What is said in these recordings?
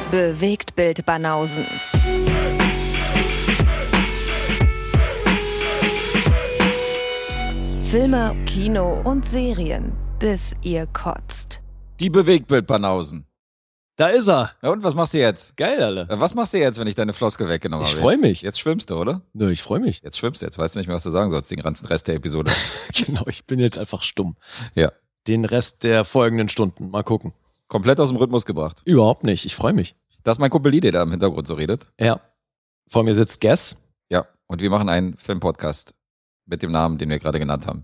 Bewegtbild Banausen. Filme, Kino und Serien, bis ihr kotzt. Die Bewegtbild-Banausen. Da ist er. Ja, und was machst du jetzt? Geil, Alter. Was machst du jetzt, wenn ich deine Floskel weggenommen habe? Ich freue mich. Jetzt schwimmst du, oder? Nö, ich freue mich. Jetzt schwimmst du. Jetzt weißt du nicht mehr, was du sagen sollst, den ganzen Rest der Episode. Genau, ich bin jetzt einfach stumm. Ja. Den Rest der folgenden Stunden. Mal gucken. Komplett aus dem Rhythmus gebracht. Überhaupt nicht. Ich freue mich. Das ist mein Kumpel Lee, der da im Hintergrund so redet. Ja. Vor mir sitzt Guess. Ja. Und wir machen einen Filmpodcast mit dem Namen, den wir gerade genannt haben.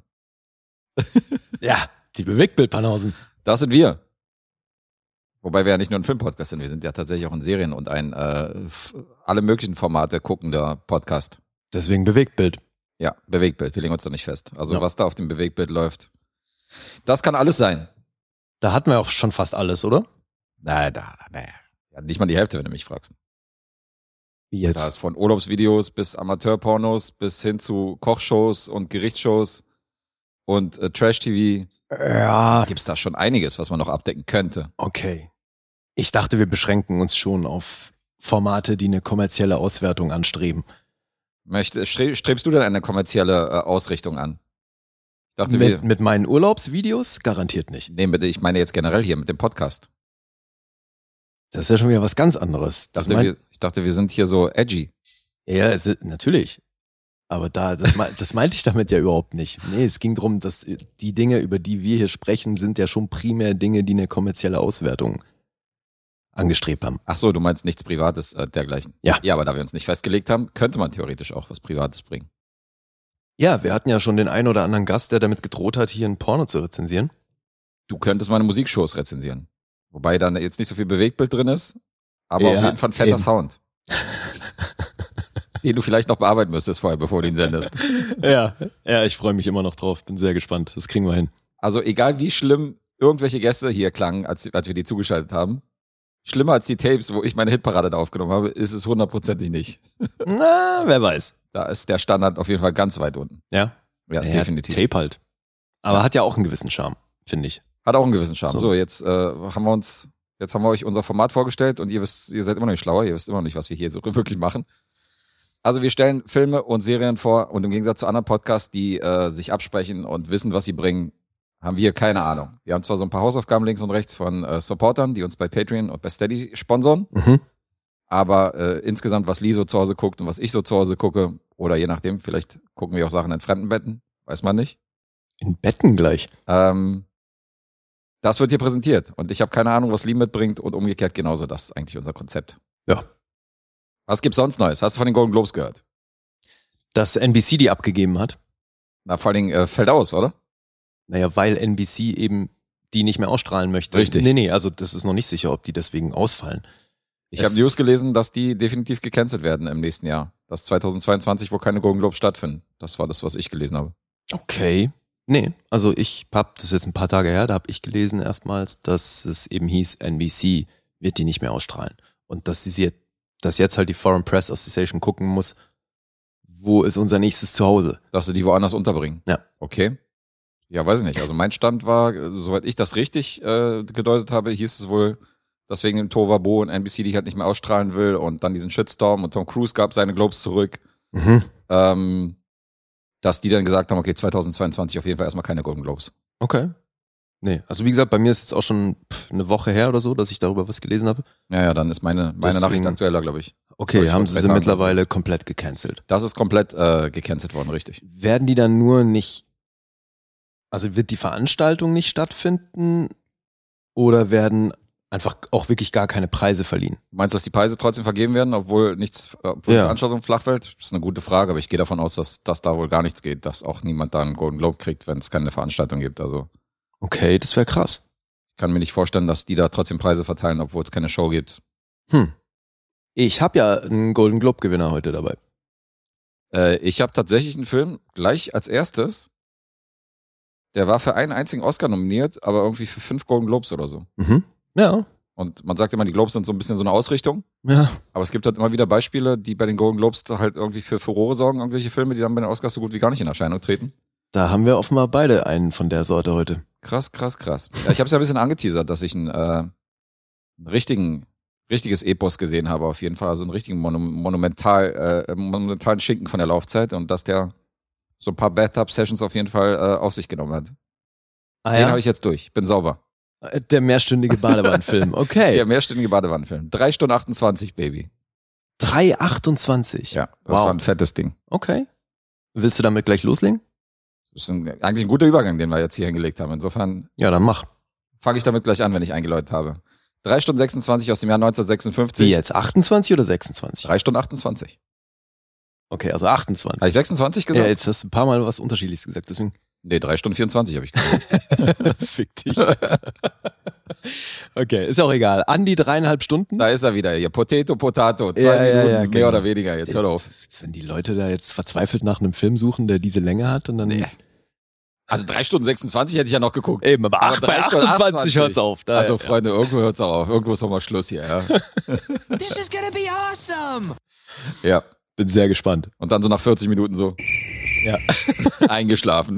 Ja, die Bewegtbild-Banausen. Das sind wir. Wobei wir ja nicht nur ein Filmpodcast sind, wir sind ja tatsächlich auch ein Serien- und ein alle möglichen Formate guckender Podcast. Deswegen Bewegtbild. Ja, Bewegtbild, wir legen uns da nicht fest. Also Ja. was da auf dem Bewegtbild läuft, das kann alles sein. Da hatten wir auch schon fast alles, oder? Nein. Ja, nicht mal die Hälfte, wenn du mich fragst. Wie Da jetzt? ist von Urlaubsvideos bis Amateurpornos bis hin zu Kochshows und Gerichtsshows und Trash-TV. Ja, Gibt's da schon einiges, was man noch abdecken könnte. okay. Ich dachte, wir beschränken uns schon auf Formate, die eine kommerzielle Auswertung anstreben. Strebst du denn eine kommerzielle Ausrichtung an? Ich dachte, Mit meinen Urlaubsvideos garantiert nicht. Nee, ich meine jetzt generell hier mit dem Podcast. Das ist ja schon wieder was ganz anderes. Ich dachte, wir sind hier so edgy. Ja, natürlich. Aber das meinte ich damit ja überhaupt nicht. Nee, es ging darum, dass die Dinge, über die wir hier sprechen, sind ja schon primär Dinge, die eine kommerzielle Auswertung angestrebt haben. Ach so, du meinst nichts Privates dergleichen. Ja. Ja, aber da wir uns nicht festgelegt haben, könnte man theoretisch auch was Privates bringen. Ja, wir hatten ja schon den einen oder anderen Gast, der damit gedroht hat, hier ein Porno zu rezensieren. Du könntest meine Musikshows rezensieren. Wobei da jetzt nicht so viel Bewegtbild drin ist, aber Ja, auf jeden Fall ein fetter eben. Sound. Den du vielleicht noch bearbeiten müsstest vorher, bevor du ihn sendest. Ja, ich freue mich immer noch drauf. Bin sehr gespannt. Das kriegen wir hin. Also egal wie schlimm irgendwelche Gäste hier klangen, als wir die zugeschaltet haben, schlimmer als die Tapes, wo ich meine Hitparade da aufgenommen habe, ist es 100%ig nicht. Na, wer weiß. Da ist der Standard auf jeden Fall ganz weit unten. Ja, Ja, definitiv. Tape halt. Aber hat ja auch einen gewissen Charme, finde ich. Hat auch einen gewissen Charme. So. So, jetzt haben wir euch unser Format vorgestellt und ihr seid immer noch nicht schlauer, ihr wisst immer noch nicht, was wir hier so wirklich machen. Also wir stellen Filme und Serien vor und im Gegensatz zu anderen Podcasts, die sich absprechen und wissen, was sie bringen, haben wir keine Ahnung. Wir haben zwar so ein paar Hausaufgaben links und rechts von Supportern, die uns bei Patreon und bei Steady sponsoren, aber insgesamt, was Lee so zu Hause guckt und was ich so zu Hause gucke, oder je nachdem, vielleicht gucken wir auch Sachen in fremden Betten, weiß man nicht. In Betten gleich. Das wird hier präsentiert und ich habe keine Ahnung, was Lee mitbringt und umgekehrt genauso. Das ist eigentlich unser Konzept. Ja. Was gibt's sonst Neues? Hast du von den Golden Globes gehört? Dass NBC die abgegeben hat. Na, vor allen Dingen fällt aus, oder? Naja, weil NBC eben die nicht mehr ausstrahlen möchte. Richtig. Nee, also das ist noch nicht sicher, ob die deswegen ausfallen. Ich habe News gelesen, dass die definitiv gecancelt werden im nächsten Jahr. Dass 2022 wohl keine Golden Globes stattfinden. Das war das, was ich gelesen habe. Okay. Nee, also das ist jetzt ein paar Tage her, da habe ich gelesen erstmals, dass es eben hieß, NBC wird die nicht mehr ausstrahlen. Und dass jetzt halt die Foreign Press Association gucken muss, wo ist unser nächstes Zuhause. Dass sie die woanders unterbringen. Ja. Okay. Ja, weiß ich nicht. Also mein Stand war, soweit ich das richtig gedeutet habe, hieß es wohl, dass wegen dem Tovabo und NBC die halt nicht mehr ausstrahlen will und dann diesen Shitstorm und Tom Cruise gab seine Globes zurück. Dass die dann gesagt haben, okay, 2022 auf jeden Fall erstmal keine Golden Globes. Okay. Nee, also wie gesagt, bei mir ist es jetzt auch schon eine Woche her oder so, dass ich darüber was gelesen habe. Ja, dann ist meine Deswegen- Nachricht aktueller, glaube ich. Okay, Soll ich haben sie vielleicht mittlerweile komplett gecancelt. Das ist komplett gecancelt worden, richtig. Werden die dann nur nicht, also wird die Veranstaltung nicht stattfinden oder werden einfach auch wirklich gar keine Preise verliehen? Meinst du, dass die Preise trotzdem vergeben werden, obwohl die Veranstaltung flach fällt? Das ist eine gute Frage, aber ich gehe davon aus, dass da wohl gar nichts geht, dass auch niemand da einen Golden Globe kriegt, wenn es keine Veranstaltung gibt. Also Okay, das wäre krass. ich kann mir nicht vorstellen, dass die da trotzdem Preise verteilen, obwohl es keine Show gibt. Ich habe ja einen Golden Globe Gewinner heute dabei. Ich habe tatsächlich einen Film gleich als erstes. Der war für einen einzigen Oscar nominiert, aber irgendwie für 5 Golden Globes oder so. Ja. Und man sagt immer, die Globes sind so ein bisschen so eine Ausrichtung. Ja. Aber es gibt halt immer wieder Beispiele, die bei den Golden Globes da halt irgendwie für Furore sorgen, irgendwelche Filme, die dann bei den Oscars so gut wie gar nicht in Erscheinung treten. Da haben wir offenbar beide einen von der Sorte heute. Krass. Ja, ich habe es ja ein bisschen angeteasert, dass ich einen richtigen richtiges Epos gesehen habe, auf jeden Fall. Also einen richtigen monumentalen Schinken von der Laufzeit und dass der so ein paar Bathtub-Sessions auf jeden Fall auf sich genommen hat. Den habe ich jetzt durch. Bin sauber. Der mehrstündige Badewannenfilm, okay. Der mehrstündige Badewannenfilm. 3 Stunden 28, Baby. 3,28? Ja, das war ein fettes Ding. Okay. Willst du damit gleich loslegen? Das ist eigentlich ein guter Übergang, den wir jetzt hier hingelegt haben. Insofern Ja, dann mach. fange ich damit gleich an, wenn ich eingeläutet habe. 3 Stunden 26 aus dem Jahr 1956. Wie jetzt, 28 oder 26? 3 Stunden 28. Okay, also 28. Habe ich 26 gesagt? Ja, jetzt hast du ein paar Mal was Unterschiedliches gesagt, deswegen. Nee, 3 Stunden 24 habe ich gesagt. Fick dich. Okay, ist auch egal. An die 3,5 Stunden. Da ist er wieder hier. Potato. 2 Ja, Minuten, ja, mehr genau. oder weniger. Jetzt hör doch auf. Wenn die Leute da jetzt verzweifelt nach einem Film suchen, der diese Länge hat und dann. Nee. Also 3 Stunden 26 hätte ich ja noch geguckt. Eben, aber Aber bei 3 Stunden 28 hört's auf. Da, Also Freunde, irgendwo hört's auch auf. Irgendwo ist auch mal Schluss hier. Ja. This is gonna be awesome! Ja. bin sehr gespannt. Und dann so nach 40 Minuten so Ja. eingeschlafen.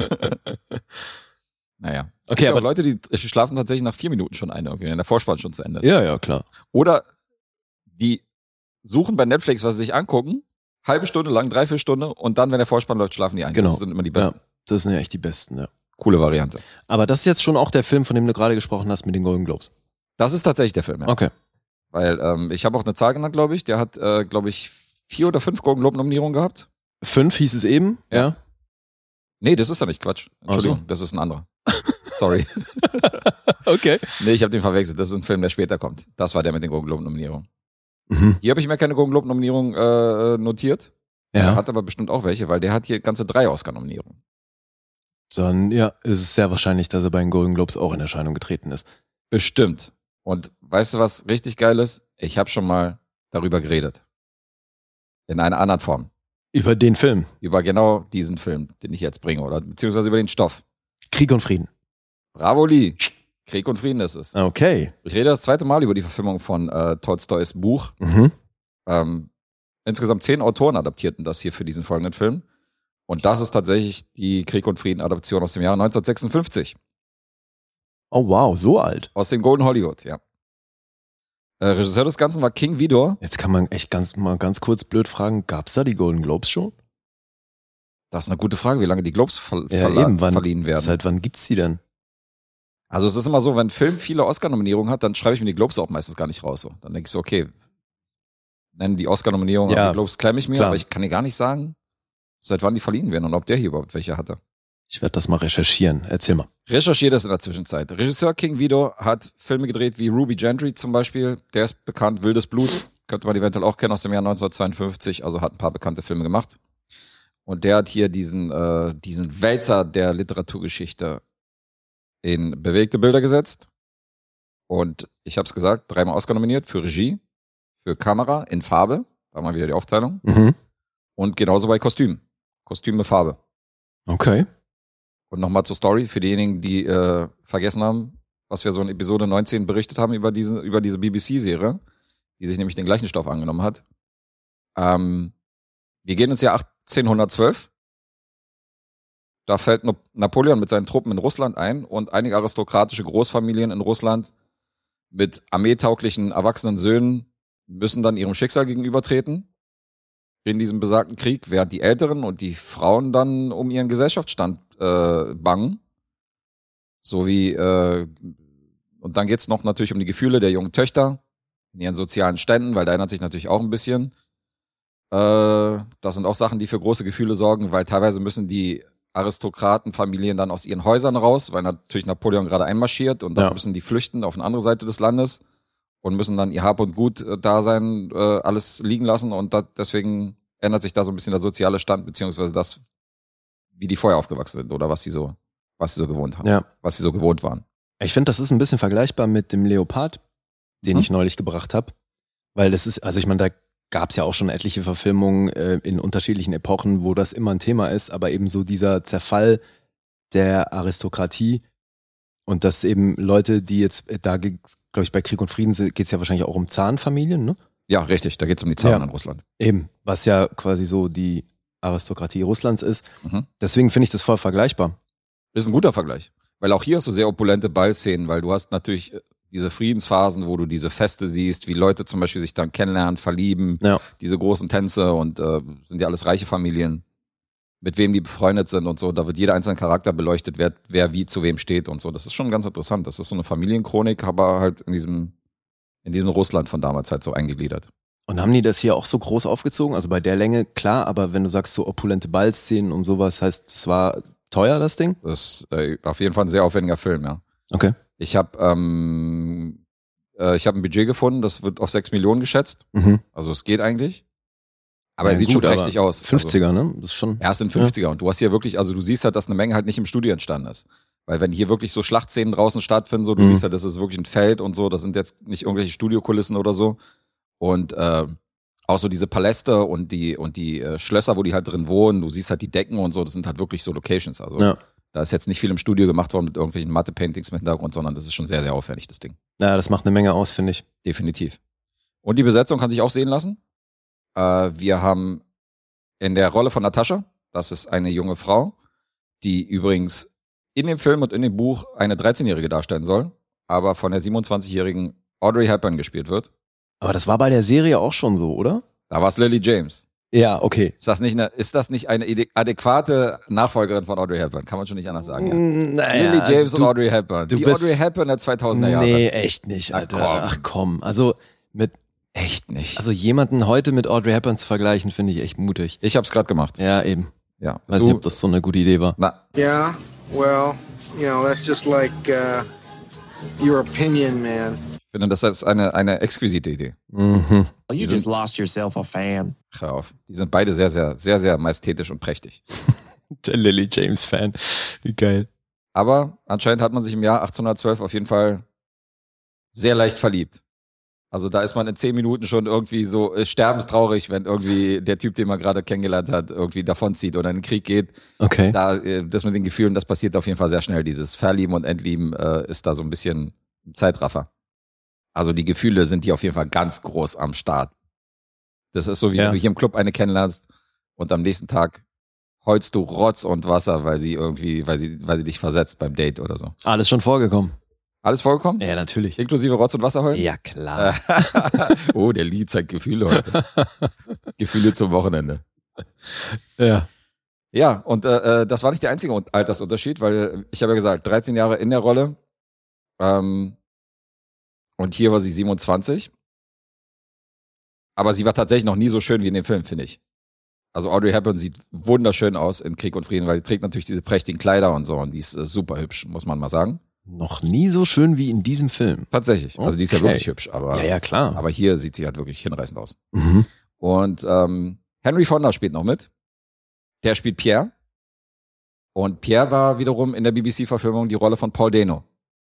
Naja. Es Okay, gibt aber auch Leute, die schlafen tatsächlich nach 4 Minuten schon ein, irgendwie, wenn der Vorspann schon zu Ende ist. Ja, ja, klar. Oder die suchen bei Netflix, was sie sich angucken, halbe Stunde lang, 3-4 Stunden und dann, wenn der Vorspann läuft, schlafen die ein. Genau. Das sind immer die besten. Ja, das sind ja echt die besten, ja. Coole Variante. Aber das ist jetzt schon auch der Film, von dem du gerade gesprochen hast mit den Golden Globes. Das ist tatsächlich der Film, ja. Okay. Weil ich habe auch eine Zahl genannt, glaube ich. Der hat, glaube ich, 4 oder 5 Golden Globe-Nominierungen gehabt. 5 hieß es eben, ja. Nee, das ist doch nicht Quatsch. Entschuldigung, Ach so. das ist ein anderer. Sorry. Okay. Nee, ich habe den verwechselt. Das ist ein Film, der später kommt. Das war der mit den Golden Globe-Nominierungen. Mhm. Hier habe ich mir keine Golden Globe-Nominierung notiert. Er Ja. hat aber bestimmt auch welche, weil der hat hier ganze 3 Oscar-Nominierungen. Dann, ja, ist es sehr wahrscheinlich, dass er bei den Golden Globes auch in Erscheinung getreten ist. Bestimmt. Und weißt du, was richtig geil ist? Ich habe schon mal darüber geredet. In einer anderen Form. Über den Film. Über genau diesen Film, den ich jetzt bringe. Oder beziehungsweise über den Stoff. Krieg und Frieden. Bravo, Lee. Krieg und Frieden ist es. Okay. Ich rede das zweite Mal über die Verfilmung von Tolstoys Buch. Mhm. Insgesamt 10 Autoren adaptierten das hier für diesen folgenden Film. Und das ist tatsächlich die Krieg und Frieden-Adaption aus dem Jahre 1956. Oh wow, so alt. Aus dem Golden Hollywood, ja. Regisseur des Ganzen war King Vidor. Jetzt kann man echt mal ganz kurz blöd fragen, gab's da die Golden Globes schon? Das ist eine gute Frage, wie lange die Globes Wann, verliehen werden. Seit wann gibt's die denn? Also es ist immer so, wenn ein Film viele Oscar-Nominierungen hat, dann schreibe ich mir die Globes auch meistens gar nicht raus. So. Dann denke ich so, okay, nennen die Oscar-Nominierungen, Ja, aber die Globes klemme ich mir, klar. aber ich kann dir gar nicht sagen, seit wann die verliehen werden und ob der hier überhaupt welche hatte. Ich werde das mal recherchieren. Erzähl mal. Recherchiert das in der Zwischenzeit. Regisseur King Vidor hat Filme gedreht wie Ruby Gentry zum Beispiel. Der ist bekannt, Wildes Blut. Könnte man eventuell auch kennen aus dem Jahr 1952. Also hat ein paar bekannte Filme gemacht. Und der hat hier diesen Wälzer der Literaturgeschichte in bewegte Bilder gesetzt. Und ich habe es gesagt, 3-mal Oscar nominiert für Regie, für Kamera in Farbe. Da mal wieder die Aufteilung. Mhm. Und genauso bei Kostüm. Kostüm mit Farbe. Okay. Und nochmal zur Story für diejenigen, die vergessen haben, was wir so in Episode 19 berichtet haben über diese BBC-Serie, die sich nämlich den gleichen Stoff angenommen hat. Wir gehen ins Jahr 1812. Da fällt Napoleon mit seinen Truppen in Russland ein und einige aristokratische Großfamilien in Russland mit armeetauglichen erwachsenen Söhnen müssen dann ihrem Schicksal gegenübertreten in diesem besagten Krieg, während die Älteren und die Frauen dann um ihren Gesellschaftsstand bangen. Und dann geht's noch natürlich um die Gefühle der jungen Töchter in ihren sozialen Ständen, weil da ändert sich natürlich auch ein bisschen. Das sind auch Sachen, die für große Gefühle sorgen, weil teilweise müssen die Aristokratenfamilien dann aus ihren Häusern raus, weil natürlich Napoleon gerade einmarschiert und dann müssen die flüchten auf eine andere Seite des Landes und müssen dann ihr Hab und Gut da sein, alles liegen lassen und deswegen ändert sich da so ein bisschen der soziale Stand, beziehungsweise das, wie die vorher aufgewachsen sind oder was sie so gewohnt haben, was sie so gewohnt waren. Ich finde, das ist ein bisschen vergleichbar mit dem Leopard, den ich neulich gebracht habe, weil das ist, also ich meine, da gab es ja auch schon etliche Verfilmungen in unterschiedlichen Epochen, wo das immer ein Thema ist, aber eben so dieser Zerfall der Aristokratie und dass eben Leute, die jetzt, da glaube ich, bei Krieg und Frieden geht es ja wahrscheinlich auch um Zarenfamilien, ne? Ja, richtig, da geht es um die Zaren in Russland. Eben, was ja quasi so die Aristokratie Russlands ist. Mhm. Deswegen finde ich das voll vergleichbar. Ist ein guter Vergleich, weil auch hier hast du sehr opulente Ballszenen, weil du hast natürlich diese Friedensphasen, wo du diese Feste siehst, wie Leute zum Beispiel sich dann kennenlernen, verlieben, diese großen Tänze und sind ja alles reiche Familien, mit wem die befreundet sind und so. Da wird jeder einzelne Charakter beleuchtet, wer wie zu wem steht und so. Das ist schon ganz interessant. Das ist so eine Familienchronik, aber halt in diesem Russland von damals halt so eingegliedert. Und haben die das hier auch so groß aufgezogen? Also bei der Länge, klar, aber wenn du sagst so opulente Ballszenen und sowas, heißt, es war teuer, das Ding? Das ist auf jeden Fall ein sehr aufwendiger Film, ja. Okay. Ich habe ein Budget gefunden, das wird auf 6 Millionen geschätzt. Also es geht eigentlich. Aber er sieht schon prächtig aus. 50er, ne? Das ist schon. Ja, es sind 50er. Und du hast hier wirklich, also du siehst halt, dass eine Menge halt nicht im Studio entstanden ist. Weil wenn hier wirklich so Schlachtszenen draußen stattfinden, so, du siehst halt, das ist wirklich ein Feld und so, das sind jetzt nicht irgendwelche Studiokulissen oder so. Und auch so diese Paläste und die Schlösser, wo die halt drin wohnen, du siehst halt die Decken und so, das sind halt wirklich so Locations. Also da ist jetzt nicht viel im Studio gemacht worden mit irgendwelchen Matte-Paintings im Hintergrund, sondern das ist schon sehr, sehr aufwendig, das Ding. Ja, das macht eine Menge aus, finde ich. Definitiv. Und die Besetzung kann sich auch sehen lassen. Wir haben in der Rolle von Natascha, das ist eine junge Frau, die übrigens in dem Film und in dem Buch eine 13-Jährige darstellen soll, aber von der 27-jährigen Audrey Hepburn gespielt wird. Aber das war bei der Serie auch schon so, oder? Da war es Lily James. Ja, okay. Ist das nicht eine adäquate Nachfolgerin von Audrey Hepburn? Kann man schon nicht anders sagen. Ja. Naja, Lily James und Audrey Hepburn. Die Audrey Hepburn der 2000er Jahre. Nee, echt nicht, Alter. Ach komm. Also echt nicht. Also jemanden heute mit Audrey Hepburn zu vergleichen, finde ich echt mutig. Ich hab's gerade gemacht. Ja, eben. Ja. Weiß nicht, ob das so eine gute Idee war. Na. Yeah, well, that's just like your opinion, man. Ich finde, das ist eine exquisite Idee. You just lost yourself a fan. Hör auf. Die sind beide sehr, sehr, sehr, sehr majestätisch und prächtig. Der Lily James Fan. Wie geil. Aber anscheinend hat man sich im Jahr 1812 auf jeden Fall sehr leicht verliebt. Also da ist man in 10 Minuten schon irgendwie so sterbenstraurig, wenn irgendwie der Typ, den man gerade kennengelernt hat, irgendwie davonzieht oder in den Krieg geht. Okay. Das mit den Gefühlen, das passiert auf jeden Fall sehr schnell. Dieses Verlieben und Entlieben ist da so ein bisschen ein Zeitraffer. Also die Gefühle sind hier auf jeden Fall ganz groß am Start. Das ist so, wie du hier im Club eine kennenlernst und am nächsten Tag heulst du Rotz und Wasser, weil sie dich versetzt beim Date oder so. Alles schon vorgekommen. Alles vorgekommen? Ja, natürlich. Inklusive Rotz und Wasser heulen? Ja, klar. Oh, der Lied zeigt Gefühle heute. Gefühle zum Wochenende. Ja. Ja, und das war nicht der einzige Altersunterschied, weil ich habe ja gesagt, 13 Jahre in der Rolle. Und hier war sie 27. Aber sie war tatsächlich noch nie so schön wie in dem Film, finde ich. Also Audrey Hepburn sieht wunderschön aus in Krieg und Frieden, weil die trägt natürlich diese prächtigen Kleider und so. Und die ist super hübsch, muss man mal sagen. Noch nie so schön wie in diesem Film. Tatsächlich. Also die ist ja wirklich hübsch. Aber, ja, klar. Aber hier sieht sie halt wirklich hinreißend aus. Und Henry Fonda spielt noch mit. Der spielt Pierre. Und Pierre war wiederum in der BBC-Verfilmung die Rolle von Paul Dano.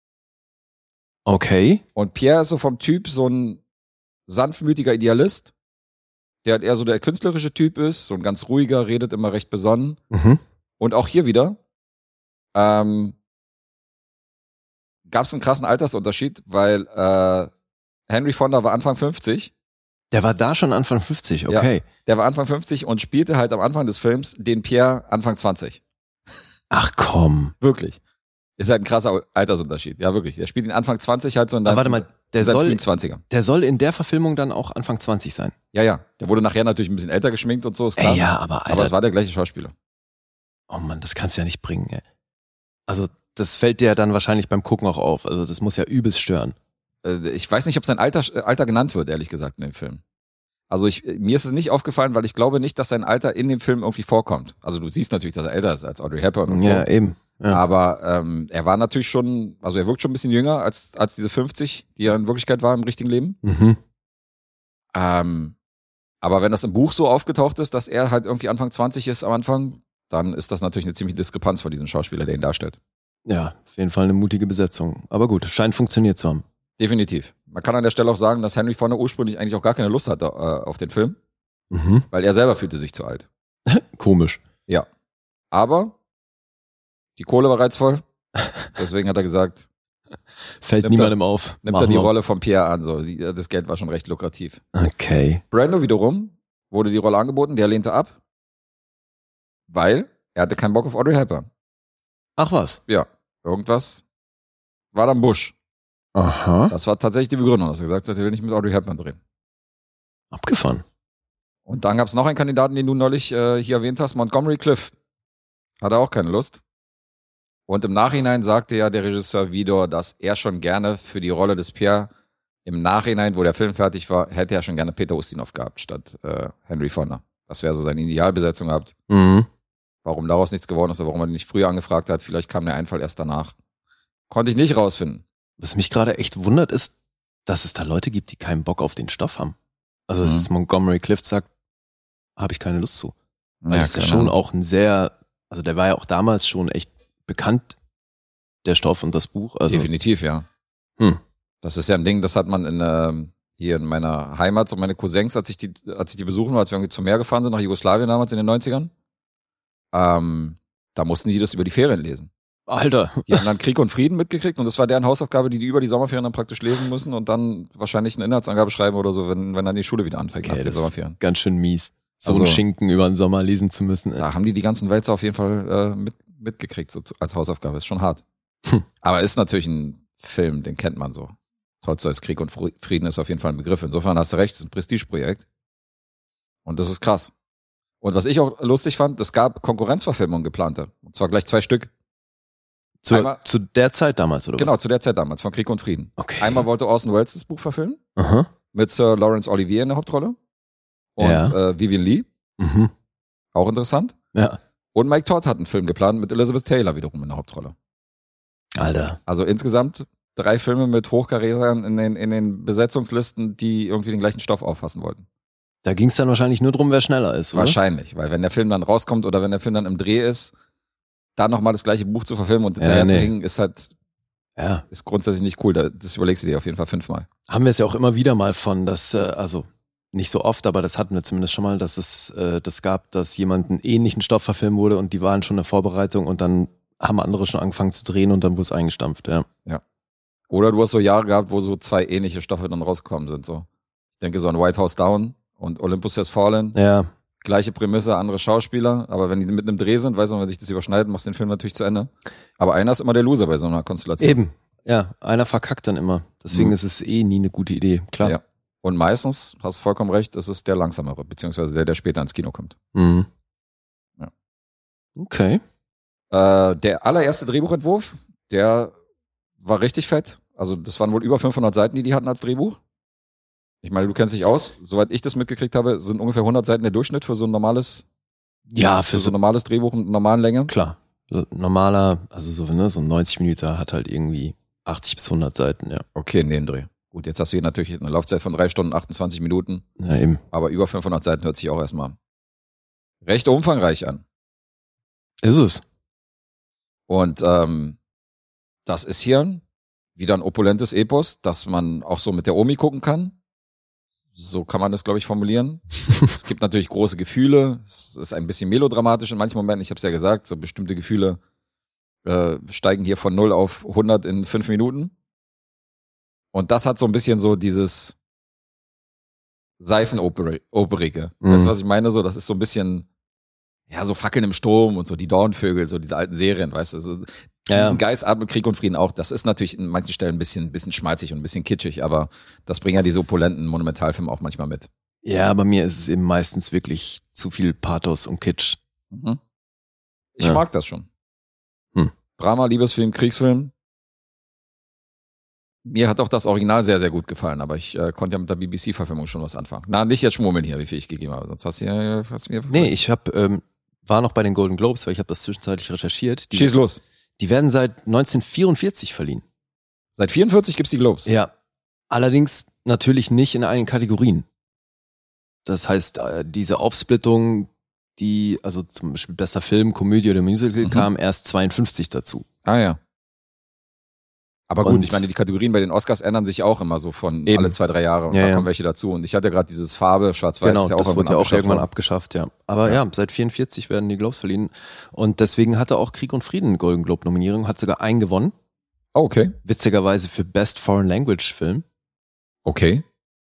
Okay. Und Pierre ist so vom Typ so ein sanftmütiger Idealist, der halt eher so der künstlerische Typ ist, so ein ganz ruhiger, redet immer recht besonnen. Und auch hier wieder gab es einen krassen Altersunterschied, weil Henry Fonda war Anfang 50. Der war da schon Anfang 50, okay. Ja, der war Anfang 50 und spielte halt am Anfang des Films den Pierre Anfang 20. Ach komm. Wirklich. Ist halt ein krasser Altersunterschied. Ja, wirklich. Der spielt ihn Anfang 20 halt so und dann. Aber warte mal, der soll 20er. Der soll in der Verfilmung dann auch Anfang 20 sein. Ja. Der wurde nachher natürlich ein bisschen älter geschminkt und so, ist klar. Ja, aber Alter. Aber es war der gleiche Schauspieler. Oh Mann, das kannst du ja nicht bringen, ey. Also, das fällt dir ja dann wahrscheinlich beim Gucken auch auf. Also, das muss ja übelst stören. Ich weiß nicht, ob sein Alter genannt wird, ehrlich gesagt, in dem Film. Also mir ist es nicht aufgefallen, weil ich glaube nicht, dass sein Alter in dem Film irgendwie vorkommt. Also du siehst natürlich, dass er älter ist als Audrey Hepburn. Und ja, so. Eben. Ja. Aber er war natürlich schon, also er wirkt schon ein bisschen jünger als diese 50, die er in Wirklichkeit war im richtigen Leben. Aber wenn das im Buch so aufgetaucht ist, dass er halt irgendwie Anfang 20 ist am Anfang, dann ist das natürlich eine ziemliche Diskrepanz von diesem Schauspieler, der ihn darstellt. Ja, auf jeden Fall eine mutige Besetzung. Aber gut, scheint funktioniert zu haben. Definitiv. Man kann an der Stelle auch sagen, dass Henry Fonda ursprünglich eigentlich auch gar keine Lust hatte auf den Film, weil er selber fühlte sich zu alt. Komisch. Ja. Aber die Kohle war reizvoll, deswegen hat er gesagt, fällt niemandem auf. Nimmt er die Rolle von Pierre an, so. Das Geld war schon recht lukrativ. Okay. Brando wiederum wurde die Rolle angeboten, der lehnte ab, weil er hatte keinen Bock auf Audrey Hepburn. Ach was? Ja, irgendwas war da im Busch. Aha. Das war tatsächlich die Begründung, dass er gesagt hat, er will nicht mit Audrey Hepburn drehen. Abgefahren. Und dann gab es noch einen Kandidaten, den du neulich hier erwähnt hast, Montgomery Clift. Hatte auch keine Lust. Und im Nachhinein sagte ja der Regisseur Vidor, dass er schon gerne für die Rolle des Pierre im Nachhinein, wo der Film fertig war, hätte er schon gerne Peter Ustinov gehabt, statt Henry Fonda. Das wäre so seine Idealbesetzung gehabt. Mhm. Warum daraus nichts geworden ist oder warum er nicht früher angefragt hat, vielleicht kam der Einfall erst danach. Konnte ich nicht rausfinden. Was mich gerade echt wundert, ist, dass es da Leute gibt, die keinen Bock auf den Stoff haben. Also, dass Montgomery Clift sagt, habe ich keine Lust zu. Weil das ist ja schon auch ein sehr, also der war ja auch damals schon echt bekannt, der Stoff und das Buch. Also, definitiv, ja. Das ist ja ein Ding, das hat man hier in meiner Heimat, so meine Cousins, als ich die besuchen war, als wir irgendwie zum Meer gefahren sind, nach Jugoslawien damals in den 90ern, da mussten die das über die Ferien lesen. Alter. Die haben dann Krieg und Frieden mitgekriegt und das war deren Hausaufgabe, die über die Sommerferien dann praktisch lesen müssen und dann wahrscheinlich eine Inhaltsangabe schreiben oder so, wenn dann die Schule wieder anfängt nach den Sommerferien. Ganz schön mies, so Also, einen Schinken über den Sommer lesen zu müssen. Da haben die ganzen Wälzer auf jeden Fall mitgekriegt, so als Hausaufgabe. Ist schon hart. Aber ist natürlich ein Film, den kennt man so. Tolstoys Krieg und Frieden ist auf jeden Fall ein Begriff. Insofern hast du recht, es ist ein Prestigeprojekt. Und das ist krass. Und was ich auch lustig fand, es gab Konkurrenzverfilmungen geplante. Und zwar gleich 2 Stück. Zu der Zeit damals, oder Genau, was? zu der Zeit damals, von Krieg und Frieden. Okay. Einmal wollte Orson Welles das Buch verfilmen, Aha. mit Sir Laurence Olivier in der Hauptrolle. Und Ja. Vivien Leigh, Mhm. auch interessant. Ja. Und Mike Todd hat einen Film geplant mit Elizabeth Taylor wiederum in der Hauptrolle. Alter. Also insgesamt 3 Filme mit Hochkarätern in den Besetzungslisten, die irgendwie den gleichen Stoff auffassen wollten. Da ging es dann wahrscheinlich nur drum, wer schneller ist, oder? Wahrscheinlich, weil wenn der Film dann rauskommt oder wenn der Film dann im Dreh ist, da nochmal das gleiche Buch zu verfilmen und hinterher zu hängen, ist halt, Ja. ist grundsätzlich nicht cool. Das überlegst du dir auf jeden Fall 5-mal. Haben wir es ja auch immer wieder mal von, dass, also nicht so oft, aber das hatten wir zumindest schon mal, dass es das gab, dass jemand einen ähnlichen Stoff verfilmen wurde und die waren schon in der Vorbereitung und dann haben andere schon angefangen zu drehen und dann wurde es eingestampft, ja. Oder du hast so Jahre gehabt, wo so 2 ähnliche Stoffe dann rausgekommen sind. So. Ich denke so an White House Down und Olympus Has Fallen. Ja. Gleiche Prämisse, andere Schauspieler, aber wenn die mit einem Dreh sind, weiß man, wenn sich das überschneidet, machst du den Film natürlich zu Ende. Aber einer ist immer der Loser bei so einer Konstellation. Eben. Ja, einer verkackt dann immer. Deswegen ist es nie eine gute Idee, klar. Ja. Und meistens, hast du vollkommen recht, ist es der langsamere, beziehungsweise der später ins Kino kommt. Mhm. Ja. Okay. Der allererste Drehbuchentwurf, der war richtig fett. Also das waren wohl über 500 Seiten, die hatten als Drehbuch. Ich meine, du kennst dich aus. Soweit ich das mitgekriegt habe, sind ungefähr 100 Seiten der Durchschnitt für so ein normales, Ja, für so ein normales Drehbuch in normalen Länge. klar. Normaler, also so, ne, so ein 90 Minuten hat halt irgendwie 80 bis 100 Seiten, ja. Okay, in dem Dreh. Gut, jetzt hast du hier natürlich eine Laufzeit von 3 Stunden, 28 Minuten. Ja, eben. Aber über 500 Seiten hört sich auch erstmal recht umfangreich an. Ist es. Und das ist hier wieder ein opulentes Epos, das man auch so mit der Omi gucken kann. So kann man das, glaube ich, formulieren. Es gibt natürlich große Gefühle. Es ist ein bisschen melodramatisch in manchen Momenten. Ich habe es ja gesagt, so bestimmte Gefühle steigen hier von 0 auf 100 in 5 Minuten. Und das hat so ein bisschen so dieses Seifenoperige. Weißt du, was ich meine? So, das ist so ein bisschen, ja, so Fackeln im Sturm und so die Dornvögel, so diese alten Serien, weißt du, so diesen Geist atmet Krieg und Frieden auch. Das ist natürlich in manchen Stellen ein bisschen schmalzig und ein bisschen kitschig, aber das bringen ja diese opulenten Monumentalfilme auch manchmal mit. Ja, bei mir ist es eben meistens wirklich zu viel Pathos und Kitsch. Mhm. Ich Ja. mag das schon. Hm. Drama, Liebesfilm, Kriegsfilm. Mir hat auch das Original sehr, sehr gut gefallen, aber ich konnte ja mit der BBC-Verfilmung schon was anfangen. Na, nicht jetzt schmummeln hier, wie viel ich gegeben habe, sonst hast du ja fast mir... Nee, ich war noch bei den Golden Globes, weil ich habe das zwischenzeitlich recherchiert. Schieß los. Die werden seit 1944 verliehen. Seit 44 gibt's die Globes. Ja. Allerdings natürlich nicht in allen Kategorien. Das heißt, diese Aufsplittung, die, also zum Beispiel bester Film, Komödie oder Musical, kam erst 52 dazu. Ah ja. Aber gut, Und- ich meine, die Kategorien bei den Oscars ändern sich auch immer so von Eben. alle 2-3 Jahre und Ja, da ja. kommen welche dazu. Und ich hatte gerade dieses Farbe, Schwarz-Weiß, Genau, ist ja auch das wurde ja auch irgendwann abgeschafft abgeschafft, ja. Aber Ja. ja, seit 44 werden die Globes verliehen. Und deswegen hatte auch Krieg und Frieden eine Golden Globe-Nominierung, hat sogar einen gewonnen. Oh, okay. Witzigerweise für Best Foreign Language Film. Okay.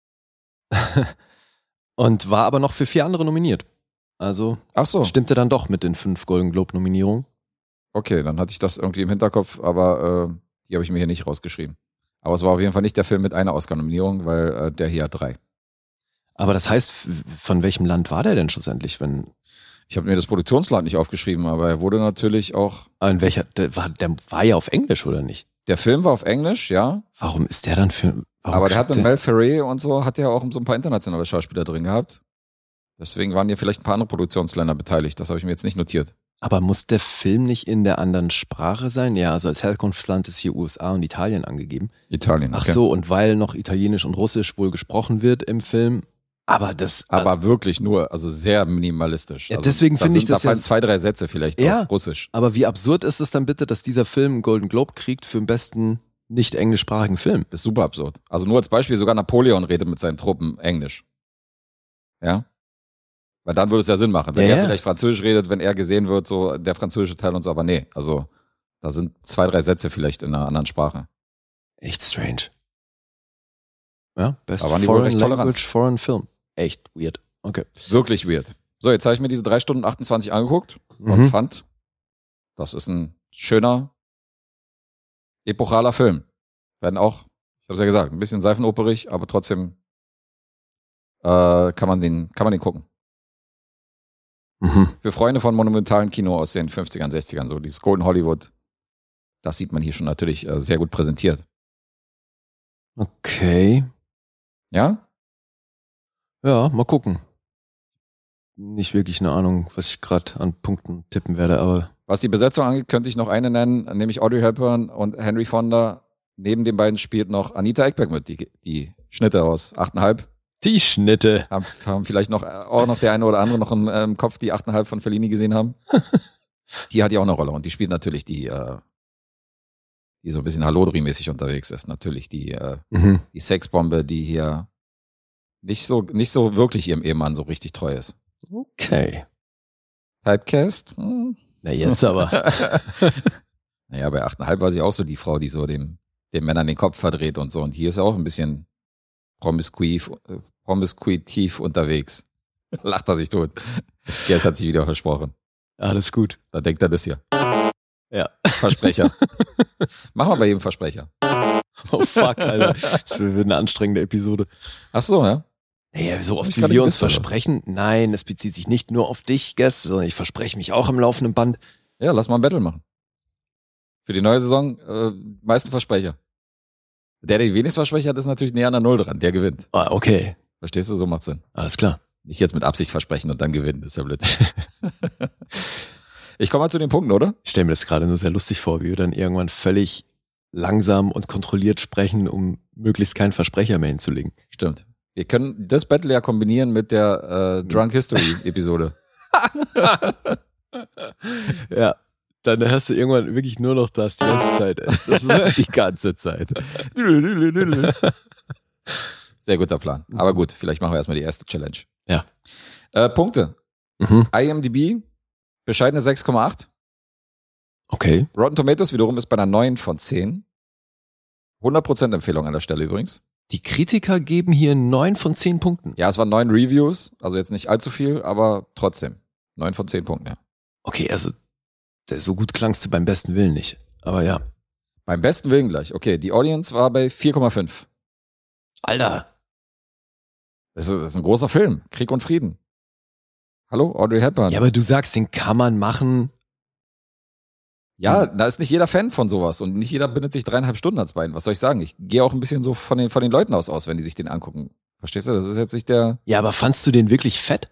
Und war aber noch für 4 andere nominiert. Also Ach so. stimmte dann doch mit den 5 Golden Globe-Nominierungen. Okay, dann hatte ich das irgendwie im Hinterkopf, aber die habe ich mir hier nicht rausgeschrieben. Aber es war auf jeden Fall nicht der Film mit einer Oscar-Nominierung, weil der hier hat 3. Aber das heißt, von welchem Land war der denn schlussendlich, wenn... Ich habe mir das Produktionsland nicht aufgeschrieben, aber er wurde natürlich auch... In welcher... Der war ja auf Englisch, oder nicht? Der Film war auf Englisch, ja. Warum ist der dann für... Aber der hat mit Mel Ferrer und so, hat ja auch so ein paar internationale Schauspieler drin gehabt. Deswegen waren hier vielleicht ein paar andere Produktionsländer beteiligt. Das habe ich mir jetzt nicht notiert. Aber muss der Film nicht in der anderen Sprache sein? Ja, also als Herkunftsland ist hier USA und Italien angegeben. Italien, okay. Ach so, und weil noch Italienisch und Russisch wohl gesprochen wird im Film. Aber wirklich nur, also sehr minimalistisch. Ja, also deswegen finde ich das da fallen 2, 3 Sätze vielleicht auf Russisch. Aber wie absurd ist es dann bitte, dass dieser Film einen Golden Globe kriegt für den besten nicht englischsprachigen Film? Das ist super absurd. Also nur als Beispiel, sogar Napoleon redet mit seinen Truppen Englisch. Ja? Weil dann würde es ja Sinn machen. Wenn er vielleicht Französisch redet, wenn er gesehen wird, so der französische Teil und so, aber nee. Also da sind 2, 3 Sätze vielleicht in einer anderen Sprache. Echt strange. Ja, Best Foreign Language, Foreign Film. Echt weird. Okay. Wirklich weird. So, jetzt habe ich mir diese 3 Stunden 28 angeguckt und fand, das ist ein schöner, epochaler Film. Werden auch, ich habe es ja gesagt, ein bisschen seifenoperig, aber trotzdem kann man den gucken. Für Freunde von monumentalen Kino aus den 50ern, 60ern, so dieses Golden Hollywood, das sieht man hier schon natürlich sehr gut präsentiert. Okay. Ja? Ja, mal gucken. Nicht wirklich eine Ahnung, was ich gerade an Punkten tippen werde, aber... Was die Besetzung angeht, könnte ich noch eine nennen, nämlich Audrey Hepburn und Henry Fonda. Neben den beiden spielt noch Anita Ekberg mit, die Schnitte aus 8,5. Die Schnitte. Haben vielleicht auch noch der eine oder andere noch im Kopf, die 8,5 von Fellini gesehen haben. Die hat ja auch eine Rolle und die spielt natürlich die so ein bisschen Hallodri-mäßig unterwegs ist. Natürlich die Sexbombe, die hier nicht so wirklich ihrem Ehemann so richtig treu ist. Okay. Typecast? Na jetzt aber. Naja, bei 8,5 war sie auch so die Frau, die so den Männern den Kopf verdreht und so. Und hier ist er auch ein bisschen promiskuitiv unterwegs. Lacht er sich tot. Gers hat sich wieder versprochen. Alles gut. Da denkt er das hier. Ja. Versprecher. Mach mal bei jedem Versprecher. Oh fuck, Alter. Das wird eine anstrengende Episode. Ach so, ja. Naja, so oft wie wir uns versprechen. Nein, es bezieht sich nicht nur auf dich, Gers, sondern ich verspreche mich auch am laufenden Band. Ja, lass mal ein Battle machen. Für die neue Saison meisten Versprecher. Der die wenigsten Versprecher hat, ist natürlich näher an der Null dran. Der gewinnt. Ah, okay. Verstehst du? So macht Sinn. Alles klar. Nicht jetzt mit Absicht versprechen und dann gewinnen. Das ist ja Blödsinn. Ich komme mal zu den Punkten, oder? Ich stelle mir das gerade nur sehr lustig vor, wie wir dann irgendwann völlig langsam und kontrolliert sprechen, um möglichst keinen Versprecher mehr hinzulegen. Stimmt. Wir können das Battle ja kombinieren mit der Drunk History Episode. Ja. Dann hörst du irgendwann wirklich nur noch das die ganze Zeit. Ey. Die ganze Zeit. Sehr guter Plan. Aber gut, vielleicht machen wir erstmal die erste Challenge. Ja. Punkte. IMDb, bescheidene 6,8. Okay. Rotten Tomatoes wiederum ist bei einer 9 von 10. 100% Empfehlung an der Stelle übrigens. Die Kritiker geben hier 9 von 10 Punkten. Ja, es waren 9 Reviews, also jetzt nicht allzu viel, aber trotzdem. 9 von 10 Punkten, ja. Okay, also so gut klangst du beim besten Willen nicht. Aber ja. Beim besten Willen gleich. Okay, die Audience war bei 4,5. Alter. Das ist ein großer Film. Krieg und Frieden. Hallo, Audrey Hepburn. Ja, aber du sagst, den kann man machen. Ja, da ist nicht jeder Fan von sowas und nicht jeder bindet sich 3,5 Stunden ans Bein. Was soll ich sagen? Ich gehe auch ein bisschen so von den Leuten aus, wenn die sich den angucken. Verstehst du? Das ist jetzt nicht der... Ja, aber fandst du den wirklich fett?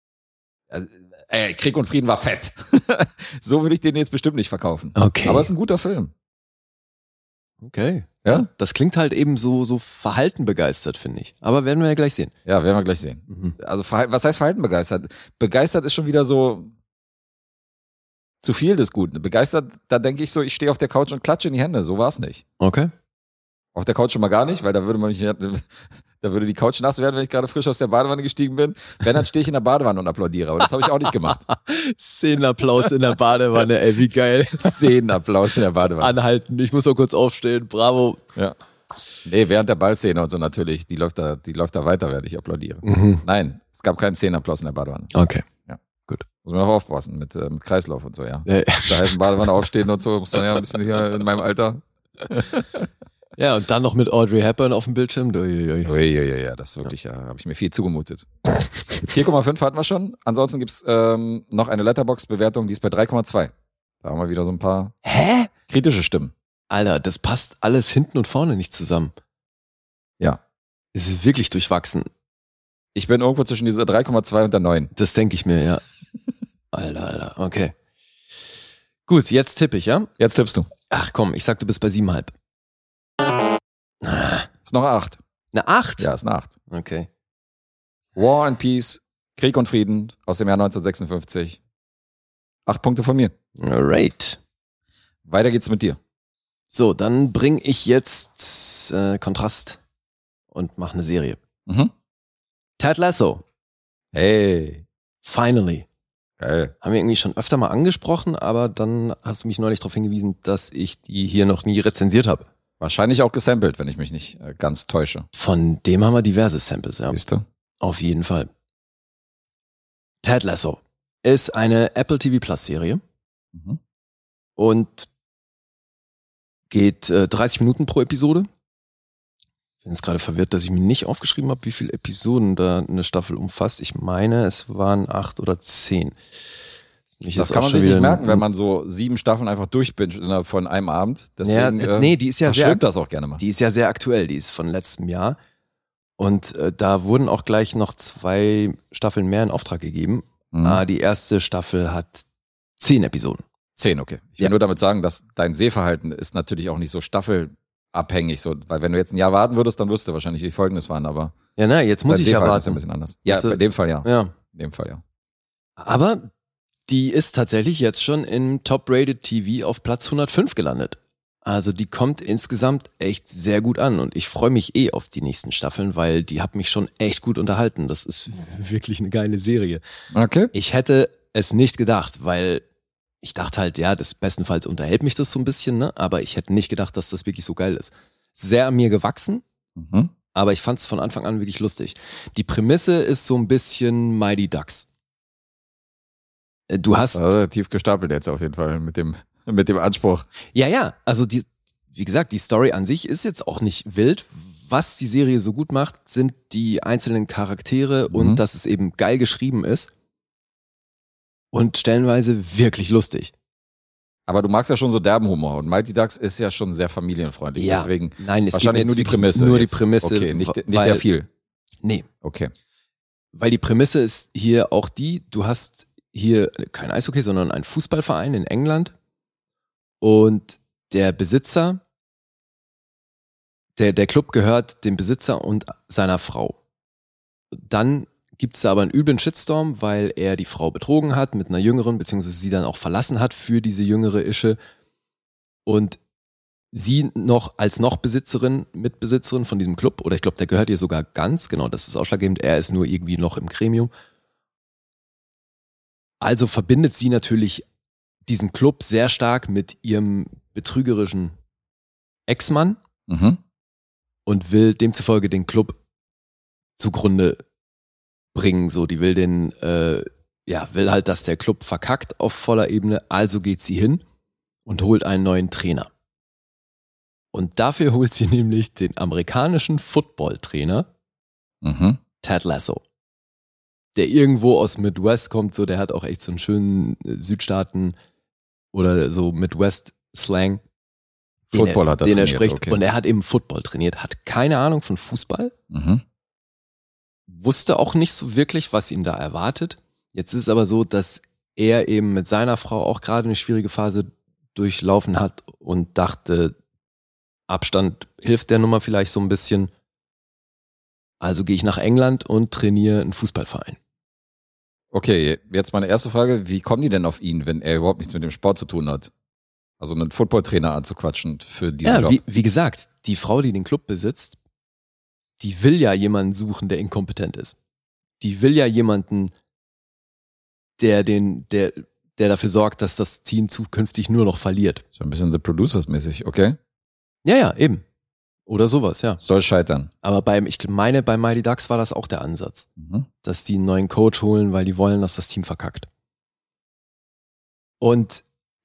Krieg und Frieden war fett. So würde ich den jetzt bestimmt nicht verkaufen. Okay. Aber es ist ein guter Film. Okay. Ja? Das klingt halt eben so verhalten begeistert, finde ich. Aber werden wir ja gleich sehen. Ja, werden wir gleich sehen. Also was heißt Verhalten begeistert? Begeistert ist schon wieder so zu viel des Guten. Begeistert, da denke ich so, ich stehe auf der Couch und klatsche in die Hände. So war es nicht. Okay. Auf der Couch schon mal gar nicht, weil da würde die Couch nass werden, wenn ich gerade frisch aus der Badewanne gestiegen bin. Wenn, dann stehe ich in der Badewanne und applaudiere. Aber das habe ich auch nicht gemacht. Szenenapplaus in der Badewanne, ey, wie geil. Szenenapplaus in der Badewanne. Anhalten, ich muss auch kurz aufstehen, bravo. Ja. Nee, während der Ballszene und so natürlich. Die läuft da weiter, während ich applaudiere. Nein, es gab keinen Szenenapplaus in der Badewanne. Okay. Ja. Gut. Muss man auch aufpassen mit Kreislauf und so, ja. Ja. Da heißt Badewanne aufstehen und so, muss man ja ein bisschen hier in meinem Alter. Ja, und dann noch mit Audrey Hepburn auf dem Bildschirm. Ja, das ist wirklich, habe ich mir viel zugemutet. 4,5 hatten wir schon. Ansonsten gibt's noch eine Letterboxd-Bewertung, die ist bei 3,2. Da haben wir wieder so ein paar kritische Stimmen. Alter, das passt alles hinten und vorne nicht zusammen. Ja. Es ist wirklich durchwachsen. Ich bin irgendwo zwischen dieser 3,2 und der 9. Das denke ich mir, ja. Alter, okay. Gut, jetzt tippe ich, ja? Jetzt tippst du. Ach komm, ich sag, du bist bei 7,5. Ist noch eine 8. Eine 8? Ja, ist eine 8. Okay. War and Peace, Krieg und Frieden aus dem Jahr 1956. 8 Punkte von mir. Alright. Weiter geht's mit dir. So, dann bringe ich jetzt Kontrast und mache eine Serie. Mhm. Ted Lasso. Hey. Finally. Geil. Haben wir irgendwie schon öfter mal angesprochen, aber dann hast du mich neulich darauf hingewiesen, dass ich die hier noch nie rezensiert habe. Wahrscheinlich auch gesampelt, wenn ich mich nicht ganz täusche. Von dem haben wir diverse Samples, ja. Siehst du? Auf jeden Fall. Ted Lasso ist eine Apple TV Plus Serie Mhm. und geht 30 Minuten pro Episode. Ich bin jetzt gerade verwirrt, dass ich mir nicht aufgeschrieben habe, wie viele Episoden da eine Staffel umfasst. Ich meine, es waren 8 oder 10. Das kann man sich nicht merken, wenn man so 7 Staffeln einfach durchbinscht innerhalb von einem Abend. Deswegen die ist ja verschwimmt das auch gerne mal. Die ist ja sehr aktuell, die ist von letztem Jahr. Und da wurden auch gleich noch 2 Staffeln mehr in Auftrag gegeben. Mhm. Die erste Staffel hat 10 Episoden. 10, okay. Ich will nur damit sagen, dass dein Sehverhalten ist natürlich auch nicht so staffelabhängig. So, weil wenn du jetzt ein Jahr warten würdest, dann wüsstest du wahrscheinlich, wie Folgendes waren. Aber Ja, na, jetzt muss dein ich ja Sehverhalten ist ein warten. bisschen anders. Ja, Also, in dem Fall ja. Ja. In dem Fall ja. Aber die ist tatsächlich jetzt schon in Top-Rated TV auf Platz 105 gelandet. Also die kommt insgesamt echt sehr gut an und ich freue mich auf die nächsten Staffeln, weil die hat mich schon echt gut unterhalten. Das ist wirklich eine geile Serie. Okay. Ich hätte es nicht gedacht, weil ich dachte halt, ja, das bestenfalls unterhält mich das so ein bisschen, ne? Aber ich hätte nicht gedacht, dass das wirklich so geil ist. Sehr an mir gewachsen, Mhm. aber ich fand es von Anfang an wirklich lustig. Die Prämisse ist so ein bisschen Mighty Ducks. Du hast... tief gestapelt jetzt auf jeden Fall mit dem Anspruch. Ja, also wie gesagt, die Story an sich ist jetzt auch nicht wild. Was die Serie so gut macht, sind die einzelnen Charaktere und dass es eben geil geschrieben ist und stellenweise wirklich lustig. Aber du magst ja schon so derben Humor und Mighty Ducks ist ja schon sehr familienfreundlich. Ja, Deswegen nein, es wahrscheinlich geht nur die jetzt Prämisse. nur jetzt. die Prämisse. Okay, nicht weil, der viel. Nee, Okay. weil die Prämisse ist hier auch du hast hier kein Eishockey, sondern einen Fußballverein in England und der Besitzer, der Club gehört dem Besitzer und seiner Frau. Dann gibt es da aber einen üblen Shitstorm, weil er die Frau betrogen hat mit einer Jüngeren, beziehungsweise sie dann auch verlassen hat für diese jüngere Ische und sie noch als Mitbesitzerin von diesem Club, oder ich glaube, der gehört ihr sogar ganz, genau, das ist ausschlaggebend, er ist nur irgendwie noch im Gremium. Also verbindet sie natürlich diesen Club sehr stark mit ihrem betrügerischen Ex-Mann Mhm. und will demzufolge den Club zugrunde bringen. So, die will will halt, dass der Club verkackt auf voller Ebene. Also geht sie hin und holt einen neuen Trainer. Und dafür holt sie nämlich den amerikanischen Football-Trainer Mhm. Ted Lasso, der irgendwo aus Midwest kommt. So, der hat auch echt so einen schönen Südstaaten oder so Midwest-Slang. Football hat er den er trainiert, spricht. okay. Und er hat eben Football trainiert, hat keine Ahnung von Fußball, Mhm. wusste auch nicht so wirklich, was ihn da erwartet. Jetzt ist es aber so, dass er eben mit seiner Frau auch gerade eine schwierige Phase durchlaufen hat und dachte, Abstand hilft der Nummer vielleicht so ein bisschen. Also gehe ich nach England und trainiere einen Fußballverein. Okay, jetzt meine erste Frage. Wie kommen die denn auf ihn, wenn er überhaupt nichts mit dem Sport zu tun hat? Also einen Footballtrainer anzuquatschen für diesen Job. Wie gesagt, die Frau, die den Club besitzt, die will ja jemanden suchen, der inkompetent ist. Die will ja jemanden, der dafür sorgt, dass das Team zukünftig nur noch verliert. So ein bisschen The Producers-mäßig, okay? Ja, eben. Oder sowas, ja. Soll scheitern. Aber bei Mighty Ducks war das auch der Ansatz, Mhm. dass die einen neuen Coach holen, weil die wollen, dass das Team verkackt. Und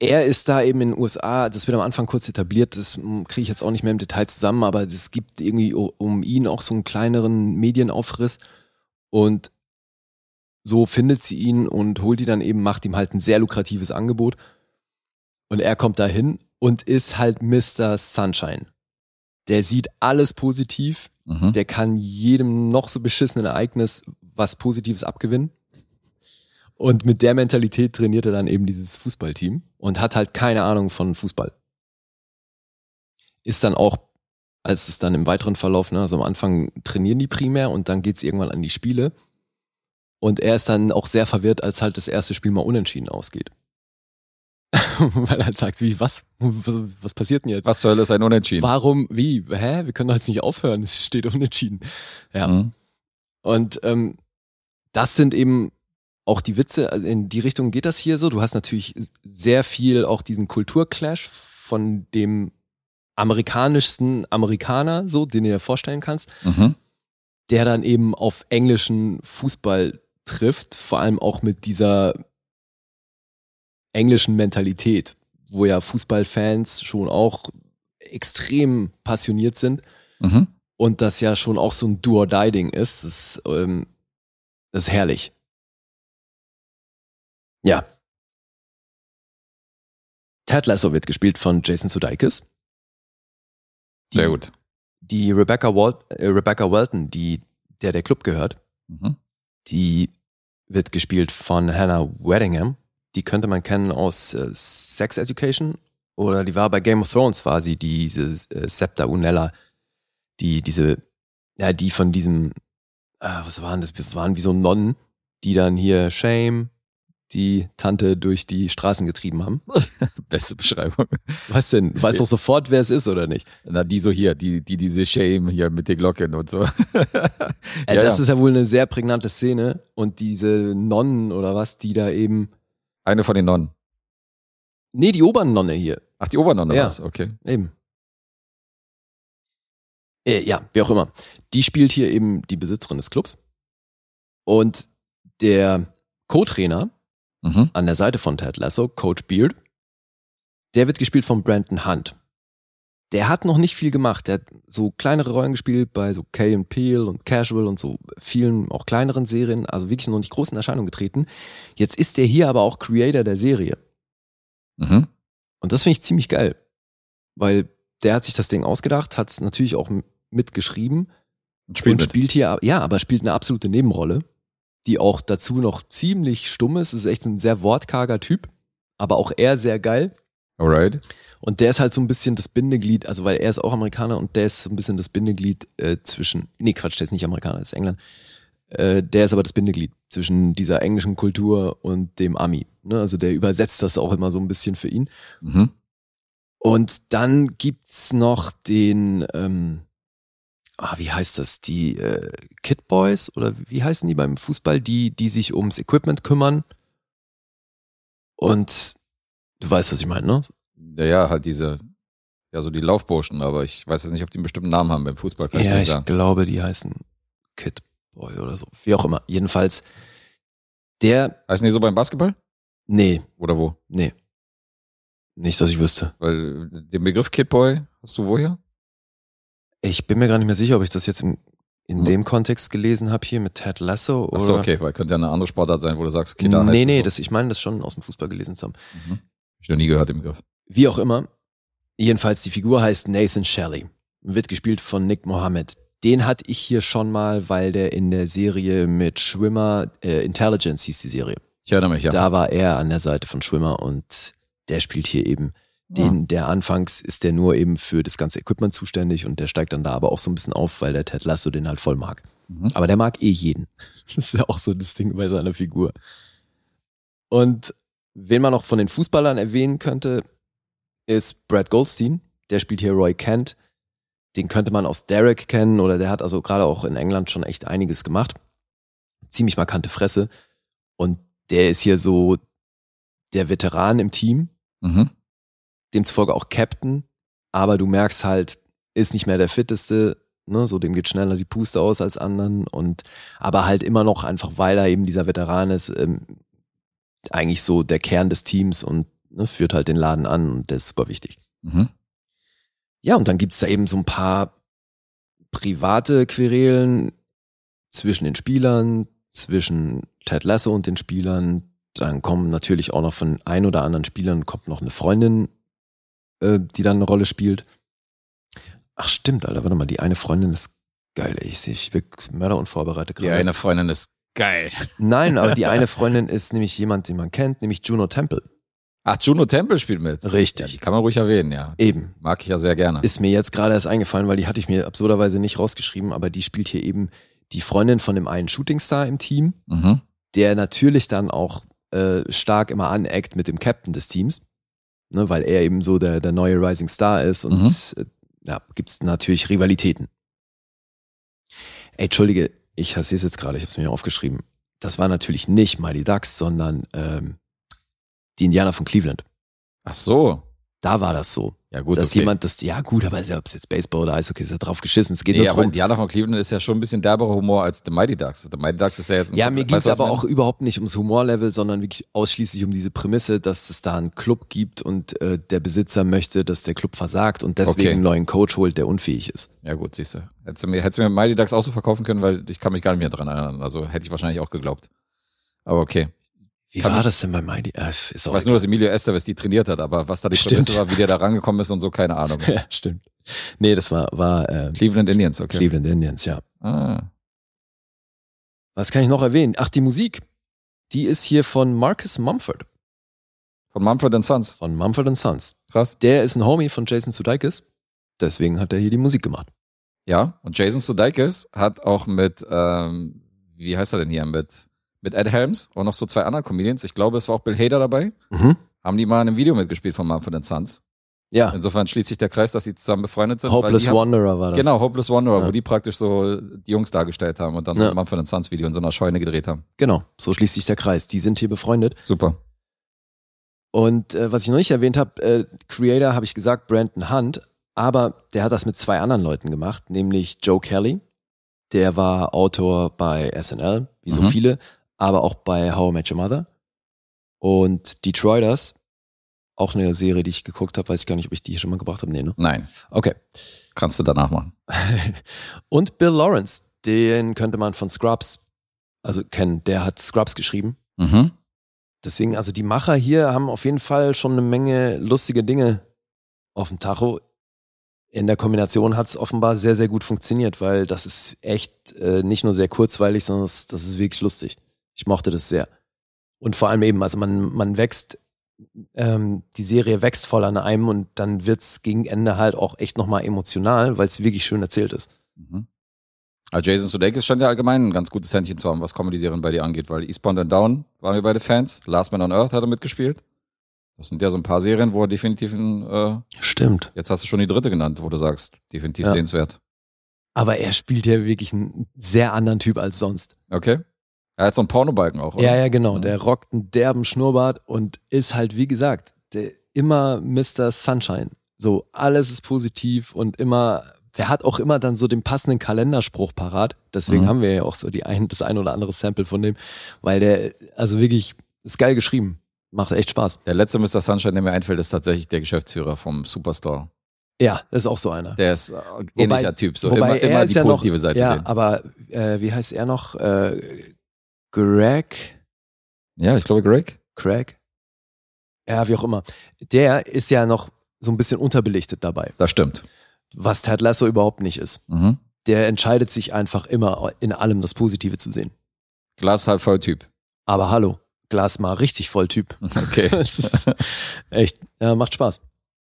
er ist da eben in den USA, das wird am Anfang kurz etabliert, das kriege ich jetzt auch nicht mehr im Detail zusammen, aber es gibt irgendwie um ihn auch so einen kleineren Medienaufriss und so findet sie ihn und holt ihn dann eben, macht ihm halt ein sehr lukratives Angebot und er kommt da hin und ist halt Mr. Sunshine. Der sieht alles positiv, der kann jedem noch so beschissenen Ereignis was Positives abgewinnen. Und mit der Mentalität trainiert er dann eben dieses Fußballteam und hat halt keine Ahnung von Fußball. Ist dann auch, als es dann im weiteren Verlauf, ne, also am Anfang trainieren die primär und dann geht's irgendwann an die Spiele. Und er ist dann auch sehr verwirrt, als halt das erste Spiel mal unentschieden ausgeht. Weil er halt sagt, wie, was passiert denn jetzt? Was zur Hölle ist ein Unentschieden? Warum, wie, wir können doch jetzt nicht aufhören, es steht unentschieden. Ja. Und das sind eben auch die Witze, also in die Richtung geht das hier so. Du hast natürlich sehr viel auch diesen Kulturclash von dem amerikanischsten Amerikaner, so, den du dir vorstellen kannst, der dann eben auf englischen Fußball trifft, vor allem auch mit dieser englischen Mentalität, wo ja Fußballfans schon auch extrem passioniert sind und das ja schon auch so ein Do-or-Die-Ding ist. Das ist herrlich. Ja. Ted Lasso wird gespielt von Jason Sudeikis. Sehr gut. Die Rebecca Welton, der Club gehört, die wird gespielt von Hannah Waddingham. Die könnte man kennen aus Sex Education oder die war bei Game of Thrones, war sie diese Septa Unella, die von diesem, was waren das? Waren wie so Nonnen, die dann hier Shame, die Tante durch die Straßen getrieben haben. Beste Beschreibung. Was denn? Weißt doch sofort, wer es ist, oder nicht? Na, die so hier, diese Shame hier mit den Glocken und so. Das ist ja wohl eine sehr prägnante Szene und diese Nonnen oder was, die da eben... Eine von den Nonnen? Nee, die Obernonne hier. Ach, die Obernonne ja, war's, okay. Eben. Ja, wie auch immer. Die spielt hier eben die Besitzerin des Clubs und der Co-Trainer an der Seite von Ted Lasso, Coach Beard, der wird gespielt von Brandon Hunt. Der hat noch nicht viel gemacht. Der hat so kleinere Rollen gespielt bei so Key and Peele und Casual und so vielen auch kleineren Serien, also wirklich noch nicht groß in Erscheinung getreten. Jetzt ist der hier aber auch Creator der Serie. Und das finde ich ziemlich geil, weil der hat sich das Ding ausgedacht, hat es natürlich auch mitgeschrieben und spielt hier, ja, aber spielt eine absolute Nebenrolle, die auch dazu noch ziemlich stumm ist. Ist echt ein sehr wortkarger Typ, aber auch er sehr geil. Alright. Und der ist halt so ein bisschen das Bindeglied, also weil er ist auch Amerikaner und der ist so ein bisschen das Bindeglied zwischen, nee Quatsch, der ist nicht Amerikaner, der ist England. Der ist aber das Bindeglied zwischen dieser englischen Kultur und dem Ami. Ne? Also der übersetzt das auch immer so ein bisschen für ihn. Und dann gibt's noch den, wie heißt das, die Kid Boys oder wie heißen die beim Fußball, die sich ums Equipment kümmern. Und du weißt, was ich meine, ne? Ja, halt diese, ja, so die Laufburschen, aber ich weiß jetzt nicht, ob die einen bestimmten Namen haben beim Fußball. Ja, ich glaube, die heißen Kid Boy oder so. Wie auch immer. Jedenfalls, der... Heißen die so beim Basketball? Nee. Oder wo? Nee. Nicht, dass ich wüsste. Weil den Begriff Kid Boy hast du woher? Ich bin mir gar nicht mehr sicher, ob ich das jetzt in dem Kontext gelesen habe hier mit Ted Lasso. Oder? Achso, okay, weil könnte ja eine andere Sportart sein, wo du sagst, okay, da heißt es so. Ich meine das schon aus dem Fußball gelesen zu haben. Hab ich noch nie gehört, den Begriff. Wie auch immer. Jedenfalls, die Figur heißt Nathan Shelley. Wird gespielt von Nick Mohammed. Den hatte ich hier schon mal, weil der in der Serie mit Schwimmer, Intelligence hieß die Serie. Ich erinnere mich, ja. Da war er an der Seite von Schwimmer und der spielt hier eben der anfangs ist der nur eben für das ganze Equipment zuständig und der steigt dann da aber auch so ein bisschen auf, weil der Ted Lasso den halt voll mag. Aber der mag jeden. Das ist ja auch so das Ding bei seiner Figur. Und wen man noch von den Fußballern erwähnen könnte, ist Brad Goldstein. Der spielt hier Roy Kent. Den könnte man aus Derek kennen oder der hat also gerade auch in England schon echt einiges gemacht. Ziemlich markante Fresse. Und der ist hier so der Veteran im Team. Demzufolge auch Captain. Aber du merkst halt, ist nicht mehr der Fitteste. Ne? So, dem geht schneller die Puste aus als anderen. Aber halt immer noch einfach, weil er eben dieser Veteran ist, eigentlich so der Kern des Teams und ne, führt halt den Laden an und der ist super wichtig. Mhm. Ja, und dann gibt's da eben so ein paar private Querelen zwischen den Spielern, zwischen Ted Lasso und den Spielern. Dann kommen natürlich auch noch von ein oder anderen Spielern kommt noch eine Freundin, die dann eine Rolle spielt. Ach stimmt, Alter, warte mal, die eine Freundin ist geil, ey. Ich bin mörderunvorbereitet Die gerade. eine Freundin ist geil. Nein, aber die eine Freundin ist nämlich jemand, den man kennt, nämlich Juno Temple. Ach, Juno Temple spielt mit. Richtig. Ja, die kann man ruhig erwähnen, ja. Eben. Mag ich ja sehr gerne. Ist mir jetzt gerade erst eingefallen, weil die hatte ich mir absurderweise nicht rausgeschrieben, aber die spielt hier eben die Freundin von dem einen Shootingstar im Team, Mhm. der natürlich dann auch stark immer aneckt mit dem Captain des Teams, ne, weil er eben so der neue Rising Star ist und gibt's natürlich Rivalitäten. Ey, Entschuldige, ich sehe es jetzt gerade, ich habe es mir aufgeschrieben. Das war natürlich nicht Mighty Ducks, sondern die Indianer von Cleveland. Ach so. Da war das so. Ja gut, Dass okay. jemand, ja gut, aber ob es jetzt Baseball oder Eishockey ist, ja drauf geschissen. Es geht Nee, nur aber drum. Indianer von Cleveland ist ja schon ein bisschen derberer Humor als The Mighty Ducks. The Mighty Ducks ist ja jetzt Ja, mir ging es weißt du, was aber ich auch überhaupt nicht ums Humorlevel, sondern wirklich ausschließlich um diese Prämisse, dass es da einen Club gibt und der Besitzer möchte, dass der Club versagt und deswegen Okay. einen neuen Coach holt, der unfähig ist. meine? Ja gut, siehst du. Hättest du mir Mighty Ducks auch so verkaufen können, weil ich kann mich gar nicht mehr dran erinnern. Also hätte ich wahrscheinlich auch geglaubt. Aber okay. Wie Kann- war das denn bei Mighty? Ist Ich auch weiß nur, dass Emilio Estevez die trainiert hat, aber was da die Stimmt. Prämisse war, wie der da rangekommen ist und so, keine Ahnung. ja, stimmt. Nee, das war Cleveland Indians, okay. Cleveland Indians, ja. Ah. Was kann ich noch erwähnen? Ach, die Musik. Die ist hier von Marcus Mumford. Von Mumford & Sons. Von Mumford & Sons. Krass. Der ist ein Homie von Jason Sudeikis. Deswegen hat er hier die Musik gemacht. Ja, und Jason Sudeikis hat auch mit, wie heißt er denn hier, mit Ed Helms und noch so 2 anderen Comedians. Ich glaube, es war auch Bill Hader dabei. Mhm. Haben die mal in einem Video mitgespielt von Mumford & Sons. Ja, Insofern schließt sich der Kreis, dass sie zusammen befreundet sind. weil Hopeless die haben, Wanderer war das. Genau, Hopeless Wanderer, Ja. wo die praktisch so die Jungs dargestellt haben und dann so Ja. ein Mumford & Sons Video in so einer Scheune gedreht haben. Genau, so schließt sich der Kreis. Die sind hier befreundet. Super. Und was ich noch nicht erwähnt habe, Creator habe ich gesagt, Brandon Hunt, aber der hat das mit 2 anderen Leuten gemacht, nämlich Joe Kelly, der war Autor bei SNL, wie so Mhm. viele, aber auch bei How I Met Your Mother. Und Detroiters, auch eine Serie, die ich geguckt habe, weiß ich gar nicht, ob ich die hier schon mal gebracht habe. Nee, ne? Nein, Okay. kannst du danach machen. Und Bill Lawrence, den könnte man von Scrubs, also kennen, der hat Scrubs geschrieben. Mhm. Deswegen, also die Macher hier haben auf jeden Fall schon eine Menge lustige Dinge auf dem Tacho. In der Kombination hat es offenbar sehr, sehr gut funktioniert, weil das ist echt nicht nur sehr kurzweilig, sondern das ist wirklich lustig. Ich mochte das sehr. Und vor allem eben, also man wächst, die Serie wächst voll an einem und dann wird's gegen Ende halt auch echt nochmal emotional, weil es wirklich schön erzählt ist. Mhm. Also Jason Sudeikis scheint ja allgemein ein ganz gutes Händchen zu haben, was Comedy-Serien bei dir angeht, weil Eastbound and Down waren wir beide Fans. Last Man on Earth hat er mitgespielt. Das sind ja so ein paar Serien, wo er definitiv Stimmt. jetzt hast du schon die 3. genannt, wo du sagst, definitiv Ja. sehenswert. Aber er spielt ja wirklich einen sehr anderen Typ als sonst. Okay. Er hat so einen Pornobalken auch, oder? Ja, genau. Ja. Der rockt einen derben Schnurrbart und ist halt, wie gesagt, immer Mr. Sunshine. So, alles ist positiv und immer, der hat auch immer dann so den passenden Kalenderspruch parat. Deswegen Mhm. haben wir ja auch so das ein oder andere Sample von dem, weil der, also wirklich, ist geil geschrieben. Macht echt Spaß. Der letzte Mr. Sunshine, der mir einfällt, ist tatsächlich der Geschäftsführer vom Superstore. Ja, das ist auch so einer. Der ist ähnlicher Typ, so wobei immer er ist die ja positive noch, Seite ja, sehen. aber wie heißt er noch? Greg? Ja, ich glaube Craig? Ja, wie auch immer. Der ist ja noch so ein bisschen unterbelichtet dabei, Das stimmt. was Ted Lasso überhaupt nicht ist. Mhm. Der entscheidet sich einfach immer in allem das Positive zu sehen. Glas halb voll Typ. Aber hallo, Glas mal richtig voll Typ. Okay. Das ist echt, ja, macht Spaß.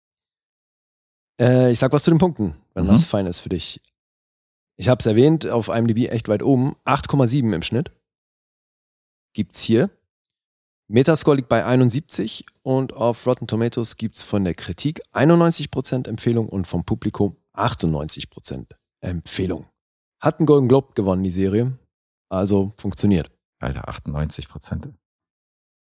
Ich sag was zu den Punkten, wenn das fein ist für dich. Ich habe es erwähnt, auf IMDb echt weit oben, 8,7 im Schnitt. Gibt's hier. Metascore liegt bei 71 und auf Rotten Tomatoes gibt's von der Kritik 91% Empfehlung und vom Publikum 98% Empfehlung. Hat einen Golden Globe gewonnen, die Serie. Also funktioniert. Alter, 98%.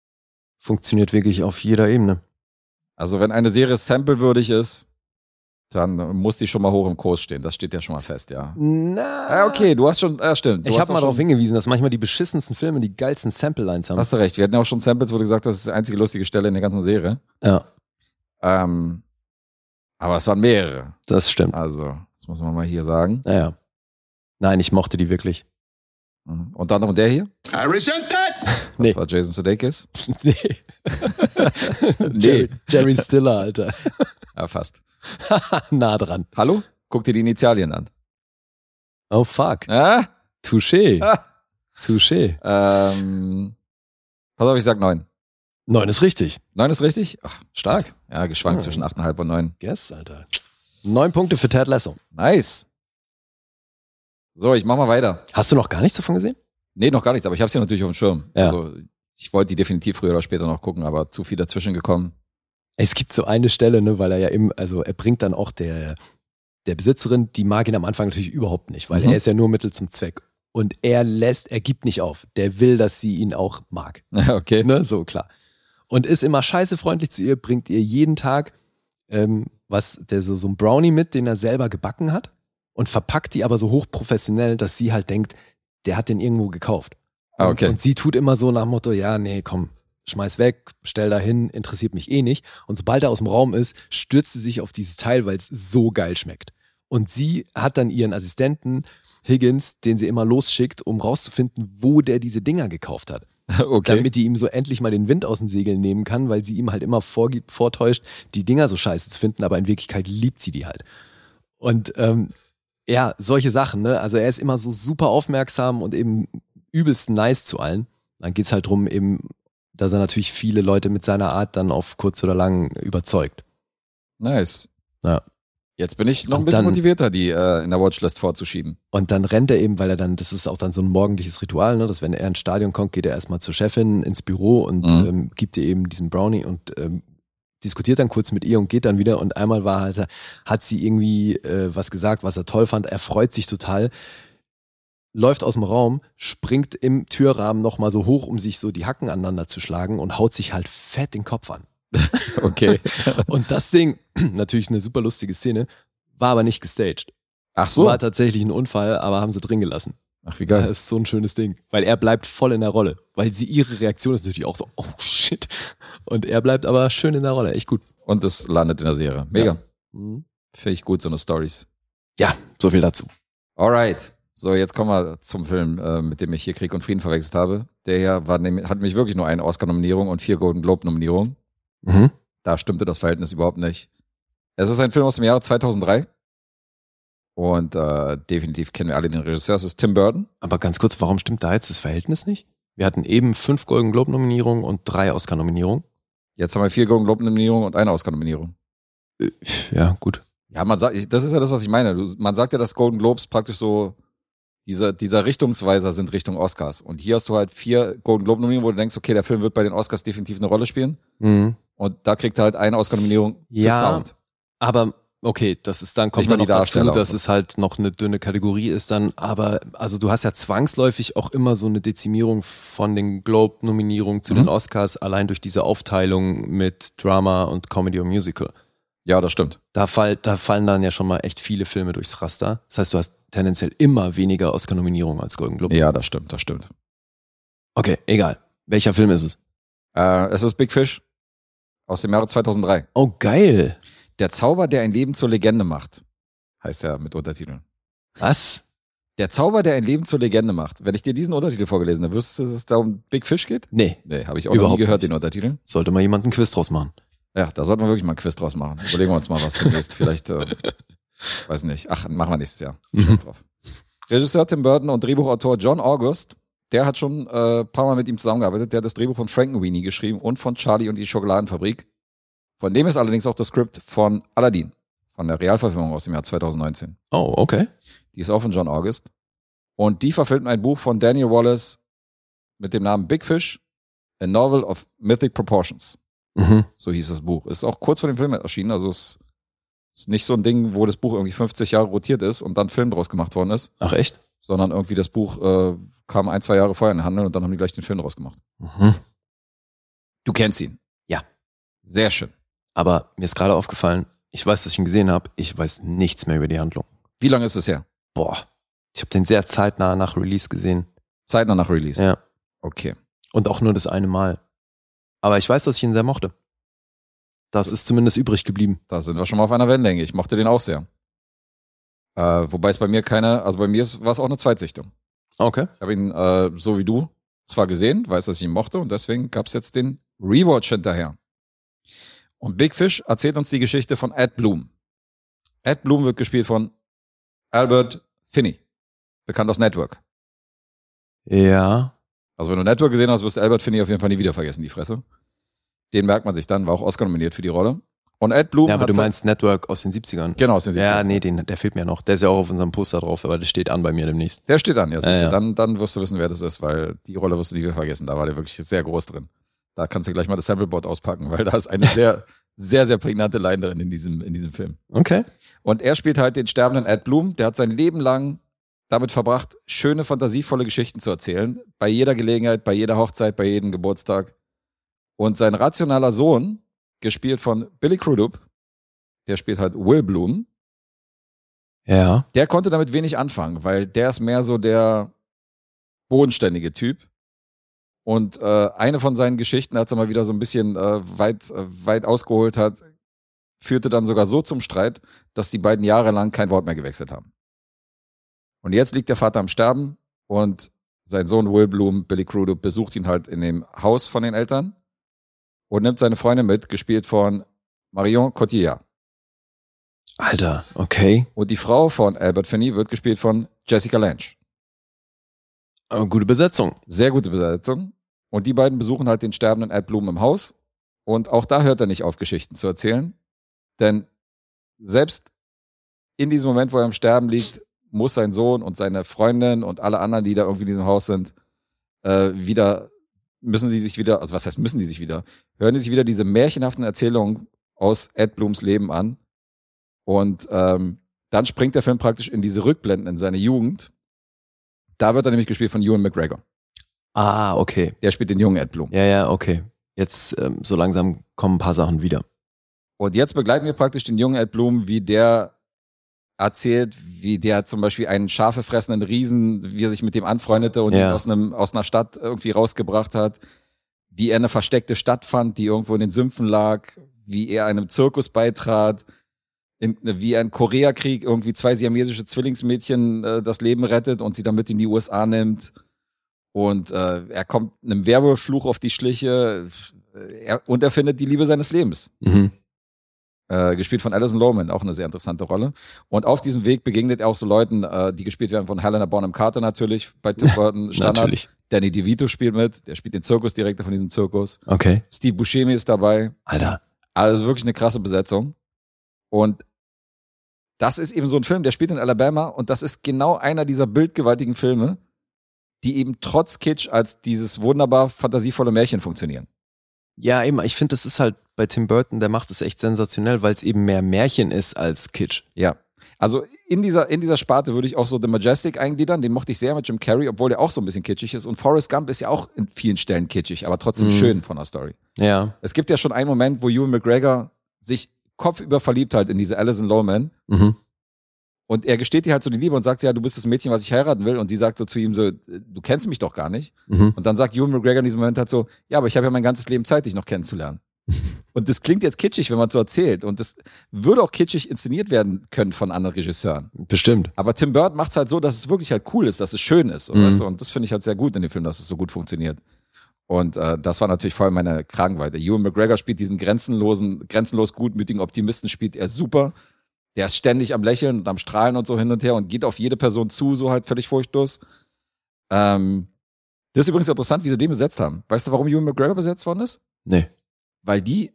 Funktioniert wirklich auf jeder Ebene. Also wenn eine Serie samplewürdig ist, Dann muss die schon mal hoch im Kurs stehen. Das steht ja schon mal fest, ja. Na, Ja, okay, du hast schon, ja, stimmt. ich habe mal darauf hingewiesen, dass manchmal die beschissensten Filme die geilsten Sample-Lines haben. Hast du recht. Wir hatten ja auch schon Samples, wo du gesagt hast, das ist die einzige lustige Stelle in der ganzen Serie. Ja, Aber es waren mehrere. das stimmt. Also, das muss man mal hier sagen. Naja. Nein, ich mochte die wirklich. Unter anderem der hier. I resent that! Das Nee. war Jason Sudeikis. Nee. Nee. Jerry Stiller, Alter. Ja, fast. Nah dran. Hallo? Guck dir die Initialien an. Oh fuck. Ja? Touché. Ah. Touché. Pass auf, ich sag 9. 9 ist richtig. 9 ist richtig? Ach, Stark. ja, geschwankt zwischen 8,5 und 9. Yes, Alter. 9 Punkte für Ted Lasso. Nice. So, ich mach mal weiter. Hast du noch gar nichts davon gesehen? Nee, noch gar nichts, aber ich hab's hier natürlich auf dem Schirm. Ja. Also, ich wollte die definitiv früher oder später noch gucken, aber zu viel dazwischen gekommen. Es gibt so eine Stelle, ne, weil er ja also er bringt dann auch der Besitzerin, die mag ihn am Anfang natürlich überhaupt nicht, weil er ist ja nur Mittel zum Zweck. Und er gibt nicht auf. Der will, dass sie ihn auch mag. Ja, okay. Ne, so klar. Und ist immer scheiße freundlich zu ihr, bringt ihr jeden Tag so ein Brownie mit, den er selber gebacken hat und verpackt die aber so hochprofessionell, dass sie halt denkt, der hat den irgendwo gekauft. Ah, okay. Und sie tut immer so nach dem Motto, ja, nee, komm, schmeiß weg, stell da hin, interessiert mich eh nicht. Und sobald er aus dem Raum ist, stürzt sie sich auf dieses Teil, weil es so geil schmeckt. Und sie hat dann ihren Assistenten Higgins, den sie immer losschickt, um rauszufinden, wo der diese Dinger gekauft hat. Okay. Damit die ihm so endlich mal den Wind aus den Segeln nehmen kann, weil sie ihm halt immer vortäuscht, die Dinger so scheiße zu finden, aber in Wirklichkeit liebt sie die halt. Und ja, solche Sachen, ne? Also er ist immer so super aufmerksam und eben übelst nice zu allen. Dann geht's halt drum eben, dass er natürlich viele Leute mit seiner Art dann auf kurz oder lang überzeugt. Nice. Ja. Jetzt bin ich noch ein Und bisschen dann- motivierter, die in der Watchlist vorzuschieben. Und dann rennt er eben, weil er dann, das ist auch dann so ein morgendliches Ritual, ne, dass wenn er ins Stadion kommt, geht er erstmal zur Chefin ins Büro und gibt ihr eben diesen Brownie und diskutiert dann kurz mit ihr und geht dann wieder. Und einmal hat sie irgendwie was gesagt, was er toll fand. Er freut sich total, läuft aus dem Raum, springt im Türrahmen nochmal so hoch, um sich so die Hacken aneinander zu schlagen und haut sich halt fett den Kopf an. Okay. Und das Ding, natürlich eine super lustige Szene, war aber nicht gestaged. Ach Es so. war tatsächlich ein Unfall, aber haben sie drin gelassen. Ach, wie Das geil. ist so ein schönes Ding. Weil er bleibt voll in der Rolle. Weil ihre Reaktion ist natürlich auch so, oh shit. Und er bleibt aber schön in der Rolle. Echt gut. Und es landet in der Serie. Mega. Mhm. Finde ich gut, so eine Stories. Ja, so viel dazu. Alright. So, jetzt kommen wir zum Film, mit dem ich hier Krieg und Frieden verwechselt habe. Der hier hat nämlich wirklich nur eine Oscar-Nominierung und 4 Golden Globe-Nominierungen. Mhm. Da stimmte das Verhältnis überhaupt nicht. Es ist ein Film aus dem Jahre 2003. Und definitiv kennen wir alle den Regisseur. Es ist Tim Burton. Aber ganz kurz, warum stimmt da jetzt das Verhältnis nicht? Wir hatten eben 5 Golden Globe-Nominierungen und 3 Oscar-Nominierungen. Jetzt haben wir 4 Golden Globe-Nominierungen und eine Oscar-Nominierung. Ja, gut. Ja, man sagt, das ist ja das, was ich meine. Man sagt ja, dass Golden Globes praktisch so dieser Richtungsweiser sind Richtung Oscars. Und hier hast du halt 4 Golden Globe-Nominierungen, wo du denkst, okay, der Film wird bei den Oscars definitiv eine Rolle spielen. Mhm. Und da kriegt er halt eine Oscar-Nominierung für Ja, Sound. aber okay, das ist dann, kommt Nicht mal dann noch die dazu, Darsteller dass auch. es halt noch eine dünne Kategorie ist dann, aber also du hast ja zwangsläufig auch immer so eine Dezimierung von den Globe-Nominierungen zu den Oscars, allein durch diese Aufteilung mit Drama und Comedy und Musical. Ja, das stimmt. Da fallen dann ja schon mal echt viele Filme durchs Raster. Das heißt, du hast tendenziell immer weniger Oscar-Nominierungen als Golden Globe. Ja, das stimmt. Okay, egal. Welcher Film ist es? Es ist Big Fish aus dem Jahre 2003. Oh, geil. Der Zauber, der ein Leben zur Legende macht, heißt er mit Untertiteln. Was? Der Zauber, der ein Leben zur Legende macht. Wenn ich dir diesen Untertitel vorgelesen habe, wüsstest du, dass es da um Big Fish geht? Nee, Nee, habe ich auch noch nie Überhaupt gehört, nicht. den Untertitel. sollte mal jemand einen Quiz draus machen. Ja, da sollten wir wirklich mal einen Quiz draus machen. Überlegen wir uns mal was demnächst. Vielleicht, weiß nicht. Ach, machen wir nächstes Jahr. Scheiß drauf. Regisseur Tim Burton und Drehbuchautor John August, der hat schon ein paar Mal mit ihm zusammengearbeitet. Der hat das Drehbuch von Frankenweenie geschrieben und von Charlie und die Schokoladenfabrik. Von dem ist allerdings auch das Skript von Aladdin, von der Realverfilmung aus dem Jahr 2019. Oh, okay. Die ist auch von John August. Und die verfilmt ein Buch von Daniel Wallace mit dem Namen Big Fish, a Novel of Mythic Proportions. Mhm. So hieß das Buch. Ist auch kurz vor dem Film erschienen, also es ist nicht so ein Ding, wo das Buch irgendwie 50 Jahre rotiert ist und dann Film draus gemacht worden ist, Ach, echt? sondern irgendwie das Buch kam 1-2 Jahre vorher in den Handel und dann haben die gleich den Film draus gemacht. Mhm. Du kennst ihn. Ja. Sehr schön. Aber mir ist gerade aufgefallen, Ich weiß, dass ich ihn gesehen habe. Ich weiß nichts mehr über die Handlung. Wie lange ist es her? Boah. Ich habe den sehr zeitnah nach Release gesehen. Zeitnah nach Release? Ja. Okay. Und auch nur das eine Mal. Aber ich weiß, dass ich ihn sehr mochte. Das ist zumindest übrig geblieben. Da sind wir schon mal auf einer Wellenlänge. Ich mochte den auch sehr. Wobei es bei mir bei mir war es auch eine Zweitsichtung. Okay. Ich habe ihn, so wie du, zwar gesehen, weiß, dass ich ihn mochte und deswegen gab es jetzt den Rewatch hinterher. Und Big Fish erzählt uns die Geschichte von Ed Bloom. Ed Bloom wird gespielt von Albert Finney, bekannt aus Network. Ja. Also wenn du Network gesehen hast, wirst du Albert Finney auf jeden Fall nie wieder vergessen, die Fresse. Den merkt man sich dann, war auch Oscar nominiert für die Rolle. Und Ed Bloom Ja, aber hat du meinst Network aus den 70ern. Genau, aus den 70ern. Ja, nee, der fehlt mir noch. Der ist ja auch auf unserem Poster drauf, aber der steht an bei mir demnächst. Der steht an, ja. Ja. Dann wirst du wissen, wer das ist, weil die Rolle wirst du nie wieder vergessen. Da war der wirklich sehr groß drin. Da kannst du gleich mal das Sampleboard auspacken, weil da ist eine sehr, sehr, sehr prägnante Line drin in diesem Film. Okay. Und er spielt halt den sterbenden Ed Bloom. Der hat sein Leben lang damit verbracht, schöne, fantasievolle Geschichten zu erzählen. Bei jeder Gelegenheit, bei jeder Hochzeit, bei jedem Geburtstag. Und sein rationaler Sohn, gespielt von Billy Crudup, der spielt halt Will Bloom. Ja. Der konnte damit wenig anfangen, weil der ist mehr so der bodenständige Typ. Und eine von seinen Geschichten, als er mal wieder so ein bisschen weit ausgeholt hat, führte dann sogar so zum Streit, dass die beiden jahrelang kein Wort mehr gewechselt haben. Und jetzt liegt der Vater am Sterben und sein Sohn Will Bloom, Billy Crudup, besucht ihn halt in dem Haus von den Eltern und nimmt seine Freundin mit, gespielt von Marion Cotillard. Alter, okay. Und die Frau von Albert Finney wird gespielt von Jessica Lange. Aber gute Besetzung. Sehr gute Besetzung. Und die beiden besuchen halt den sterbenden Ed Bloom im Haus. Und auch da hört er nicht auf, Geschichten zu erzählen. Denn selbst in diesem Moment, wo er am Sterben liegt, muss sein Sohn und seine Freundin und alle anderen, die da irgendwie in diesem Haus sind, hören die sich wieder diese märchenhaften Erzählungen aus Ed Blooms Leben an. Und dann springt der Film praktisch in diese Rückblenden in seine Jugend. Da wird er nämlich gespielt von Ewan McGregor. Ah, okay. Der spielt den jungen Ed Bloom. Ja, okay. Jetzt so langsam kommen ein paar Sachen wieder. Und jetzt begleiten wir praktisch den jungen Ed Bloom, wie der erzählt, wie der zum Beispiel einen Schafe fressenden Riesen, wie er sich mit dem anfreundete und ihn aus einer Stadt irgendwie rausgebracht hat, wie er eine versteckte Stadt fand, die irgendwo in den Sümpfen lag, wie er einem Zirkus beitrat, wie er im Koreakrieg irgendwie 2 siamesische Zwillingsmädchen das Leben rettet und sie dann mit in die USA nimmt. Und er kommt einem Werwolffluch auf die Schliche und er findet die Liebe seines Lebens. Mhm. Gespielt von Alison Lohman, auch eine sehr interessante Rolle. Und auf diesem Weg begegnet er auch so Leuten, die gespielt werden von Helena Bonham Carter natürlich, bei Tim Burton Standard. Natürlich. Danny DeVito spielt mit, der spielt den Zirkusdirektor von diesem Zirkus. Okay. Steve Buscemi ist dabei. Alter. Also wirklich eine krasse Besetzung. Und das ist eben so ein Film, der spielt in Alabama und das ist genau einer dieser bildgewaltigen Filme, die eben trotz Kitsch als dieses wunderbar fantasievolle Märchen funktionieren. Ja, eben, ich finde, das ist halt bei Tim Burton, der macht es echt sensationell, weil es eben mehr Märchen ist als Kitsch. Ja. Also in dieser Sparte würde ich auch so The Majestic eingliedern, den mochte ich sehr mit Jim Carrey, obwohl der auch so ein bisschen kitschig ist. Und Forrest Gump ist ja auch in vielen Stellen kitschig, aber trotzdem schön von der Story. Ja. Es gibt ja schon einen Moment, wo Ewan McGregor sich kopfüber verliebt halt in diese Alison Lohman. Mhm. Und er gesteht ihr halt so die Liebe und sagt, ja, du bist das Mädchen, was ich heiraten will. Und sie sagt so zu ihm so, du kennst mich doch gar nicht. Mhm. Und dann sagt Ewan McGregor in diesem Moment halt so, ja, aber ich habe ja mein ganzes Leben Zeit, dich noch kennenzulernen. Und das klingt jetzt kitschig, wenn man es so erzählt. Und das würde auch kitschig inszeniert werden können von anderen Regisseuren. Bestimmt. Aber Tim Burton macht es halt so, dass es wirklich halt cool ist, dass es schön ist. Weißt du? Und das finde ich halt sehr gut in dem Film, dass es so gut funktioniert. Und das war natürlich voll meine Kragenweite. Ewan McGregor spielt diesen grenzenlos gutmütigen Optimisten, spielt er super. Der ist ständig am Lächeln und am Strahlen und so hin und her und geht auf jede Person zu, so halt völlig furchtlos. Das ist übrigens interessant, wie sie den besetzt haben. Weißt du, warum Ewan McGregor besetzt worden ist? Nee. Weil die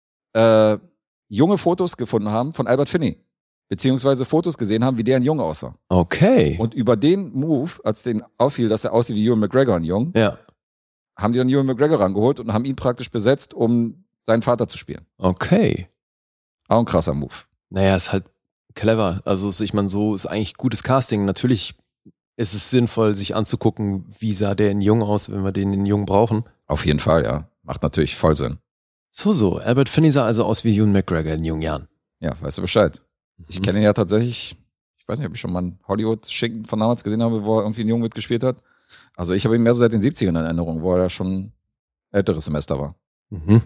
junge Fotos gefunden haben von Albert Finney. Beziehungsweise Fotos gesehen haben, wie der ein Junge aussah. Okay. Und über den Move, als denen auffiel, dass er aussieht wie Ewan McGregor, ein Jung, Ja. haben die dann Ewan McGregor rangeholt und haben ihn praktisch besetzt, um seinen Vater zu spielen. Okay. Auch ein krasser Move. Naja, ist halt clever. Also ich meine, so ist eigentlich gutes Casting. Natürlich ist es sinnvoll, sich anzugucken, wie sah der in Jung aus, wenn wir den in Jung brauchen. Auf jeden Fall, ja. Macht natürlich voll Sinn. So. Albert Finney sah also aus wie Ewan McGregor in jungen Jahren. Ja, weißt du Bescheid. Ich kenne ihn ja tatsächlich, ich weiß nicht, ob ich schon mal einen Hollywood-Schinken von damals gesehen habe, wo er irgendwie einen Jungen mitgespielt hat. Also ich habe ihn mehr so seit den 70ern in Erinnerung, wo er ja schon älteres Semester war. Mhm.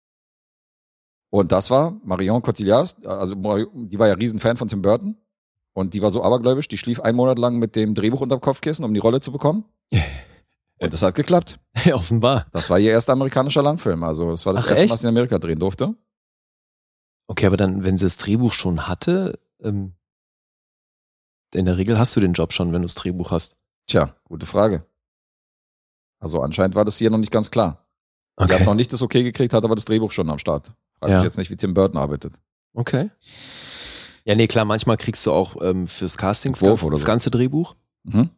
Und das war Marion Cotillard, also die war ja Riesenfan von Tim Burton. Und die war so abergläubisch, die schlief 1 Monat lang mit dem Drehbuch unterm Kopfkissen, um die Rolle zu bekommen. Und das hat geklappt. Ja, offenbar. Das war ihr erster amerikanischer Langfilm. Also das war das Ach, erste echt? Mal, was sie in Amerika drehen durfte. Okay, aber dann, wenn sie das Drehbuch schon hatte, in der Regel hast du den Job schon, wenn du das Drehbuch hast. Tja, gute Frage. Also anscheinend war das hier noch nicht ganz klar. Die hat Okay. noch nicht das Okay gekriegt, hat aber das Drehbuch schon am Start. Frag Ja. mich jetzt nicht, wie Tim Burton arbeitet. Okay. Ja, nee, klar, manchmal kriegst du auch fürs Casting Entwurf oder das so. ganze Drehbuch. Mhm.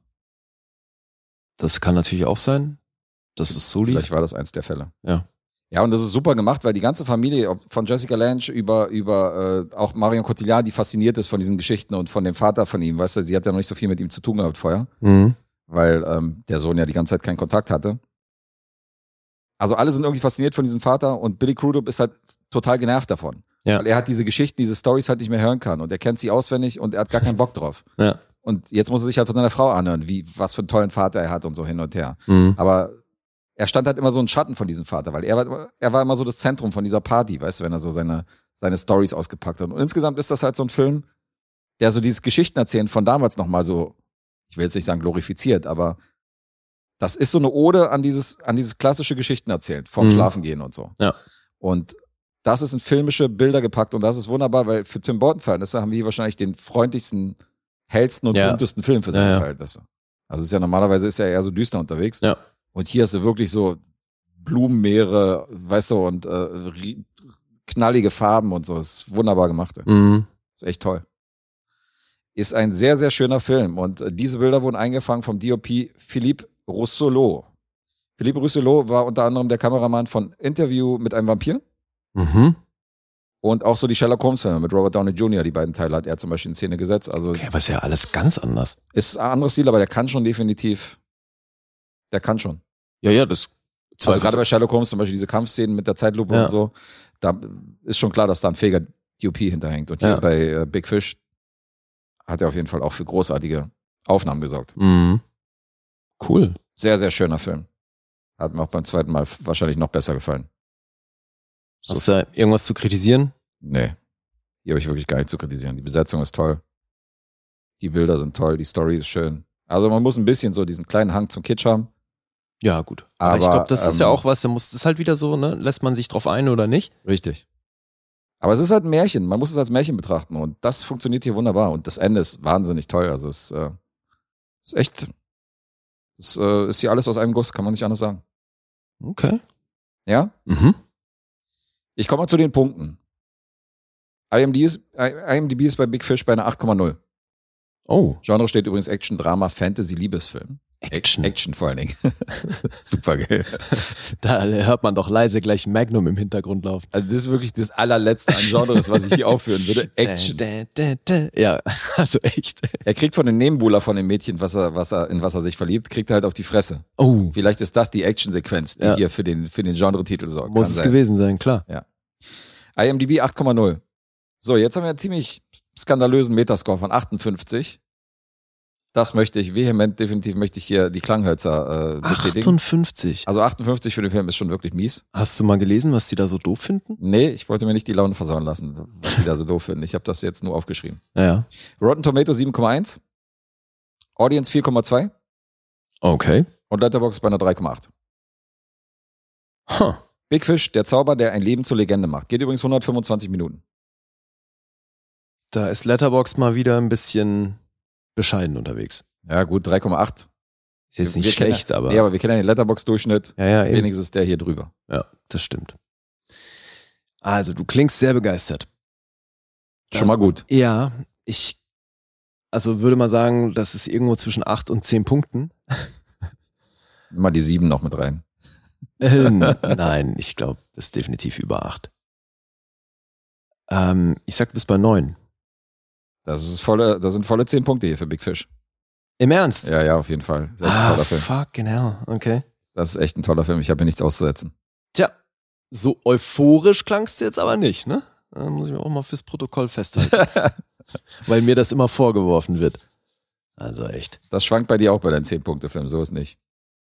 Das kann natürlich auch sein, dass es so lief. Vielleicht war das eins der Fälle. Ja. Ja, und das ist super gemacht, weil die ganze Familie, ob von Jessica Lange über auch Marion Cotillard, die fasziniert ist von diesen Geschichten und von dem Vater von ihm. Weißt du, sie hat ja noch nicht so viel mit ihm zu tun gehabt vorher, Mhm. weil der Sohn ja die ganze Zeit keinen Kontakt hatte. Also alle sind irgendwie fasziniert von diesem Vater und Billy Crudup ist halt total genervt davon. Ja. Weil er hat diese Geschichten, diese Storys halt nicht mehr hören kann und er kennt sie auswendig und er hat gar keinen Bock drauf. Ja. Und jetzt muss er sich halt von seiner Frau anhören, was für einen tollen Vater er hat und so hin und her. Mhm. Aber er stand halt immer so ein Schatten von diesem Vater, weil er war immer so das Zentrum von dieser Party, weißt du, wenn er so seine Storys ausgepackt hat. Und insgesamt ist das halt so ein Film, der so dieses Geschichtenerzählen von damals nochmal so, ich will jetzt nicht sagen glorifiziert, aber das ist so eine Ode an dieses klassische Geschichtenerzählen, vorm Mhm. Schlafengehen und so. Ja. Und das ist in filmische Bilder gepackt und das ist wunderbar, weil für Tim Burton-Verhältnisse haben wir hier wahrscheinlich den freundlichsten, hellsten und Ja. buntesten Film für seine Ja, ja. Verhältnisse. Also ist ja normalerweise ist er eher so düster unterwegs. Ja. Und hier hast du wirklich so Blumenmeere, weißt du, und knallige Farben und so. Das ist wunderbar gemacht. Mhm. Ist echt toll. Ist ein sehr, sehr schöner Film. Und diese Bilder wurden eingefangen vom DOP Philippe Rousselot. Philippe Rousselot war unter anderem der Kameramann von Interview mit einem Vampir Mhm. und auch so die Sherlock Holmes-Filme mit Robert Downey Jr., die beiden Teile hat er zum Beispiel in Szene gesetzt. Also Okay, aber ist ja alles ganz anders. ist ein anderes Stil, aber der kann schon definitiv. Der kann schon. Ja, ja, das Also gerade bei Sherlock Holmes zum Beispiel diese Kampfszenen mit der Zeitlupe Ja. und so, da ist schon klar, dass da ein fähiger DOP hinterhängt. Und hier Ja. bei Big Fish hat er auf jeden Fall auch für großartige Aufnahmen gesorgt. Mhm. Cool. Sehr, sehr schöner Film. Hat mir auch beim zweiten Mal wahrscheinlich noch besser gefallen. So, Hast du irgendwas zu kritisieren? nee, hier habe ich wirklich gar nicht zu kritisieren. Die Besetzung ist toll. Die Bilder sind toll, die Story ist schön. Also man muss ein bisschen so diesen kleinen Hang zum Kitsch haben. Ja, gut. Aber, Aber ich glaube, das ist ja ähm, auch was, da muss das ist halt wieder so, ne? Lässt man sich drauf ein oder nicht? Richtig. Aber es ist halt ein Märchen. Man muss es als Märchen betrachten. Und das funktioniert hier wunderbar. Und das Ende ist wahnsinnig toll. Also es ist echt. Es ist hier alles aus einem Guss, kann man nicht anders sagen. Okay. Ja? Mhm. Ich komme mal zu den Punkten. IMDb ist bei Big Fish bei einer 8,0. Oh, Genre steht übrigens Action, Drama, Fantasy, Liebesfilm. Action. Action vor allen Dingen. Super geil. Da hört man doch leise gleich Magnum im Hintergrund laufen. Also das ist wirklich das allerletzte an Genres, was ich hier aufführen würde. Action. Ja, also echt. Er kriegt von dem Nebenbuhler von dem Mädchen, in was er sich verliebt, kriegt er halt auf die Fresse. Oh, Vielleicht ist das die Actionsequenz, die Ja. hier für den Genre-Titel sorgt. muss Kann es sein. gewesen sein, klar. IMDb 8,0. So, jetzt haben wir einen ziemlich skandalösen Metascore von 58. Das möchte ich definitiv möchte ich hier die Klanghölzer bestätigen. 58. Also 58 für den Film ist schon wirklich mies. Hast du mal gelesen, was die da so doof finden? Nee, ich wollte mir nicht die Laune versauen lassen, was sie da so doof finden. Ich habe das jetzt nur aufgeschrieben. Ja. Rotten Tomatoes 7,1. Audience 4,2. Okay. Und Letterboxd bei einer 3,8. Huh. Big Fish, der Zauber, der ein Leben zur Legende macht. Geht übrigens 125 Minuten. Da ist Letterboxd mal wieder ein bisschen bescheiden unterwegs. Ja gut, 3,8. Ist jetzt Wir nicht kennen schlecht, aber. Nee, aber wir kennen ja den Letterboxd-Durchschnitt. ja, eben. Wenigstens ist der hier drüber. Ja, das stimmt. Also, du klingst sehr begeistert. Schon mal gut. Ja, also würde mal sagen, das ist irgendwo zwischen 8 und 10 Punkten. Nimm mal die 7 noch mit rein. Nein, ich glaube, das ist definitiv über 8. Ich sag bis bei 9. Das sind volle 10 Punkte hier für Big Fish. Im Ernst? Ja, auf jeden Fall. Das ist echt ein toller Film. Fucking hell. Okay. Das ist echt ein toller Film. Ich habe hier nichts auszusetzen. Tja, so euphorisch klangst du jetzt aber nicht, ne? Muss ich mir auch mal fürs Protokoll festhalten. Weil mir das immer vorgeworfen wird. Also echt. Das schwankt bei dir auch bei deinen 10-Punkte-Filmen, so ist nicht.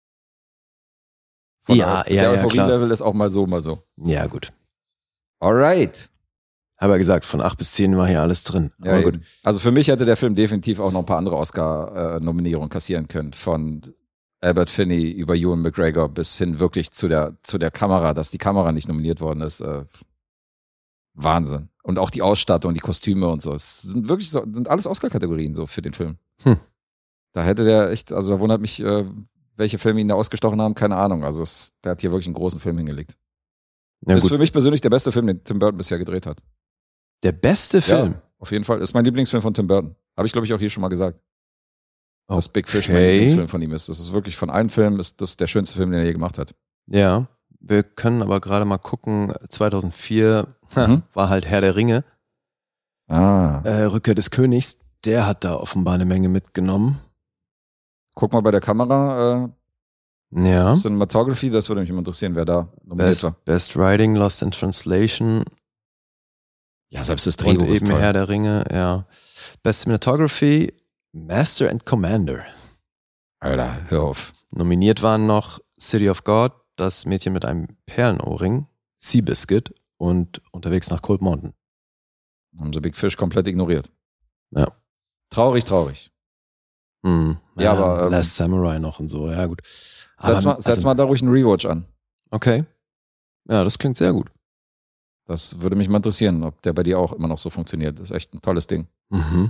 Der Der klar. Euphorie-Level ist auch mal so, mal so. Ja, gut. Alright. Habe ja gesagt, von 8 bis 10 war hier alles drin. Ja, Aber gut. Also für mich hätte der Film definitiv auch noch ein paar andere Oscar-Nominierungen kassieren können. Von Albert Finney über Ewan McGregor bis hin wirklich zu der Kamera, dass die Kamera nicht nominiert worden ist. Wahnsinn. Und auch die Ausstattung, die Kostüme und so. Es sind wirklich so, sind alles Oscar-Kategorien so für den Film. Da hätte der echt, also da wundert mich, welche Filme ihn da ausgestochen haben, keine Ahnung. Also der hat hier wirklich einen großen Film hingelegt. Ja, ist gut. für mich persönlich der beste Film, den Tim Burton bisher gedreht hat. Der beste Film? Ja, auf jeden Fall. Ist mein Lieblingsfilm von Tim Burton. Habe ich, glaube ich, auch hier schon mal gesagt. Dass Big Fish mein Lieblingsfilm von ihm ist. Das ist wirklich von allen Filmen, ist das der schönste Film, den er je gemacht hat. Ja, wir können aber gerade mal gucken, 2004 war halt Herr der Ringe. Rückkehr des Königs, der hat da offenbar eine Menge mitgenommen. Guck mal bei der Kamera, Ja. Cinematography, das würde mich immer interessieren, wer da nominiert war. Best Writing, Lost in Translation. Ja, selbst das Und Drehbuch ist eben toll. Herr der Ringe, ja. Best Cinematography, Master and Commander. Alter, hör auf. Nominiert waren noch City of God, Das Mädchen mit einem Perlenohrring, Seabiscuit und Unterwegs nach Cold Mountain. Haben sie Big Fish komplett ignoriert. Ja. Traurig. Ja, aber, Last Samurai noch und so, ja gut. Setz mal da ruhig einen Rewatch an. Okay. Ja, das klingt sehr gut. Das würde mich mal interessieren, ob der bei dir auch immer noch so funktioniert. Das ist echt ein tolles Ding. Mhm.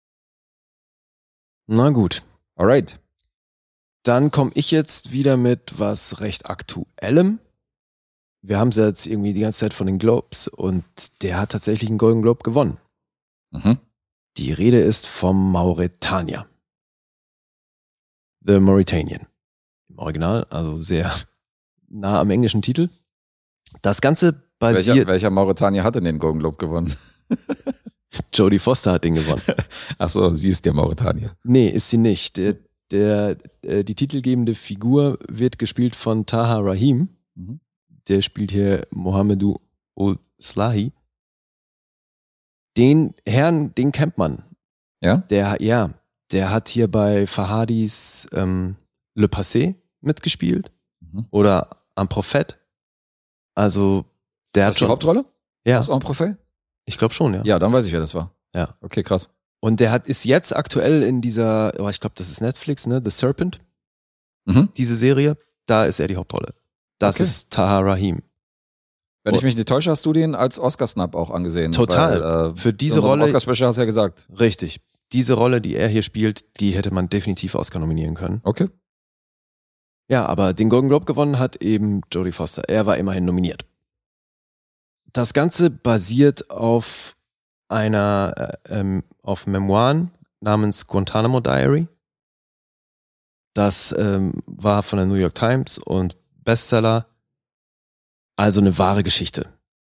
Na gut. Alright. Dann komme ich jetzt wieder mit was recht Aktuellem. Wir haben es jetzt irgendwie die ganze Zeit von den Globes und der hat tatsächlich einen Golden Globe gewonnen. Mhm. Die Rede ist vom Mauretanier. The Mauritanian. Im Original, also sehr nah am englischen Titel. Das Ganze basiert... Welcher Mauretanier hat denn den Golden Globe gewonnen? Jodie Foster hat den gewonnen. Achso, sie ist der Mauretanier. Nee, ist sie nicht. Die titelgebende Figur wird gespielt von Taha Rahim. Mhm. Der spielt hier Mohamedou Oslahi. Den Herrn, den kennt man. Ja? Der hat hier bei Fahadis Le Passé mitgespielt. Mhm. Oder Un Prophète. Also, der Ist hat das die schon... Hauptrolle? Ja, Aus Un Prophet? ich glaube schon, ja. Ja, dann weiß ich, wer das war. Ja. Okay, krass. Und der ist jetzt aktuell in dieser, ich glaube, das ist Netflix, ne? The Serpent. Mhm. Diese Serie, da ist er die Hauptrolle. Das Okay. ist Taha Rahim. Wenn ich mich nicht täusche, hast du den als Oscar-Snap auch angesehen. Total. Weil, Für diese in unserem Rolle, Oscar-Special hast du ja gesagt. richtig. Diese Rolle, die er hier spielt, die hätte man definitiv Oscar nominieren können. Okay. Ja, aber den Golden Globe gewonnen hat eben Jodie Foster. Er war immerhin nominiert. Das Ganze basiert auf auf Memoiren namens Guantanamo Diary. Das war von der New York Times und Bestseller. Also eine wahre Geschichte.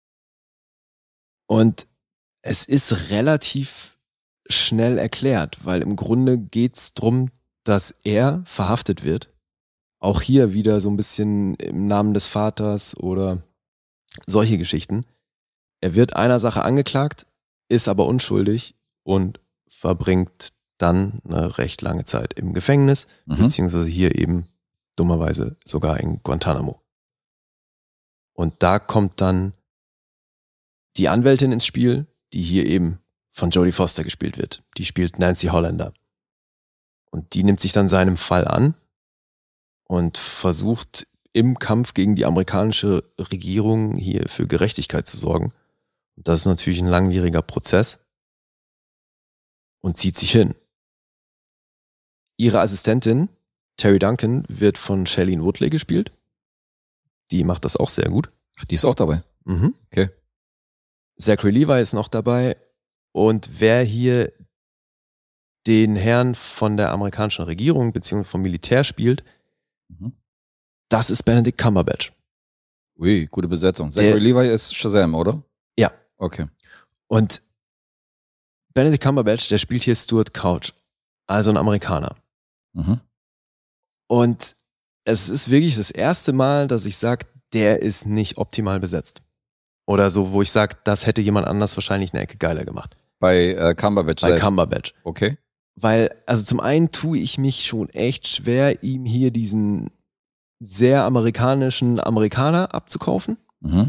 Und es ist relativ schnell erklärt, weil im Grunde geht's drum, dass er verhaftet wird. Auch hier wieder so ein bisschen im Namen des Vaters oder solche Geschichten. Er wird einer Sache angeklagt, ist aber unschuldig und verbringt dann eine recht lange Zeit im Gefängnis, beziehungsweise hier eben dummerweise sogar in Guantanamo. Und da kommt dann die Anwältin ins Spiel, die hier eben von Jodie Foster gespielt wird. Die spielt Nancy Hollander. Und die nimmt sich dann seinem Fall an und versucht im Kampf gegen die amerikanische Regierung hier für Gerechtigkeit zu sorgen. Und das ist natürlich ein langwieriger Prozess und zieht sich hin. Ihre Assistentin, Terry Duncan, wird von Shailene Woodley gespielt. Die macht das auch sehr gut. Die ist auch dabei. Mhm. Okay. Zachary Levi ist noch dabei. Und wer hier den Herrn von der amerikanischen Regierung bzw. vom Militär spielt, das ist Benedict Cumberbatch. Ui, gute Besetzung. Zachary Levi ist Shazam, oder? Ja. Okay. Und Benedict Cumberbatch, der spielt hier Stuart Couch, also ein Amerikaner. Mhm. Und es ist wirklich das erste Mal, dass ich sage, der ist nicht optimal besetzt. Oder so, wo ich sage, das hätte jemand anders wahrscheinlich eine Ecke geiler gemacht. Bei Cumberbatch Bei selbst. Cumberbatch. Okay. Weil, also zum einen tue ich mich schon echt schwer, ihm hier diesen sehr amerikanischen Amerikaner abzukaufen. Mhm.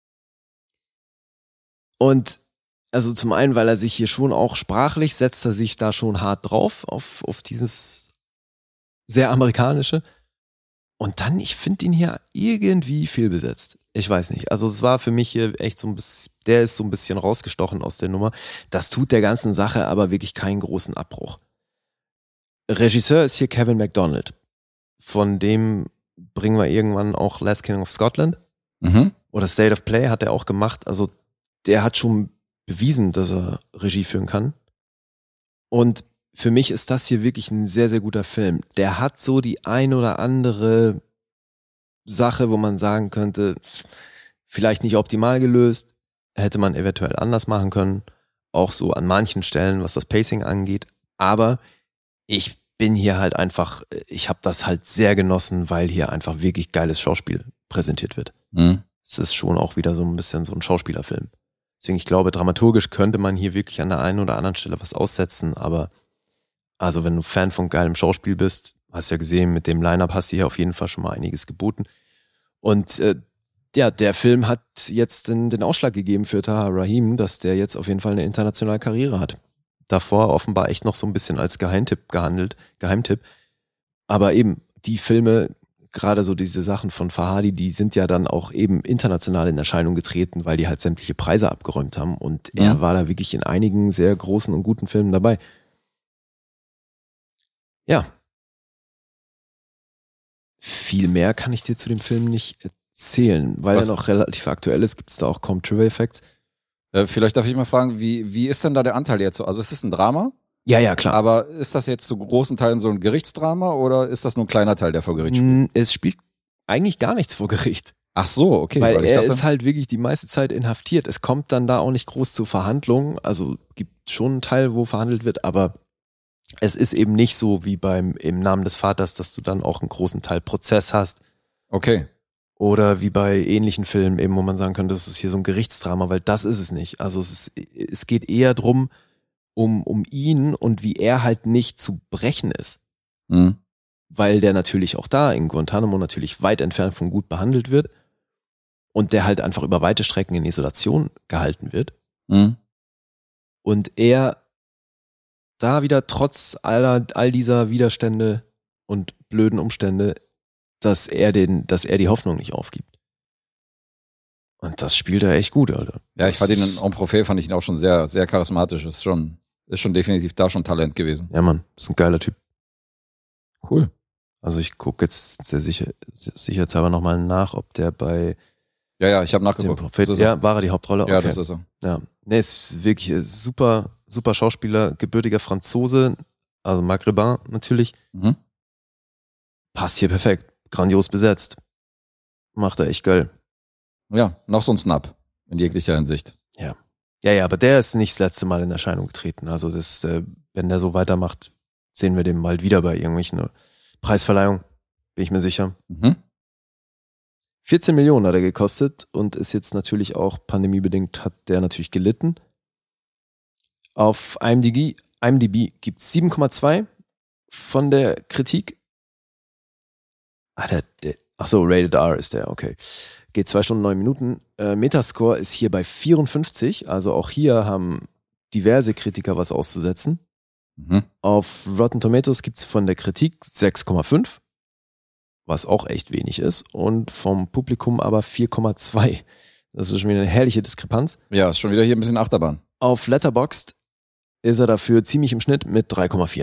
Und also zum einen, weil er sich hier schon auch sprachlich setzt er sich da schon hart drauf, auf dieses sehr amerikanische. Und dann, ich finde ihn hier irgendwie fehlbesetzt. Ich weiß nicht. Also es war für mich hier echt so ein bisschen, der ist so ein bisschen rausgestochen aus der Nummer. Das tut der ganzen Sache aber wirklich keinen großen Abbruch. Regisseur ist hier Kevin MacDonald. Von dem bringen wir irgendwann auch Last King of Scotland. Mhm. Oder State of Play hat er auch gemacht. Also der hat schon bewiesen, dass er Regie führen kann. Und für mich ist das hier wirklich ein sehr, sehr guter Film. Der hat so die ein oder andere Sache, wo man sagen könnte, vielleicht nicht optimal gelöst, hätte man eventuell anders machen können. Auch so an manchen Stellen, was das Pacing angeht. Aber ich bin hier halt einfach, ich habe das halt sehr genossen, weil hier einfach wirklich geiles Schauspiel präsentiert wird. Mhm. Es ist schon auch wieder so ein bisschen so ein Schauspielerfilm. Deswegen, ich glaube, dramaturgisch könnte man hier wirklich an der einen oder anderen Stelle was aussetzen, aber also wenn du Fan von geilem Schauspiel bist, hast ja gesehen, mit dem Line-Up hast du hier auf jeden Fall schon mal einiges geboten. Und ja, der Film hat jetzt den Ausschlag gegeben für Tahar Rahim, dass der jetzt auf jeden Fall eine internationale Karriere hat. Davor offenbar echt noch so ein bisschen als Geheimtipp. Aber eben, die Filme, gerade so diese Sachen von Farhadi, die sind ja dann auch eben international in Erscheinung getreten, weil die halt sämtliche Preise abgeräumt haben. Und er war da wirklich in einigen sehr großen und guten Filmen dabei. Ja. Viel mehr kann ich dir zu dem Film nicht erzählen, weil er noch relativ aktuell ist, gibt es da auch kaum Trivia-Effects. Vielleicht darf ich mal fragen, wie ist denn da der Anteil jetzt so? Also es ist ein Drama, Ja, klar. aber ist das jetzt zu großen Teilen so ein Gerichtsdrama oder ist das nur ein kleiner Teil, der vor Gericht spielt? Es spielt eigentlich gar nichts vor Gericht. Ach so, okay. Weil ich er dachte, ist halt wirklich die meiste Zeit inhaftiert. Es kommt dann da auch nicht groß zu Verhandlungen. Also gibt schon einen Teil, wo verhandelt wird, aber es ist eben nicht so wie im Namen des Vaters, dass du dann auch einen großen Teil Prozess hast. okay. Oder wie bei ähnlichen Filmen eben, wo man sagen könnte, das ist hier so ein Gerichtsdrama, weil das ist es nicht. Also es geht eher drum, um ihn und wie er halt nicht zu brechen ist. Mhm. Weil der natürlich auch da in Guantanamo natürlich weit entfernt von gut behandelt wird und der halt einfach über weite Strecken in Isolation gehalten wird. Mhm. Und er da wieder trotz all dieser Widerstände und blöden Umstände, dass er die Hoffnung nicht aufgibt. Und das spielt er echt gut, Alter. Ja, ich fand ihn in En Profil, fand ich ihn auch schon sehr, sehr charismatisch. Ist schon definitiv da schon Talent gewesen. Ja, Mann, ist ein geiler Typ. Cool. Also ich gucke jetzt sehr sicherheitshalber nochmal nach, ob der bei Ja, ich habe dem nachgeguckt. Prophet, Das ist er. ja, war er die Hauptrolle? Ja, Okay. das ist er. Ja, nee, ist wirklich super, super Schauspieler, gebürtiger Franzose, also Maghrébin natürlich. Mhm. Passt hier perfekt. Grandios besetzt. Macht er echt geil. Ja, noch so ein Snap in jeglicher Hinsicht. Ja, aber der ist nicht das letzte Mal in Erscheinung getreten. Also das, wenn der so weitermacht, sehen wir den mal wieder bei irgendwelchen Preisverleihungen. Bin ich mir sicher. Mhm. 14 Millionen hat er gekostet und ist jetzt natürlich auch pandemiebedingt, hat der natürlich gelitten. Auf IMDb gibt es 7,2 von der Kritik. Achso, Rated R ist der, okay. Geht 2 Stunden, 9 Minuten. Metascore ist hier bei 54, also auch hier haben diverse Kritiker was auszusetzen. Mhm. Auf Rotten Tomatoes gibt es von der Kritik 6,5, was auch echt wenig ist, und vom Publikum aber 4,2. Das ist schon wieder eine herrliche Diskrepanz. Ja, ist schon wieder hier ein bisschen Achterbahn. Auf Letterboxd ist er dafür ziemlich im Schnitt mit 3,4.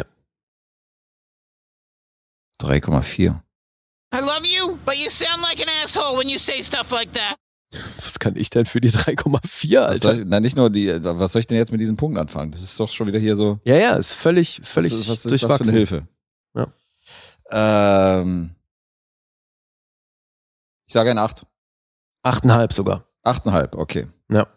3,4. I love you, but you sound like an asshole when you say stuff like that. Was kann ich denn für die 3,4, Alter? Nicht nur was soll ich denn jetzt mit diesem Punkt anfangen? Das ist doch schon wieder hier so. Ja, ist völlig Was ist das für durchwachsen. eine Hilfe? Ja. Ich sage eine 8. 8,5 sogar. 8,5, okay.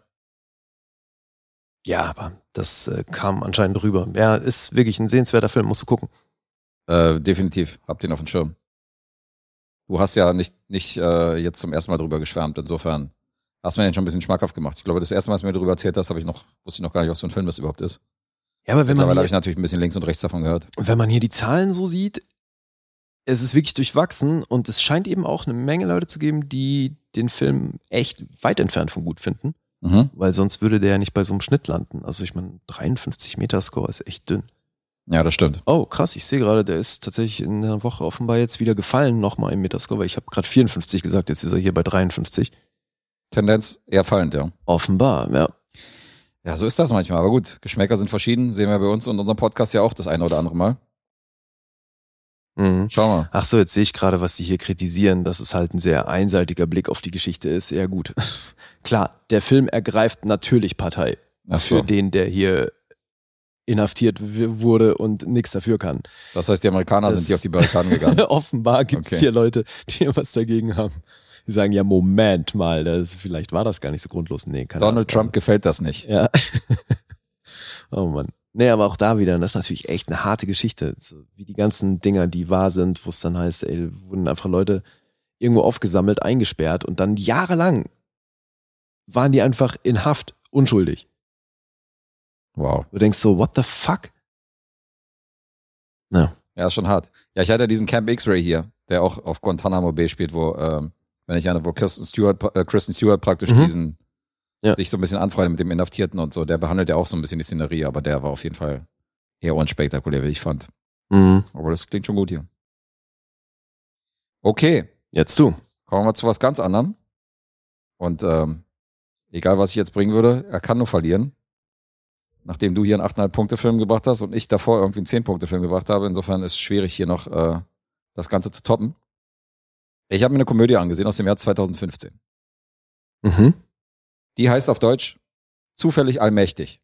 Ja, aber das kam anscheinend rüber. Ja, ist wirklich ein sehenswerter Film, musst du gucken. Definitiv, habt ihn auf dem Schirm. Du hast ja nicht jetzt zum ersten Mal drüber geschwärmt, insofern Hast mir den schon ein bisschen schmackhaft gemacht. Ich glaube, das erste Mal, als du mir darüber erzählt hast, wusste ich noch gar nicht, was für ein Film das überhaupt ist. Ja, aber Mittlerweile habe ich natürlich ein bisschen links und rechts davon gehört. Wenn man hier die Zahlen so sieht, es ist wirklich durchwachsen und es scheint eben auch eine Menge Leute zu geben, die den Film echt weit entfernt von gut finden, weil sonst würde der ja nicht bei so einem Schnitt landen. Also ich meine, 53 Metascore ist echt dünn. Ja, das stimmt. Oh, krass, ich sehe gerade, der ist tatsächlich in der Woche offenbar jetzt wieder gefallen, nochmal im Metascore, weil ich habe gerade 54 gesagt, jetzt ist er hier bei 53. Tendenz eher fallend, ja. Offenbar, ja. Ja, so ist das manchmal. Aber gut, Geschmäcker sind verschieden. Sehen wir bei uns und unserem Podcast ja auch das eine oder andere Mal. Mhm. Schauen wir. Ach so, jetzt sehe ich gerade, was sie hier kritisieren, dass es halt ein sehr einseitiger Blick auf die Geschichte ist. Ja gut. Klar, der Film ergreift natürlich Partei für den, der hier inhaftiert wurde und nichts dafür kann. Das heißt, die Amerikaner sind hier auf die Barrikaden gegangen. Offenbar gibt es hier Leute, die hier was dagegen haben. Die sagen, ja, Moment mal, vielleicht war das gar nicht so grundlos. Nee, Donald Trump gefällt das nicht. Ja. Oh Mann. Nee, aber auch da wieder, das ist natürlich echt eine harte Geschichte. So, wie die ganzen Dinger, die wahr sind, wo es dann heißt, ey, wurden einfach Leute irgendwo aufgesammelt, eingesperrt und dann jahrelang waren die einfach in Haft, unschuldig. Wow. Du denkst so, what the fuck? Ja. Ja, ist schon hart. Ja, ich hatte diesen Camp X-Ray hier, der auch auf Guantanamo Bay spielt, wo Kristen Stewart praktisch sich so ein bisschen anfreundet mit dem Inhaftierten und so. Der behandelt ja auch so ein bisschen die Szenerie, aber der war auf jeden Fall eher unspektakulär, wie ich fand. Mhm. Aber das klingt schon gut hier. Okay. Jetzt du. Kommen wir zu was ganz anderem. Und egal, was ich jetzt bringen würde, er kann nur verlieren. Nachdem du hier einen 8,5-Punkte-Film gebracht hast und ich davor irgendwie einen 10-Punkte-Film gebracht habe. Insofern ist es schwierig, hier noch das Ganze zu toppen. Ich habe mir eine Komödie angesehen aus dem Jahr 2015. Mhm. Die heißt auf Deutsch Zufällig allmächtig.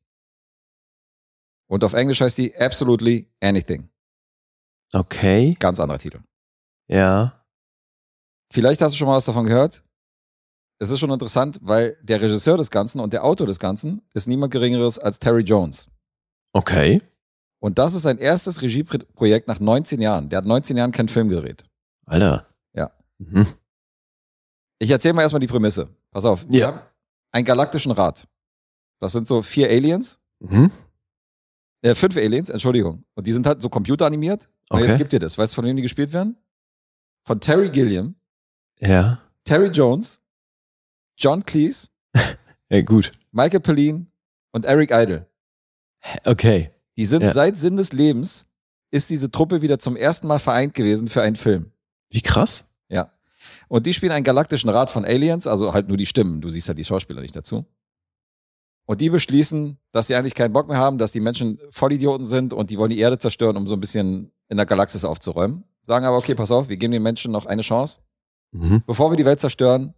Und auf Englisch heißt die Absolutely Anything. Okay. Ganz anderer Titel. Ja. Vielleicht hast du schon mal was davon gehört. Es ist schon interessant, weil der Regisseur des Ganzen und der Autor des Ganzen ist niemand Geringeres als Terry Jones. Okay. Und das ist sein erstes Regieprojekt nach 19 Jahren. Der hat 19 Jahren keinen Film gedreht. Alter. Ja. Mhm. Ich erzähle mal erstmal die Prämisse. Pass auf. Ja. Wir haben einen galaktischen Rat. Das sind so 4 Aliens. 5 Aliens, Entschuldigung. Und die sind halt so computeranimiert. Und jetzt gibt dir das. Weißt du, von wem die gespielt werden? Von Terry Gilliam. Ja. Terry Jones. John Cleese. Ja, gut. Michael Palin und Eric Idle. Okay. Die sind seit Sinn des Lebens, ist diese Truppe wieder zum ersten Mal vereint gewesen für einen Film. Wie krass. Ja. Und die spielen einen galaktischen Rat von Aliens, also halt nur die Stimmen. Du siehst halt die Schauspieler nicht dazu. Und die beschließen, dass sie eigentlich keinen Bock mehr haben, dass die Menschen Vollidioten sind und die wollen die Erde zerstören, um so ein bisschen in der Galaxis aufzuräumen. Sagen aber, okay, pass auf, wir geben den Menschen noch eine Chance. Bevor wir die Welt zerstören,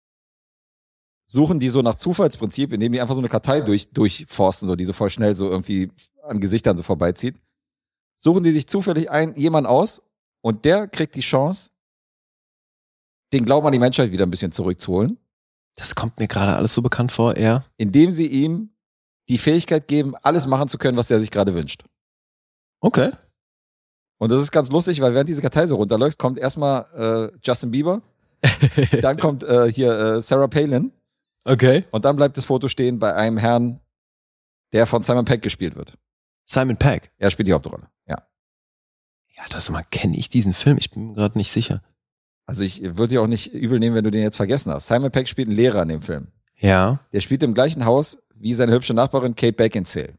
suchen die so nach Zufallsprinzip, indem die einfach so eine Kartei durchforsten, so, die so voll schnell so irgendwie an Gesichtern so vorbeizieht. Suchen die sich zufällig jemanden aus und der kriegt die Chance, den Glauben an die Menschheit wieder ein bisschen zurückzuholen. Das kommt mir gerade alles so bekannt vor, ja. Indem sie ihm die Fähigkeit geben, alles machen zu können, was der sich gerade wünscht. Okay. Und das ist ganz lustig, weil während diese Kartei so runterläuft, kommt erstmal Justin Bieber, dann kommt Sarah Palin. Okay. Und dann bleibt das Foto stehen bei einem Herrn, der von Simon Pegg gespielt wird. Simon Pegg? Er spielt die Hauptrolle, ja. Ja, das mal kenne ich diesen Film, ich bin mir gerade nicht sicher. Also ich würde dir auch nicht übel nehmen, wenn du den jetzt vergessen hast. Simon Pegg spielt einen Lehrer in dem Film. Ja. Der spielt im gleichen Haus wie seine hübsche Nachbarin Kate Beckinsale.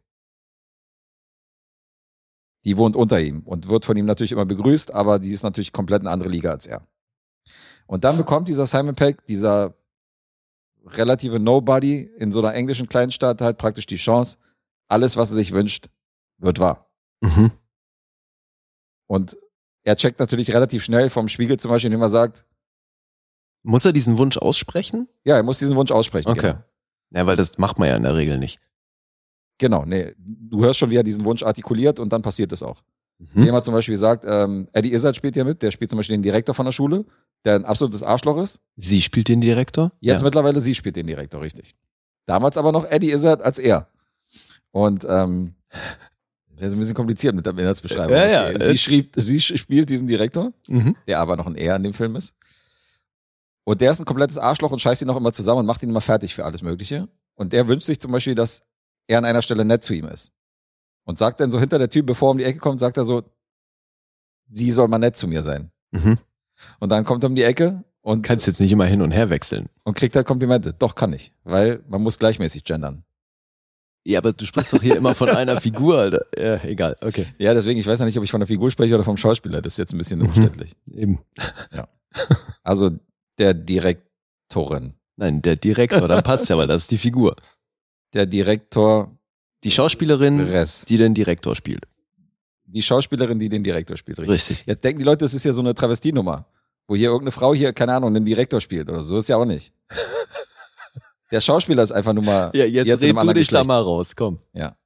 Die wohnt unter ihm und wird von ihm natürlich immer begrüßt, aber die ist natürlich komplett eine andere Liga als er. Und dann bekommt dieser Simon Pegg, dieser relative Nobody in so einer englischen Kleinstadt halt praktisch die Chance, alles, was er sich wünscht, wird wahr. Mhm. Und er checkt natürlich relativ schnell vom Spiegel zum Beispiel, indem er sagt, muss er diesen Wunsch aussprechen? Ja, er muss diesen Wunsch aussprechen. Okay. Genau. Ja, weil das macht man ja in der Regel nicht. Genau, nee. Du hörst schon, wie er diesen Wunsch artikuliert und dann passiert es auch. Indem er zum Beispiel sagt, Eddie Izzard spielt hier mit, der spielt zum Beispiel den Direktor von der Schule, der ein absolutes Arschloch ist. Sie spielt den Direktor? Jetzt mittlerweile sie spielt den Direktor, richtig. Damals aber noch Eddie Izzard als er. Und das ist ein bisschen kompliziert mit der Inhaltsbeschreibung. Ja, sie spielt diesen Direktor, der aber noch ein Er in dem Film ist. Und der ist ein komplettes Arschloch und scheißt ihn noch immer zusammen und macht ihn immer fertig für alles Mögliche. Und der wünscht sich zum Beispiel, dass er an einer Stelle nett zu ihm ist. Und sagt dann so hinter der Tür, bevor er um die Ecke kommt, sagt er so, sie soll mal nett zu mir sein. Mhm. Und dann kommt er um die Ecke und Kannst jetzt nicht immer hin und her wechseln. und kriegt halt Komplimente. Doch, kann ich. Weil man muss gleichmäßig gendern. Ja, aber du sprichst doch hier immer von einer Figur, Alter. Ja, egal, okay. Ja, deswegen, ich weiß ja nicht, ob ich von der Figur spreche oder vom Schauspieler. Das ist jetzt ein bisschen umständlich. Eben. Also der Direktorin. Nein, der Direktor, dann passt ja, weil das ist die Figur. Der Direktor, Die Schauspielerin, Rest. die den Direktor spielt. Die Schauspielerin, die den Direktor spielt, richtig. Richtig. Jetzt denken die Leute, das ist ja so eine Travestienummer, wo hier irgendeine Frau hier, keine Ahnung, den Direktor spielt oder so. Ist ja auch nicht. Der Schauspieler ist einfach nur mal Ja, jetzt in einem red du anderen dich da Geschlecht. mal raus, komm. Ja.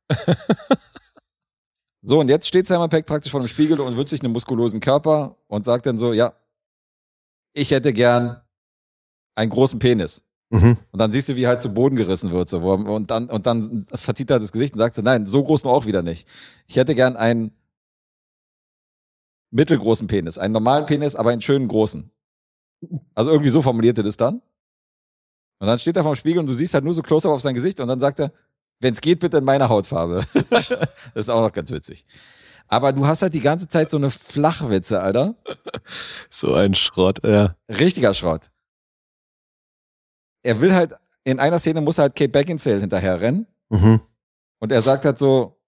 So, und jetzt steht Simon Pegg praktisch vor dem Spiegel und wünscht sich einen muskulosen Körper und sagt dann so, ja, ich hätte gern einen großen Penis. Mhm. Und dann siehst du, wie halt zu Boden gerissen wird. So, und dann verzieht er das Gesicht und sagt so, nein, so groß nur auch wieder nicht. Ich hätte gern einen mittelgroßen Penis, einen normalen Penis, aber einen schönen großen. Also irgendwie so formuliert er das dann. Und dann steht er vorm Spiegel und du siehst halt nur so Close-up auf sein Gesicht und dann sagt er, wenn es geht, bitte in meiner Hautfarbe. Das ist auch noch ganz witzig. Aber du hast halt die ganze Zeit so eine Flachwitze, Alter. So ein Schrott, ja. Richtiger Schrott. Er will halt, in einer Szene muss er halt Kate Beckinsale hinterher rennen Mhm. und er sagt halt so,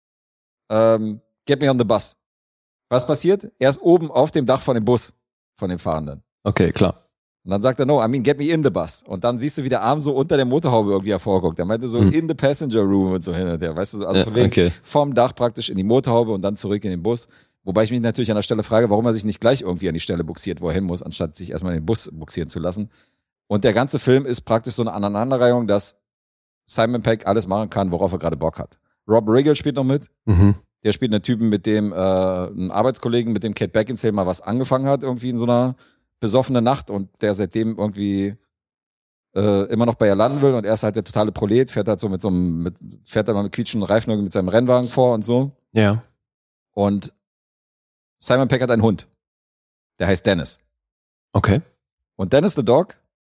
get me on the bus. Was passiert? Er ist oben auf dem Dach von dem Bus, von dem Fahrenden. Okay, klar. Und dann sagt er, no, I mean, get me in the bus. Und dann siehst du, wie der Arm so unter der Motorhaube irgendwie hervorguckt. Er meinte so in the passenger room und so hin und her. Weißt du, so, also Ja, von wegen okay. vom Dach praktisch in die Motorhaube und dann zurück in den Bus. Wobei ich mich natürlich an der Stelle frage, warum er sich nicht gleich irgendwie an die Stelle buxiert, wo er hin muss, anstatt sich erstmal in den Bus buxieren zu lassen. Und der ganze Film ist praktisch so eine Aneinanderreihung, dass Simon Pegg alles machen kann, worauf er gerade Bock hat. Rob Riggle spielt noch mit. Mhm. Der spielt einen Typen, mit dem einen Arbeitskollegen, mit dem Kate Beckinsale mal was angefangen hat, irgendwie in so einer besoffenen Nacht und der seitdem irgendwie immer noch bei ihr landen will und er ist halt der totale Prolet, fährt halt so fährt halt mal mit quietschenden Reifen irgendwie mit seinem Rennwagen vor und so. Ja. Und Simon Pegg hat einen Hund. Der heißt Dennis. Okay. Und Dennis the Dog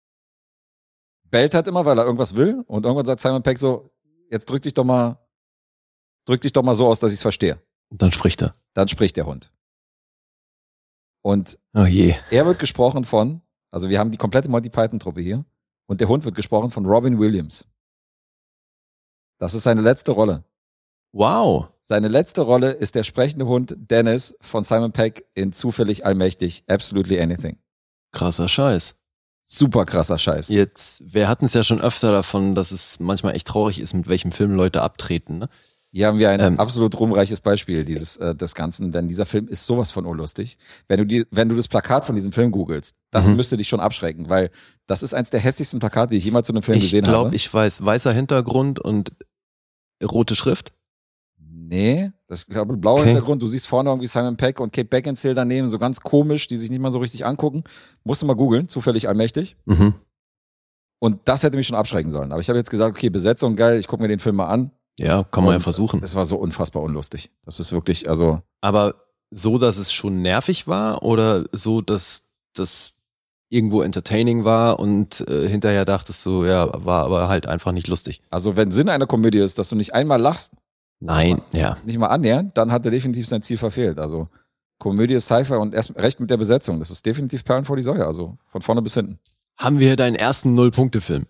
bellt halt immer, weil er irgendwas will und irgendwann sagt Simon Pegg so, jetzt drück dich doch mal so aus, dass ich es verstehe. Und dann spricht er. Dann spricht der Hund. Und Oh je. er wird gesprochen von, also wir haben die komplette Monty Python-Truppe hier und der Hund wird gesprochen von Robin Williams. Das ist seine letzte Rolle. Wow. Seine letzte Rolle ist der sprechende Hund Dennis von Simon Pegg in Zufällig Allmächtig, Absolutely Anything. Krasser Scheiß. Super krasser Scheiß. Wir hatten es ja schon öfter davon, dass es manchmal echt traurig ist, mit welchem Film Leute abtreten, ne? Hier haben wir ein absolut ruhmreiches Beispiel des Ganzen, denn dieser Film ist sowas von unlustig. Wenn du das Plakat von diesem Film googelst, das müsste dich schon abschrecken, weil das ist eins der hässlichsten Plakate, die ich jemals zu einem Film gesehen Ich glaube, habe. ich weiß, weißer Hintergrund und rote Schrift. Nee, das ist, glaube ich, blauer Okay. Hintergrund. Du siehst vorne irgendwie Simon Pegg und Kate Beckinsale daneben, so ganz komisch, die sich nicht mal so richtig angucken. Musst du mal googeln, Zufällig Allmächtig. Mhm. Und das hätte mich schon abschrecken sollen. Aber ich habe jetzt gesagt, okay, Besetzung geil, ich gucke mir den Film mal an. Ja, kann man ja Und versuchen. Es war so unfassbar unlustig. Das ist wirklich, also Aber so, dass es schon nervig war oder so, dass das irgendwo entertaining war und hinterher dachtest du, ja, war aber halt einfach nicht lustig. wenn Sinn einer Komödie ist, dass du nicht einmal lachst, Nein, ja. nicht mal annähernd, dann hat er definitiv sein Ziel verfehlt. Also Komödie ist Sci-Fi und erst recht mit der Besetzung. Das ist definitiv Perlen vor die Säue, also von vorne bis hinten. Haben wir deinen ersten Null-Punkte-Film?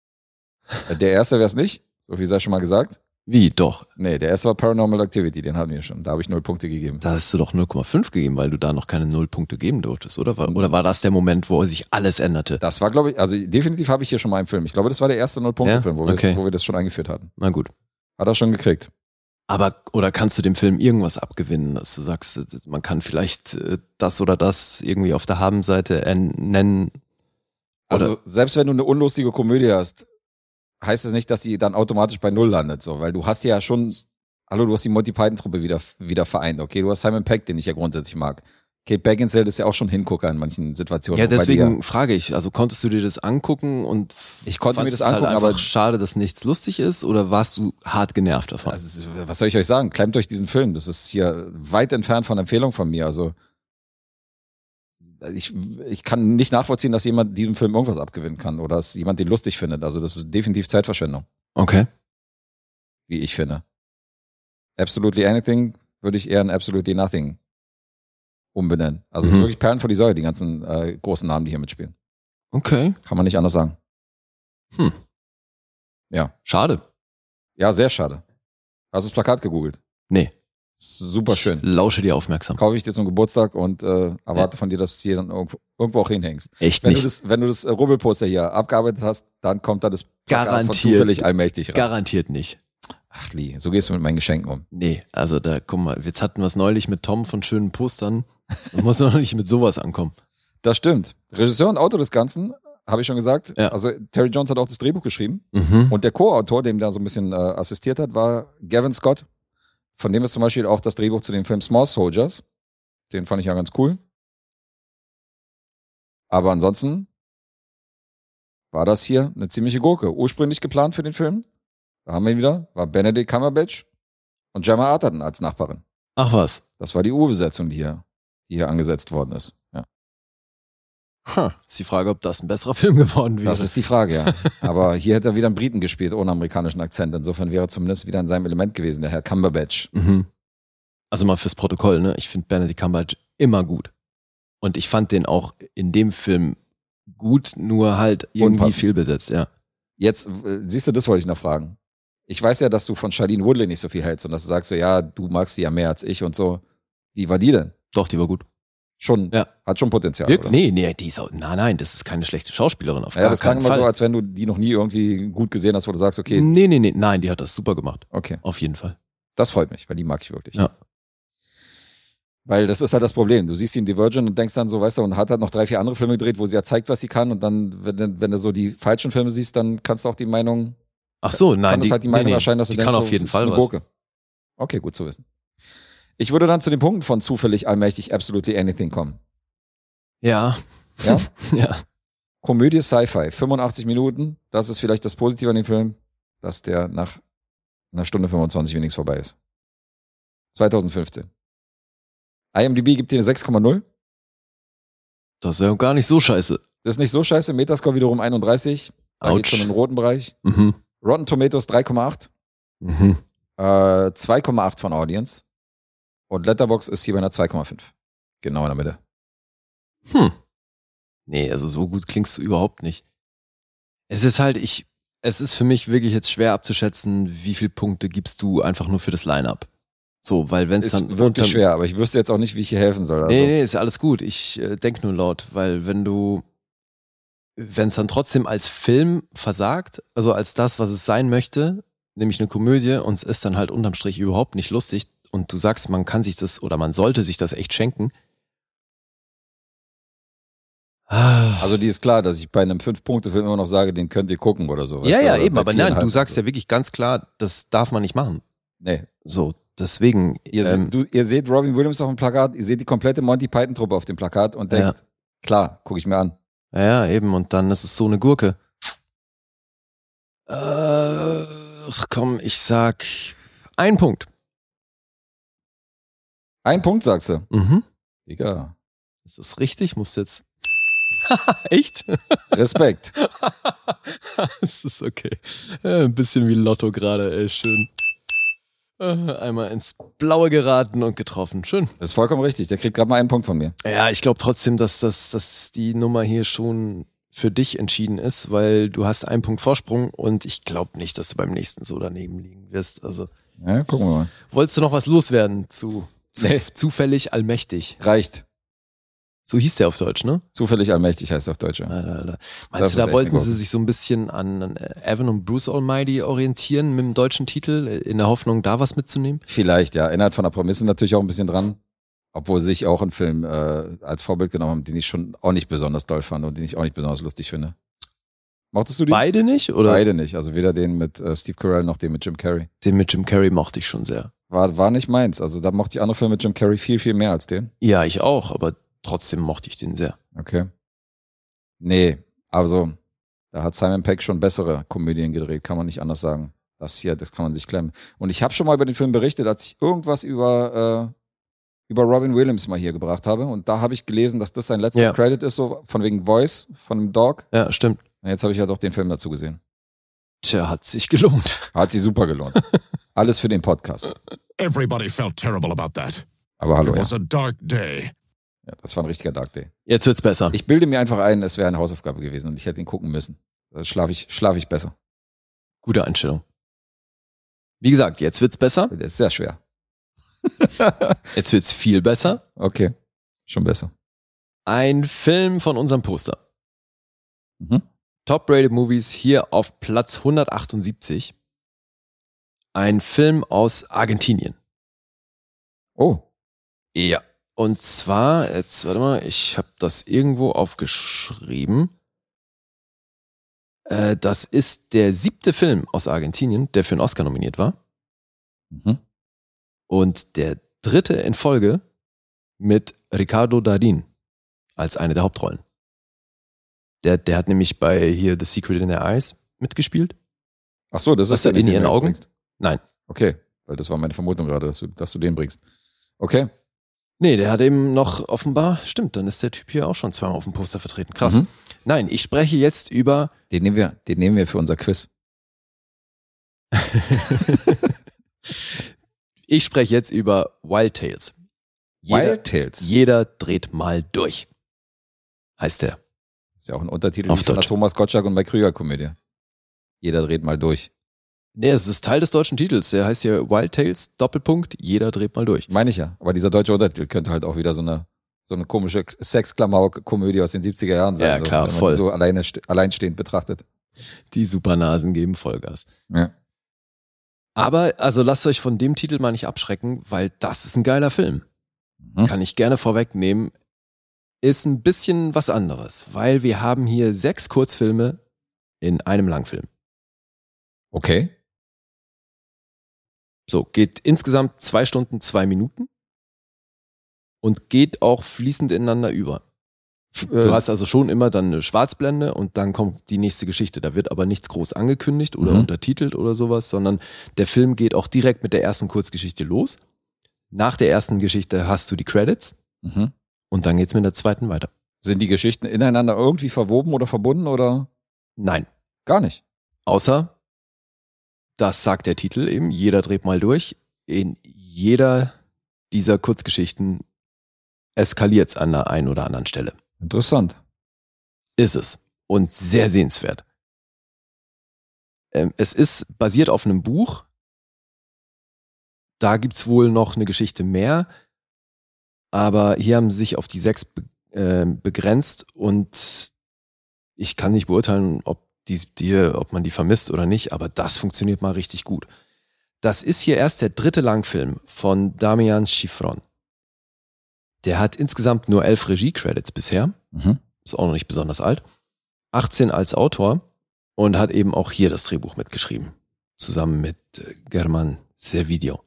Der erste wäre es nicht, so viel sei schon mal gesagt. Wie, doch. Nee, der erste war Paranormal Activity, den hatten wir schon. Da habe ich 0 Punkte gegeben. Da hast du doch 0,5 gegeben, weil du da noch keine 0 Punkte geben durftest, oder? Oder war das der Moment, wo sich alles änderte? Das war, glaube ich, also definitiv habe ich hier schon mal einen Film. Ich glaube, das war der erste 0-Punkte-Film, wo Okay. wir das schon eingeführt hatten. Na gut. Hat er schon gekriegt. Aber, oder kannst du dem Film irgendwas abgewinnen, dass du sagst, man kann vielleicht das oder das irgendwie auf der Habenseite nennen? Oder? Also, selbst wenn du eine unlustige Komödie hast, heißt es nicht, dass die dann automatisch bei Null landet, so, weil du hast ja schon, du hast die Monty Python-Truppe wieder vereint, okay? Du hast Simon Pegg, den ich ja grundsätzlich mag. Kate Beckinsale ist ja auch schon Hingucker in manchen Situationen. Ja, wobei deswegen frage ich, also konntest du dir das angucken und Ich konnte mir das fandst es angucken, halt einfach aber schade, dass nichts lustig ist oder warst du hart genervt davon? also, was soll ich euch sagen? Klemmt euch diesen Film. Das ist hier weit entfernt von Empfehlung von mir. Also ich kann nicht nachvollziehen, dass jemand diesem Film irgendwas abgewinnen kann oder dass jemand den lustig findet. Also das ist definitiv Zeitverschwendung, Okay. wie ich finde. Absolutely Anything würde ich eher in Absolutely Nothing umbenennen. Also es ist wirklich Perlen vor die Säule, die ganzen großen Namen, die hier mitspielen. Okay. Kann man nicht anders sagen. Ja. Schade. Ja, sehr schade. Hast du das Plakat gegoogelt? Nee. Super schön. Lausche dir aufmerksam. Kaufe ich dir zum Geburtstag und erwarte von dir, dass du es hier dann irgendwo auch hinhängst. Echt Wenn nicht. wenn du das Rubbelposter hier abgearbeitet hast, dann kommt da das Plakat von Garantiert. zufällig allmächtig rein. Garantiert nicht. Ach, Lee, so gehst du mit meinen Geschenken um. Nee, also da, guck mal, jetzt hatten wir es neulich mit Tom von schönen Postern. Man muss noch nicht mit sowas ankommen. Das stimmt. Regisseur und Autor des Ganzen, habe ich schon gesagt. Ja. Also Terry Jones hat auch das Drehbuch geschrieben. Mhm. Und der Co-Autor, dem da so ein bisschen assistiert hat, war Gavin Scott. Von dem ist zum Beispiel auch das Drehbuch zu dem Film Small Soldiers. Den fand ich ja ganz cool. Aber ansonsten war das hier eine ziemliche Gurke. Ursprünglich geplant für den Film, da haben wir ihn wieder, war Benedict Cumberbatch und Gemma Arterton als Nachbarin. Ach was. Das war die Urbesetzung, die hier angesetzt worden ist. Ja. Ist die Frage, ob das ein besserer Film geworden wäre. Das ist die Frage, ja. Aber hier hätte er wieder einen Briten gespielt, ohne amerikanischen Akzent. Insofern wäre er zumindest wieder in seinem Element gewesen, der Herr Cumberbatch. Mhm. Also mal fürs Protokoll, ne? Ich finde Benedict Cumberbatch immer gut. Und ich fand den auch in dem Film gut, nur halt irgendwie Unpassend. fehlbesetzt, ja. Jetzt, siehst du, das wollte ich noch fragen. Ich weiß ja, dass du von Shailene Woodley nicht so viel hältst und dass du sagst so, ja, du magst sie ja mehr als ich und so. Wie war die denn? Doch, die war gut. Schon, Ja. hat schon Potenzial, Wirklich? oder? Nee, die ist auch, nein, das ist keine schlechte Schauspielerin auf Ja, gar das klang keinen immer Fall. so, als wenn du die noch nie irgendwie gut gesehen hast, wo du sagst, okay, Nee, nein, die hat das super gemacht. okay, Auf jeden Fall. das freut mich, weil die mag ich wirklich. Ja. Weil das ist halt das Problem. Du siehst sie in Divergent und denkst dann so, weißt du, und hat halt noch 3, 4 andere Filme gedreht, wo sie ja zeigt, was sie kann und dann, wenn du so die falschen Filme siehst, dann kannst du auch die Meinung, Ach so, nein, kann es halt die Meinung erscheinen, dass du die denkst, kann auf so, jeden das ist Fall eine was. Gurke. Okay, gut zu wissen. Ich würde dann zu den Punkten von zufällig, allmächtig, absolutely anything kommen. Ja. Ja? Ja. Komödie Sci-Fi, 85 Minuten. Das ist vielleicht das Positive an dem Film, dass der nach einer Stunde 25 wenigstens vorbei ist. 2015. IMDb gibt dir eine 6,0. Das ist ja gar nicht so scheiße. Das ist nicht so scheiße. Metascore wiederum 31. Da Autsch. geht schon im roten Bereich. Mhm. Rotten Tomatoes 3,8. Mhm. 2,8 von Audience. Und Letterboxd ist hier bei einer 2,5. Genau in der Mitte. Nee, also so gut klingst du überhaupt nicht. Es ist halt, es ist für mich wirklich jetzt schwer abzuschätzen, wie viele Punkte gibst du einfach nur für das Line-Up. So, weil wenn es Ist dann wirklich schwer, aber ich wüsste jetzt auch nicht, wie ich hier helfen soll. Also, Nee, ist alles gut. Ich denk nur laut, weil wenn es dann trotzdem als Film versagt, also als das, was es sein möchte, nämlich eine Komödie, und es ist dann halt unterm Strich überhaupt nicht lustig und du sagst, man kann sich das oder man sollte sich das echt schenken. Also die ist klar, dass ich bei einem 5-Punkte-Film immer noch sage, den könnt ihr gucken oder so. ja, weißt du, ja, oder eben, bei aber nein, du 4,5 sagst oder ja wirklich ganz klar, das darf man nicht machen. so. Nee. So, deswegen. Ihr seht Robin Williams auf dem Plakat, ihr seht die komplette Monty Python-Truppe auf dem Plakat und denkt, klar, gucke ich mir an. Ja, eben, und dann ist es so eine Gurke. Ach komm, ich sag 1 Punkt. 1 Punkt, sagst du. Mhm. Digga. Ist das richtig? Musst du jetzt. Echt? Respekt. Es ist okay. Ein bisschen wie Lotto gerade, ey, schön. Einmal ins Blaue geraten und getroffen. Schön. Das ist vollkommen richtig. Der kriegt gerade mal 1 Punkt von mir. Ja, ich glaube trotzdem, dass die Nummer hier schon für dich entschieden ist, weil du hast 1 Punkt Vorsprung und ich glaube nicht, dass du beim nächsten so daneben liegen wirst. Also, Ja, gucken wir mal. wolltest du noch was loswerden zu Nee. zufällig allmächtig? Reicht. So hieß der auf Deutsch, ne? Zufällig allmächtig heißt auf Deutsch. Ja. Alter. Das Meinst ist du, da echt wollten eine sie Gurke. sich so ein bisschen an Evan und Bruce Almighty orientieren mit dem deutschen Titel, in der Hoffnung, da was mitzunehmen? Vielleicht, ja. Inhalt von der Prämisse natürlich auch ein bisschen dran. Obwohl sie sich auch einen Film als Vorbild genommen haben, den ich schon auch nicht besonders doll fand und den ich auch nicht besonders lustig finde. Mochtest du die? Beide nicht? Oder? Beide nicht. Also weder den mit Steve Carell noch den mit Jim Carrey. Den mit Jim Carrey mochte ich schon sehr. War nicht meins. Also da mochte ich andere Filme mit Jim Carrey viel, viel mehr als den. Ja, ich auch, aber trotzdem mochte ich den sehr. Okay. Nee, also da hat Simon Pegg schon bessere Komödien gedreht, kann man nicht anders sagen. Das hier, das kann man sich klemmen. Und ich habe schon mal über den Film berichtet, als ich irgendwas über über Robin Williams mal hier gebracht habe. Und da habe ich gelesen, dass das sein letzter Credit ist, so von wegen Voice, von dem Dog. Ja, stimmt. Und jetzt habe ich ja doch den Film dazu gesehen. Tja, hat sich gelohnt. Hat sich super gelohnt. Alles für den Podcast. Everybody felt terrible about that. Aber hallo, It ja. was a dark day. Ja, das war ein richtiger Dark Day. Jetzt wird's besser. Ich bilde mir einfach ein, es wäre eine Hausaufgabe gewesen und ich hätte ihn gucken müssen. Da schlaf ich besser. Gute Einstellung. Wie gesagt, jetzt wird's besser. Der ist sehr schwer. Jetzt wird's viel besser. Okay, schon besser. Ein Film von unserem Poster. Mhm. Top-Rated Movies hier auf Platz 178. Ein Film aus Argentinien. Oh. Ja. Und zwar, jetzt warte mal, ich habe das irgendwo aufgeschrieben. Das ist der 7. Film aus Argentinien, der für einen Oscar nominiert war. Mhm. Und der 3. in Folge mit Ricardo Darín als eine der Hauptrollen. Der hat nämlich bei hier The Secret in Their Eyes mitgespielt. Ach so, das Was ist der, in den ihren du jetzt Augen? bringst. Nein. Okay, weil das war meine Vermutung gerade, dass du den bringst. Okay. Nee, der hat eben noch offenbar, stimmt, dann ist der Typ hier auch schon zweimal auf dem Poster vertreten. Krass. Mhm. Nein, ich spreche jetzt über... Den nehmen wir für unser Quiz. Ich spreche jetzt über Wild Tales. Wild Tales? Jeder dreht mal durch. Heißt der. Ist ja auch ein Untertitel Auf wie von der Deutsch. Thomas Gottschalk und Mike Krüger Komödie. Jeder dreht mal durch. Nee, es ist Teil des deutschen Titels. Der heißt ja Wild Tales, Doppelpunkt, jeder dreht mal durch. Meine ich ja. Aber dieser deutsche Untertitel könnte halt auch wieder so eine komische Sexklamauk-Komödie aus den 70er Jahren sein. Ja, klar, wenn man voll. die so alleinstehend betrachtet. Die Supernasen geben Vollgas. Ja. Aber, also lasst euch von dem Titel mal nicht abschrecken, weil das ist ein geiler Film. Mhm. Kann ich gerne vorwegnehmen. Ist ein bisschen was anderes, weil wir haben hier 6 Kurzfilme in einem Langfilm. Okay. So, geht insgesamt 2 Stunden, 2 Minuten und geht auch fließend ineinander über. Du hast also schon immer dann eine Schwarzblende und dann kommt die nächste Geschichte. Da wird aber nichts groß angekündigt oder untertitelt oder sowas, sondern der Film geht auch direkt mit der ersten Kurzgeschichte los. Nach der ersten Geschichte hast du die Credits und dann geht's mit der zweiten weiter. Sind die Geschichten ineinander irgendwie verwoben oder verbunden oder? Nein. Gar nicht. Außer, das sagt der Titel eben, jeder dreht mal durch. In jeder dieser Kurzgeschichten eskaliert's an der einen oder anderen Stelle. Interessant. Ist es. Und sehr sehenswert. Es ist basiert auf einem Buch. Da gibt's wohl noch eine Geschichte mehr. Aber hier haben sie sich auf die 6 begrenzt und ich kann nicht beurteilen, ob man die vermisst oder nicht, aber das funktioniert mal richtig gut. Das ist hier erst der 3. Langfilm von Damian Schifron. Der hat insgesamt nur 11 Regie-Credits bisher. Ist auch noch nicht besonders alt. 18 als Autor und hat eben auch hier das Drehbuch mitgeschrieben. Zusammen mit Germán Servideo.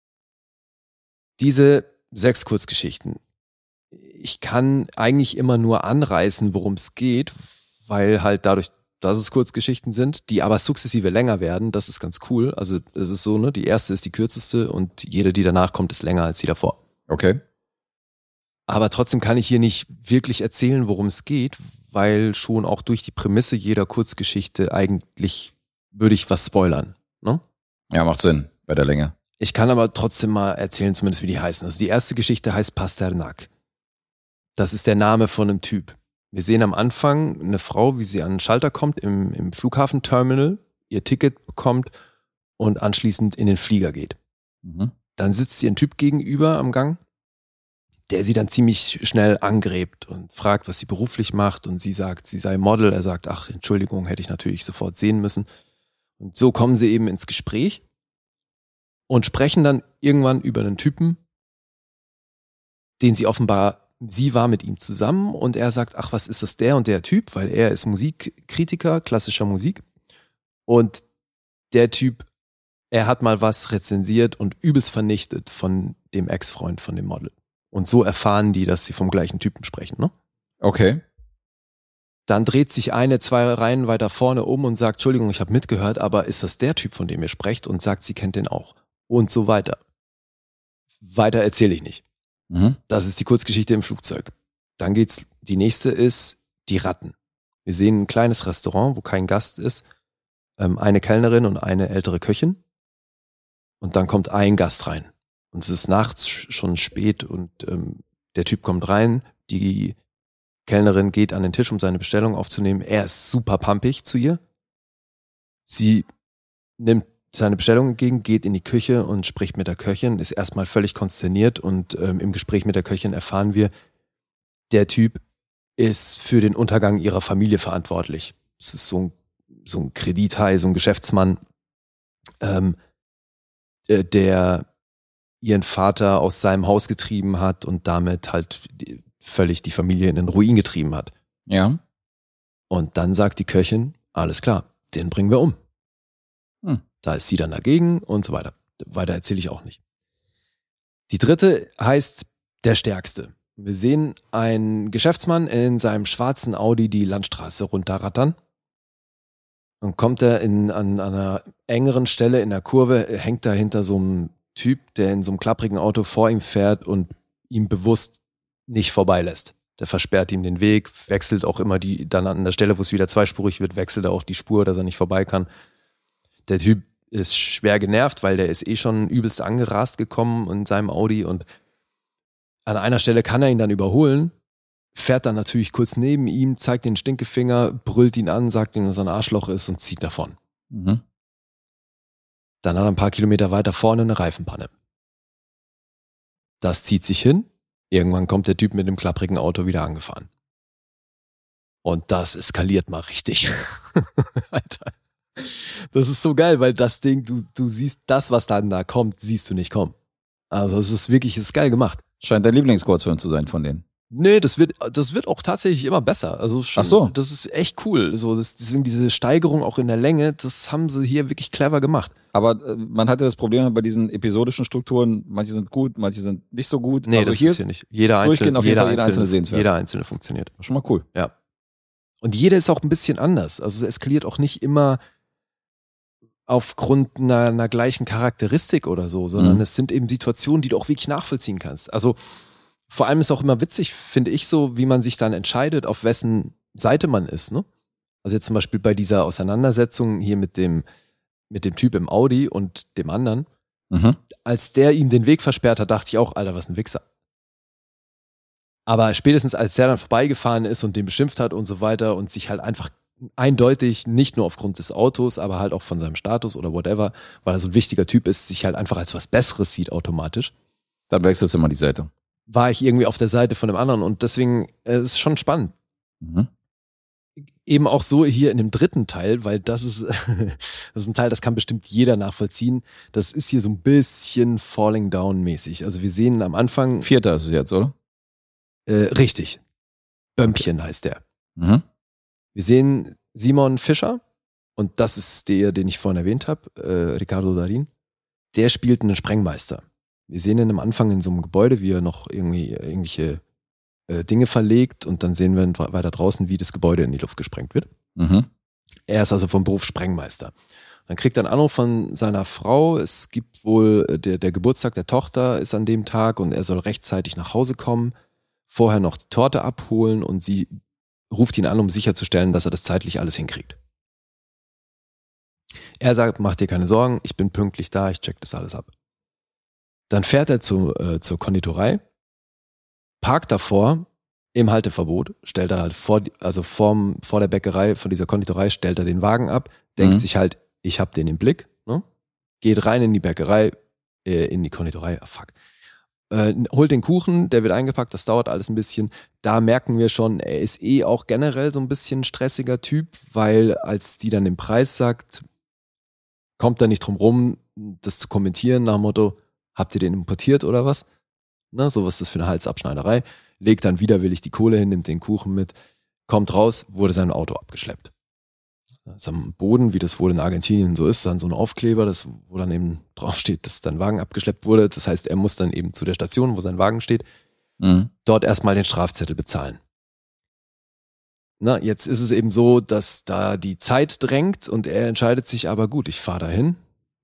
Diese 6 Kurzgeschichten. Ich kann eigentlich immer nur anreißen, worum es geht, weil halt dadurch, dass es Kurzgeschichten sind, die aber sukzessive länger werden, das ist ganz cool. Also es ist so, ne, die erste ist die kürzeste und jede, die danach kommt, ist länger als die davor. Okay. Aber trotzdem kann ich hier nicht wirklich erzählen, worum es geht, weil schon auch durch die Prämisse jeder Kurzgeschichte eigentlich würde ich was spoilern. Ne? Ja, macht Sinn bei der Länge. Ich kann aber trotzdem mal erzählen, zumindest wie die heißen. Also die erste Geschichte heißt Pasternak. Das ist der Name von einem Typ. Wir sehen am Anfang eine Frau, wie sie an den Schalter kommt im Flughafenterminal, ihr Ticket bekommt und anschließend in den Flieger geht. Dann sitzt ihr ein Typ gegenüber am Gang, der sie dann ziemlich schnell angräbt und fragt, was sie beruflich macht. Und sie sagt, sie sei Model. Er sagt, ach, Entschuldigung, hätte ich natürlich sofort sehen müssen. Und so kommen sie eben ins Gespräch und sprechen dann irgendwann über einen Typen, den sie war mit ihm zusammen und er sagt, ach, was ist das der und der Typ? Weil er ist Musikkritiker, klassischer Musik. Und der Typ, er hat mal was rezensiert und übelst vernichtet von dem Ex-Freund von dem Model. Und so erfahren die, dass sie vom gleichen Typen sprechen, ne? Okay. Dann dreht sich 2 Reihen weiter vorne um und sagt, Entschuldigung, ich habe mitgehört, aber ist das der Typ, von dem ihr sprecht? Und sagt, sie kennt den auch. Und so weiter. Weiter erzähle ich nicht. Das ist die Kurzgeschichte im Flugzeug. Dann die nächste ist die Ratten. Wir sehen ein kleines Restaurant, wo kein Gast ist, eine Kellnerin und eine ältere Köchin. Und dann kommt ein Gast rein. Und es ist nachts schon spät und der Typ kommt rein, die Kellnerin geht an den Tisch, um seine Bestellung aufzunehmen. Er ist super pumpig zu ihr. Sie nimmt seine Bestellung entgegen, geht in die Küche und spricht mit der Köchin, ist erstmal völlig konsterniert und im Gespräch mit der Köchin erfahren wir, der Typ ist für den Untergang ihrer Familie verantwortlich. Es ist so ein Kredithai, so ein Geschäftsmann, der ihren Vater aus seinem Haus getrieben hat und damit halt völlig die Familie in den Ruin getrieben hat. Ja. Und dann sagt die Köchin, alles klar, den bringen wir um. Da ist sie dann dagegen und so weiter. Weiter erzähle ich auch nicht. Die dritte heißt Der Stärkste. Wir sehen einen Geschäftsmann in seinem schwarzen Audi die Landstraße runterrattern. Und kommt er an einer engeren Stelle in der Kurve, hängt da hinter so einem Typ, der in so einem klapprigen Auto vor ihm fährt und ihm bewusst nicht vorbeilässt. Der versperrt ihm den Weg, wechselt auch immer dann an der Stelle, wo es wieder zweispurig wird, wechselt er auch die Spur, dass er nicht vorbei kann. Der Typ ist schwer genervt, weil der ist schon übelst angerast gekommen in seinem Audi und an einer Stelle kann er ihn dann überholen, fährt dann natürlich kurz neben ihm, zeigt den Stinkefinger, brüllt ihn an, sagt ihm, dass er ein Arschloch ist und zieht davon. Dann hat er ein paar Kilometer weiter vorne eine Reifenpanne. Das zieht sich hin. Irgendwann kommt der Typ mit dem klapprigen Auto wieder angefahren. Und das eskaliert mal richtig. Alter. Das ist so geil, weil das Ding, du siehst das, was dann da kommt, siehst du nicht kommen. Also es ist geil gemacht. Scheint dein Lieblingskurzfilm zu sein von denen. Nee, das wird auch tatsächlich immer besser. Also schon, ach so. Das ist echt cool. So, deswegen diese Steigerung auch in der Länge, das haben sie hier wirklich clever gemacht. Aber man hatte das Problem bei diesen episodischen Strukturen, manche sind gut, manche sind nicht so gut. Nee, also das hier ist hier nicht. Jeder einzelne sehenswert. Jeder einzelne funktioniert. Schon mal cool. Ja. Und jeder ist auch ein bisschen anders. Also es eskaliert auch nicht immer aufgrund einer gleichen Charakteristik oder so, sondern es sind eben Situationen, die du auch wirklich nachvollziehen kannst. Also vor allem ist auch immer witzig, finde ich so, wie man sich dann entscheidet, auf wessen Seite man ist. Ne? Also jetzt zum Beispiel bei dieser Auseinandersetzung hier mit dem Typ im Audi und dem anderen, als der ihm den Weg versperrt hat, dachte ich auch, Alter, was ein Wichser. Aber spätestens als der dann vorbeigefahren ist und den beschimpft hat und so weiter und sich halt einfach eindeutig, nicht nur aufgrund des Autos, aber halt auch von seinem Status oder whatever, weil er so ein wichtiger Typ ist, sich halt einfach als was Besseres sieht automatisch. Dann wechselst du immer die Seite. War ich irgendwie auf der Seite von dem anderen und deswegen ist es schon spannend. Eben auch so hier in dem dritten Teil, weil das ist ein Teil, das kann bestimmt jeder nachvollziehen. Das ist hier so ein bisschen Falling Down mäßig. Also wir sehen am Anfang... 4. ist es jetzt, oder? Richtig. Bömpchen heißt der. Wir sehen Simon Fischer und das ist der, den ich vorhin erwähnt habe, Ricardo Darín. Der spielt einen Sprengmeister. Wir sehen ihn am Anfang in so einem Gebäude, wie er noch irgendwelche Dinge verlegt und dann sehen wir weiter draußen, wie das Gebäude in die Luft gesprengt wird. Er ist also vom Beruf Sprengmeister. Dann kriegt er einen Anruf von seiner Frau, es gibt wohl, der Geburtstag der Tochter ist an dem Tag und er soll rechtzeitig nach Hause kommen, vorher noch die Torte abholen und sie ruft ihn an, um sicherzustellen, dass er das zeitlich alles hinkriegt. Er sagt, mach dir keine Sorgen, ich bin pünktlich da, ich check das alles ab. Dann fährt er zur Konditorei, parkt davor im Halteverbot, stellt er halt vor der Bäckerei von dieser Konditorei, stellt er den Wagen ab, denkt sich halt, ich hab den im Blick, ne? Geht rein in die Bäckerei, in die Konditorei, holt den Kuchen, der wird eingepackt, das dauert alles ein bisschen. Da merken wir schon, er ist auch generell so ein bisschen stressiger Typ, weil als die dann den Preis sagt, kommt er nicht drum rum, das zu kommentieren nach dem Motto, habt ihr den importiert oder was? Na, so was ist das für eine Halsabschneiderei. Legt dann widerwillig die Kohle hin, nimmt den Kuchen mit, kommt raus, wurde sein Auto abgeschleppt. Da ist am Boden, wie das wohl in Argentinien so ist, dann so ein Aufkleber, wo dann eben draufsteht, dass dein Wagen abgeschleppt wurde. Das heißt, er muss dann eben zu der Station, wo sein Wagen steht, dort erstmal den Strafzettel bezahlen. Na, jetzt ist es eben so, dass da die Zeit drängt und er entscheidet sich aber, gut, ich fahre dahin,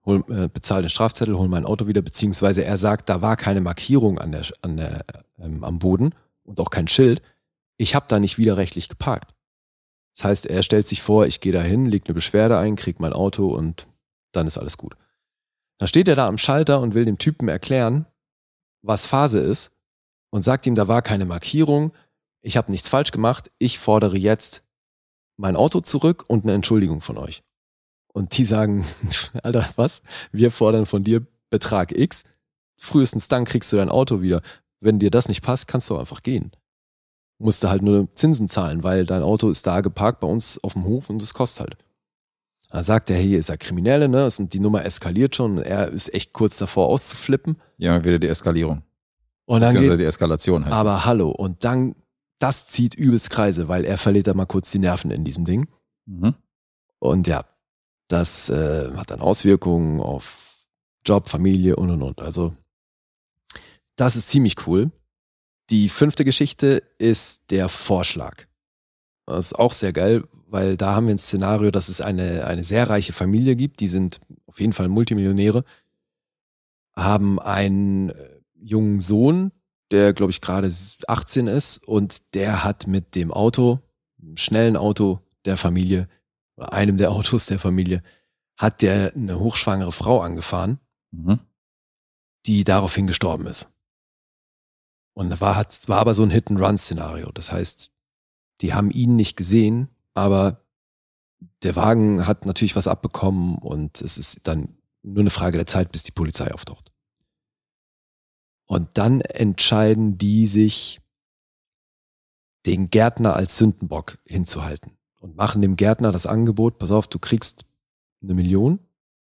bezahle den Strafzettel, hol mein Auto wieder, beziehungsweise er sagt, da war keine Markierung am Boden und auch kein Schild. Ich habe da nicht widerrechtlich geparkt. Das heißt, er stellt sich vor, ich gehe da hin, lege eine Beschwerde ein, kriege mein Auto und dann ist alles gut. Da steht er da am Schalter und will dem Typen erklären, was Phase ist und sagt ihm, da war keine Markierung, ich habe nichts falsch gemacht, ich fordere jetzt mein Auto zurück und eine Entschuldigung von euch. Und die sagen, Alter, was? Wir fordern von dir Betrag X, frühestens dann kriegst du dein Auto wieder. Wenn dir das nicht passt, kannst du einfach gehen. Musst du halt nur Zinsen zahlen, weil dein Auto ist da geparkt bei uns auf dem Hof und es kostet halt. Da sagt er, hier ist er Kriminelle, ne? Die Nummer eskaliert schon und er ist echt kurz davor auszuflippen. Ja, wieder die Eskalierung. Und dann geht, die Eskalation heißt aber es. hallo, und dann, das zieht übelst Kreise, weil er verliert da mal kurz die Nerven in diesem Ding. Mhm. Und ja, das hat dann Auswirkungen auf Job, Familie und. Also das ist ziemlich cool. Die 5. Geschichte ist der Vorschlag. Das ist auch sehr geil, weil da haben wir ein Szenario, dass es eine sehr reiche Familie gibt. Die sind auf jeden Fall Multimillionäre, haben einen jungen Sohn, der, glaube ich, gerade 18 ist und der hat mit dem Auto, einem schnellen Auto der Familie, oder einem der Autos der Familie, hat der eine hochschwangere Frau angefahren, die daraufhin gestorben ist. Und war aber so ein Hit-and-Run-Szenario. Das heißt, die haben ihn nicht gesehen, aber der Wagen hat natürlich was abbekommen und es ist dann nur eine Frage der Zeit, bis die Polizei auftaucht. Und dann entscheiden die sich, den Gärtner als Sündenbock hinzuhalten und machen dem Gärtner das Angebot, pass auf, du kriegst 1 Million,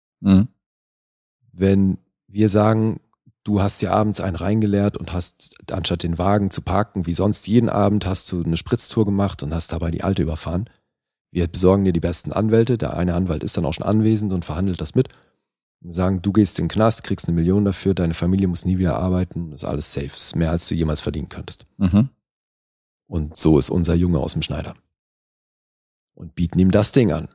wenn wir sagen, du hast dir abends einen reingeleert und hast, anstatt den Wagen zu parken, wie sonst jeden Abend, hast du eine Spritztour gemacht und hast dabei die Alte überfahren. Wir besorgen dir die besten Anwälte. Der eine Anwalt ist dann auch schon anwesend und verhandelt das mit. Und sagen, du gehst in den Knast, kriegst 1 Million dafür, deine Familie muss nie wieder arbeiten, ist alles safe, ist mehr als du jemals verdienen könntest. Und so ist unser Junge aus dem Schneider. Und bieten ihm das Ding an.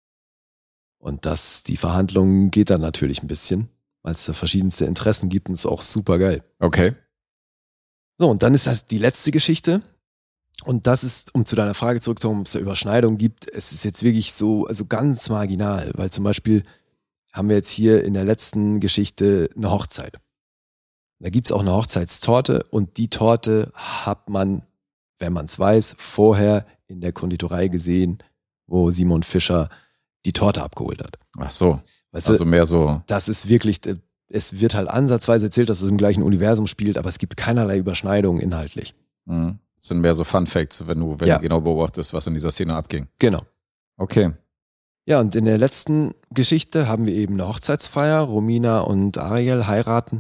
Und die Verhandlung geht dann natürlich ein bisschen, weil es da verschiedenste Interessen gibt und ist auch super geil. Okay. So, und dann ist das die letzte Geschichte. Und das ist, um zu deiner Frage zurückzukommen, ob es da Überschneidungen gibt, es ist jetzt wirklich so, also ganz marginal, weil zum Beispiel haben wir jetzt hier in der letzten Geschichte eine Hochzeit. Da gibt's auch eine Hochzeitstorte und die Torte hat man, wenn man es weiß, vorher in der Konditorei gesehen, wo Simon Fischer die Torte abgeholt hat. Ach so. Weißt also du, mehr so. das ist wirklich, es wird halt ansatzweise erzählt, dass es im gleichen Universum spielt, aber es gibt keinerlei Überschneidungen inhaltlich. Das sind mehr so Fun Facts, wenn du genau beobachtest, was in dieser Szene abging. Genau. Okay. Ja, und in der letzten Geschichte haben wir eben eine Hochzeitsfeier. Romina und Ariel heiraten.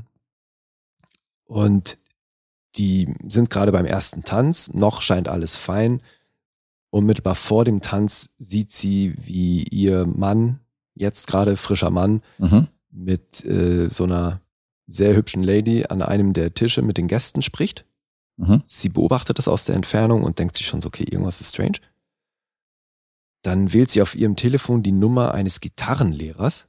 Und die sind gerade beim ersten Tanz. Noch scheint alles fein. Unmittelbar vor dem Tanz sieht sie, wie ihr Mann, jetzt gerade frischer Mann, mit so einer sehr hübschen Lady an einem der Tische mit den Gästen spricht. Sie beobachtet das aus der Entfernung und denkt sich schon so, okay, irgendwas ist strange. Dann wählt sie auf ihrem Telefon die Nummer eines Gitarrenlehrers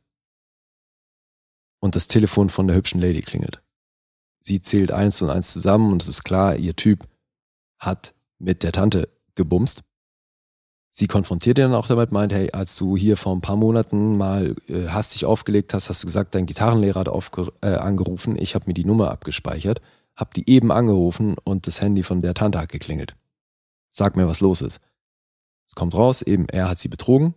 und das Telefon von der hübschen Lady klingelt. Sie zählt 1 und 1 zusammen und es ist klar, ihr Typ hat mit der Tante gebumst. Sie konfrontiert ihn dann auch damit, meint, hey, als du hier vor ein paar Monaten mal hastig aufgelegt hast, hast du gesagt, dein Gitarrenlehrer hat angerufen, ich habe mir die Nummer abgespeichert, habe die eben angerufen und das Handy von der Tante hat geklingelt. Sag mir, was los ist. Es kommt raus, eben, er hat sie betrogen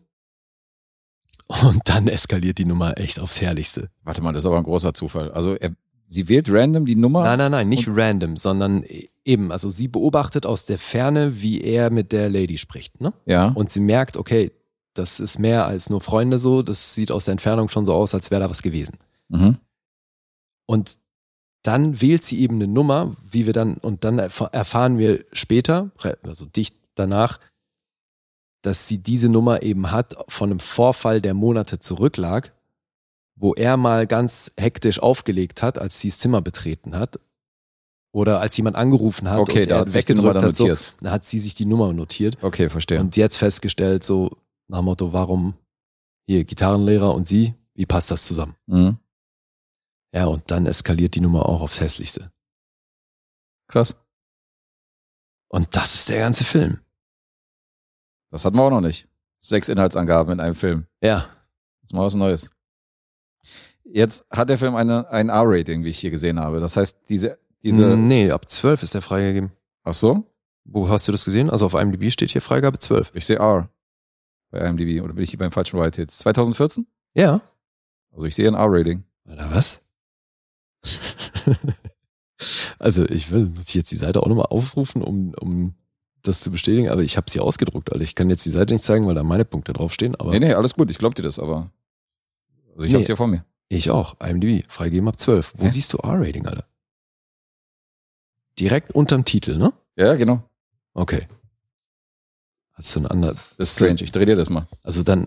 und dann eskaliert die Nummer echt aufs Herrlichste. Warte mal, das ist aber ein großer Zufall. Also sie wählt random die Nummer? Nein, nicht random, sondern eben, also sie beobachtet aus der Ferne, wie er mit der Lady spricht, ne? Ja. Und sie merkt, okay, das ist mehr als nur Freunde so, das sieht aus der Entfernung schon so aus, als wäre da was gewesen. Und dann wählt sie eben eine Nummer, und dann erfahren wir später, also dicht danach, dass sie diese Nummer eben hat von einem Vorfall, der Monate zurücklag, wo er mal ganz hektisch aufgelegt hat, als sie das Zimmer betreten hat. Oder als jemand angerufen hat und er weggedrückt hat, so, dann hat sie sich die Nummer notiert. Okay, verstehe. Und jetzt festgestellt, so nach dem Motto, warum hier Gitarrenlehrer und sie, Wie passt das zusammen? Mhm. Ja, und dann eskaliert die Nummer auch aufs Hässlichste. Krass. Und das ist der ganze Film. Das hatten wir auch noch nicht. 6 Inhaltsangaben in einem Film. Ja. Das ist mal was Neues. Jetzt hat der Film ein R-Rating, wie ich hier gesehen habe. Das heißt, diese Nee, ab 12 ist der freigegeben. Ach so? Wo hast du das gesehen? Also auf IMDb steht hier Freigabe 12. Ich sehe R bei IMDb. Oder bin ich hier beim falschen Wild Hits? 2014? Ja. Also ich sehe ein R-Rating. Alter, was? Also muss ich jetzt die Seite auch nochmal aufrufen, um das zu bestätigen, aber ich habe sie ausgedruckt, Alter. Ich kann jetzt die Seite nicht zeigen, weil da meine Punkte draufstehen. Aber Nee, alles gut, ich glaub dir das, aber also ich hab's hier vor mir. Ich auch. IMDb, freigeben ab 12. Wo siehst du R-Rating, Alter? Direkt unterm Titel, ne? Ja, genau. Okay. Hast du ein anderes? Das ist strange, ich dreh dir das mal. Also dann.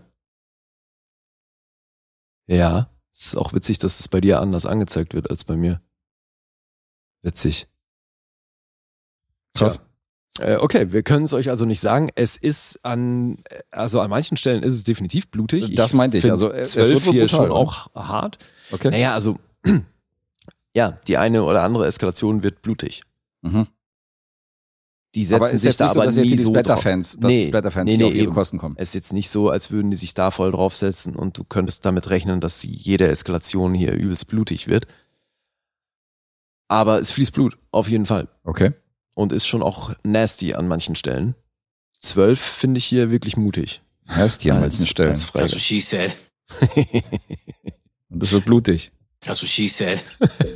Ja, es ist auch witzig, dass es bei dir anders angezeigt wird als bei mir. Witzig. Krass. Okay, wir können es euch also nicht sagen. Es ist an manchen Stellen ist es definitiv blutig. Das meinte ich. Also es 12 wird wohl hier brutal, schon oder? auch hart. Okay. Naja, also ja, die eine oder andere Eskalation wird blutig. Mhm. Die setzen Aber es ist sich jetzt da nicht so, aber dass nie jetzt die so Splatter-Fans, drauf. die Splatter-Fans hier auf ihre eben. Kosten kommen. Es ist jetzt nicht so, als würden die sich da voll draufsetzen und du könntest damit rechnen, dass jede Eskalation hier übelst blutig wird. Aber es fließt Blut, auf jeden Fall. Okay. Und ist schon auch nasty an manchen Stellen. 12 finde ich hier wirklich mutig. Nasty an manchen Stellen. Als Frage. That's what she said. Und das wird blutig. That's what she said.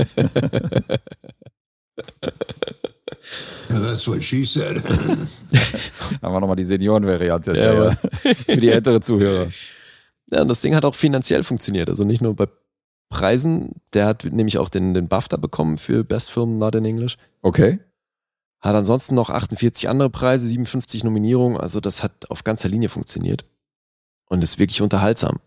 That's what she said. Haben wir nochmal die Senioren-Variante Ja, für die ältere Zuhörer. Ja, und das Ding hat auch finanziell funktioniert. Also nicht nur bei Preisen. Der hat nämlich auch den BAFTA bekommen für Best Film Not in English. Okay. Hat ansonsten noch 48 andere Preise, 57 Nominierungen. Also das hat auf ganzer Linie funktioniert. Und ist wirklich unterhaltsam.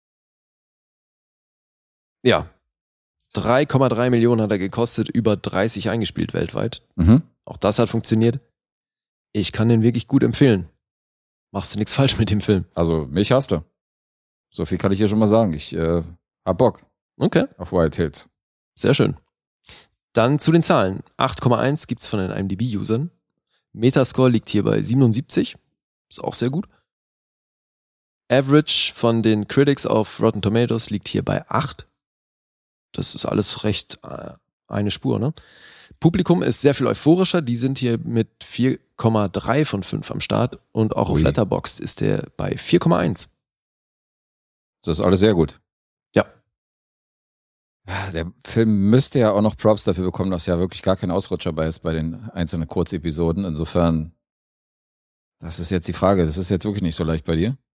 Ja. 3,3 Millionen hat er gekostet, über 30 eingespielt weltweit. Mhm. Auch das hat funktioniert. Ich kann den wirklich gut empfehlen. Machst du nichts falsch mit dem Film. Also mich hast du. So viel kann ich hier schon mal sagen. Ich hab Bock Okay, auf Wild Hills. sehr schön. Dann zu den Zahlen. 8,1 gibt's von den IMDb-Usern. Metascore liegt hier bei 77. Ist auch sehr gut. Average von den Critics auf Rotten Tomatoes liegt hier bei 8. Das ist alles recht eine Spur, ne? Publikum ist sehr viel euphorischer. Die sind hier mit 4,3 von 5 am Start. Und auch auf Ui. Letterboxd ist der bei 4,1. Das ist alles sehr gut. Ja. Ja, der Film müsste ja auch noch Props dafür bekommen, dass ja wirklich gar kein Ausrutscher bei ist bei den einzelnen Kurzepisoden. Insofern, das ist jetzt die Frage. Das ist jetzt wirklich nicht so leicht bei dir.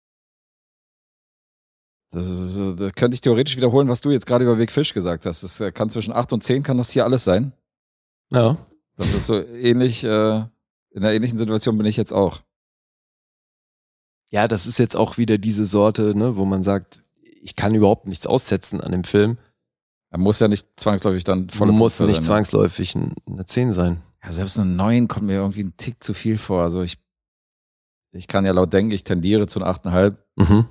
Das könnte ich theoretisch wiederholen, was du jetzt gerade über Big Fish gesagt hast. Das kann zwischen 8 und 10 kann das hier alles sein. Ja. Das ist so ähnlich, in einer ähnlichen Situation bin ich jetzt auch. Ja, das ist jetzt auch wieder diese Sorte, ne, wo man sagt, ich kann überhaupt nichts aussetzen an dem Film. Er muss ja nicht zwangsläufig dann volle Muss Punkte nicht sein, ne? zwangsläufig eine 10 sein. Ja, selbst eine 9 kommt mir irgendwie ein Tick zu viel vor. Also ich kann ja laut denken, ich tendiere zu einer 8,5. Mhm.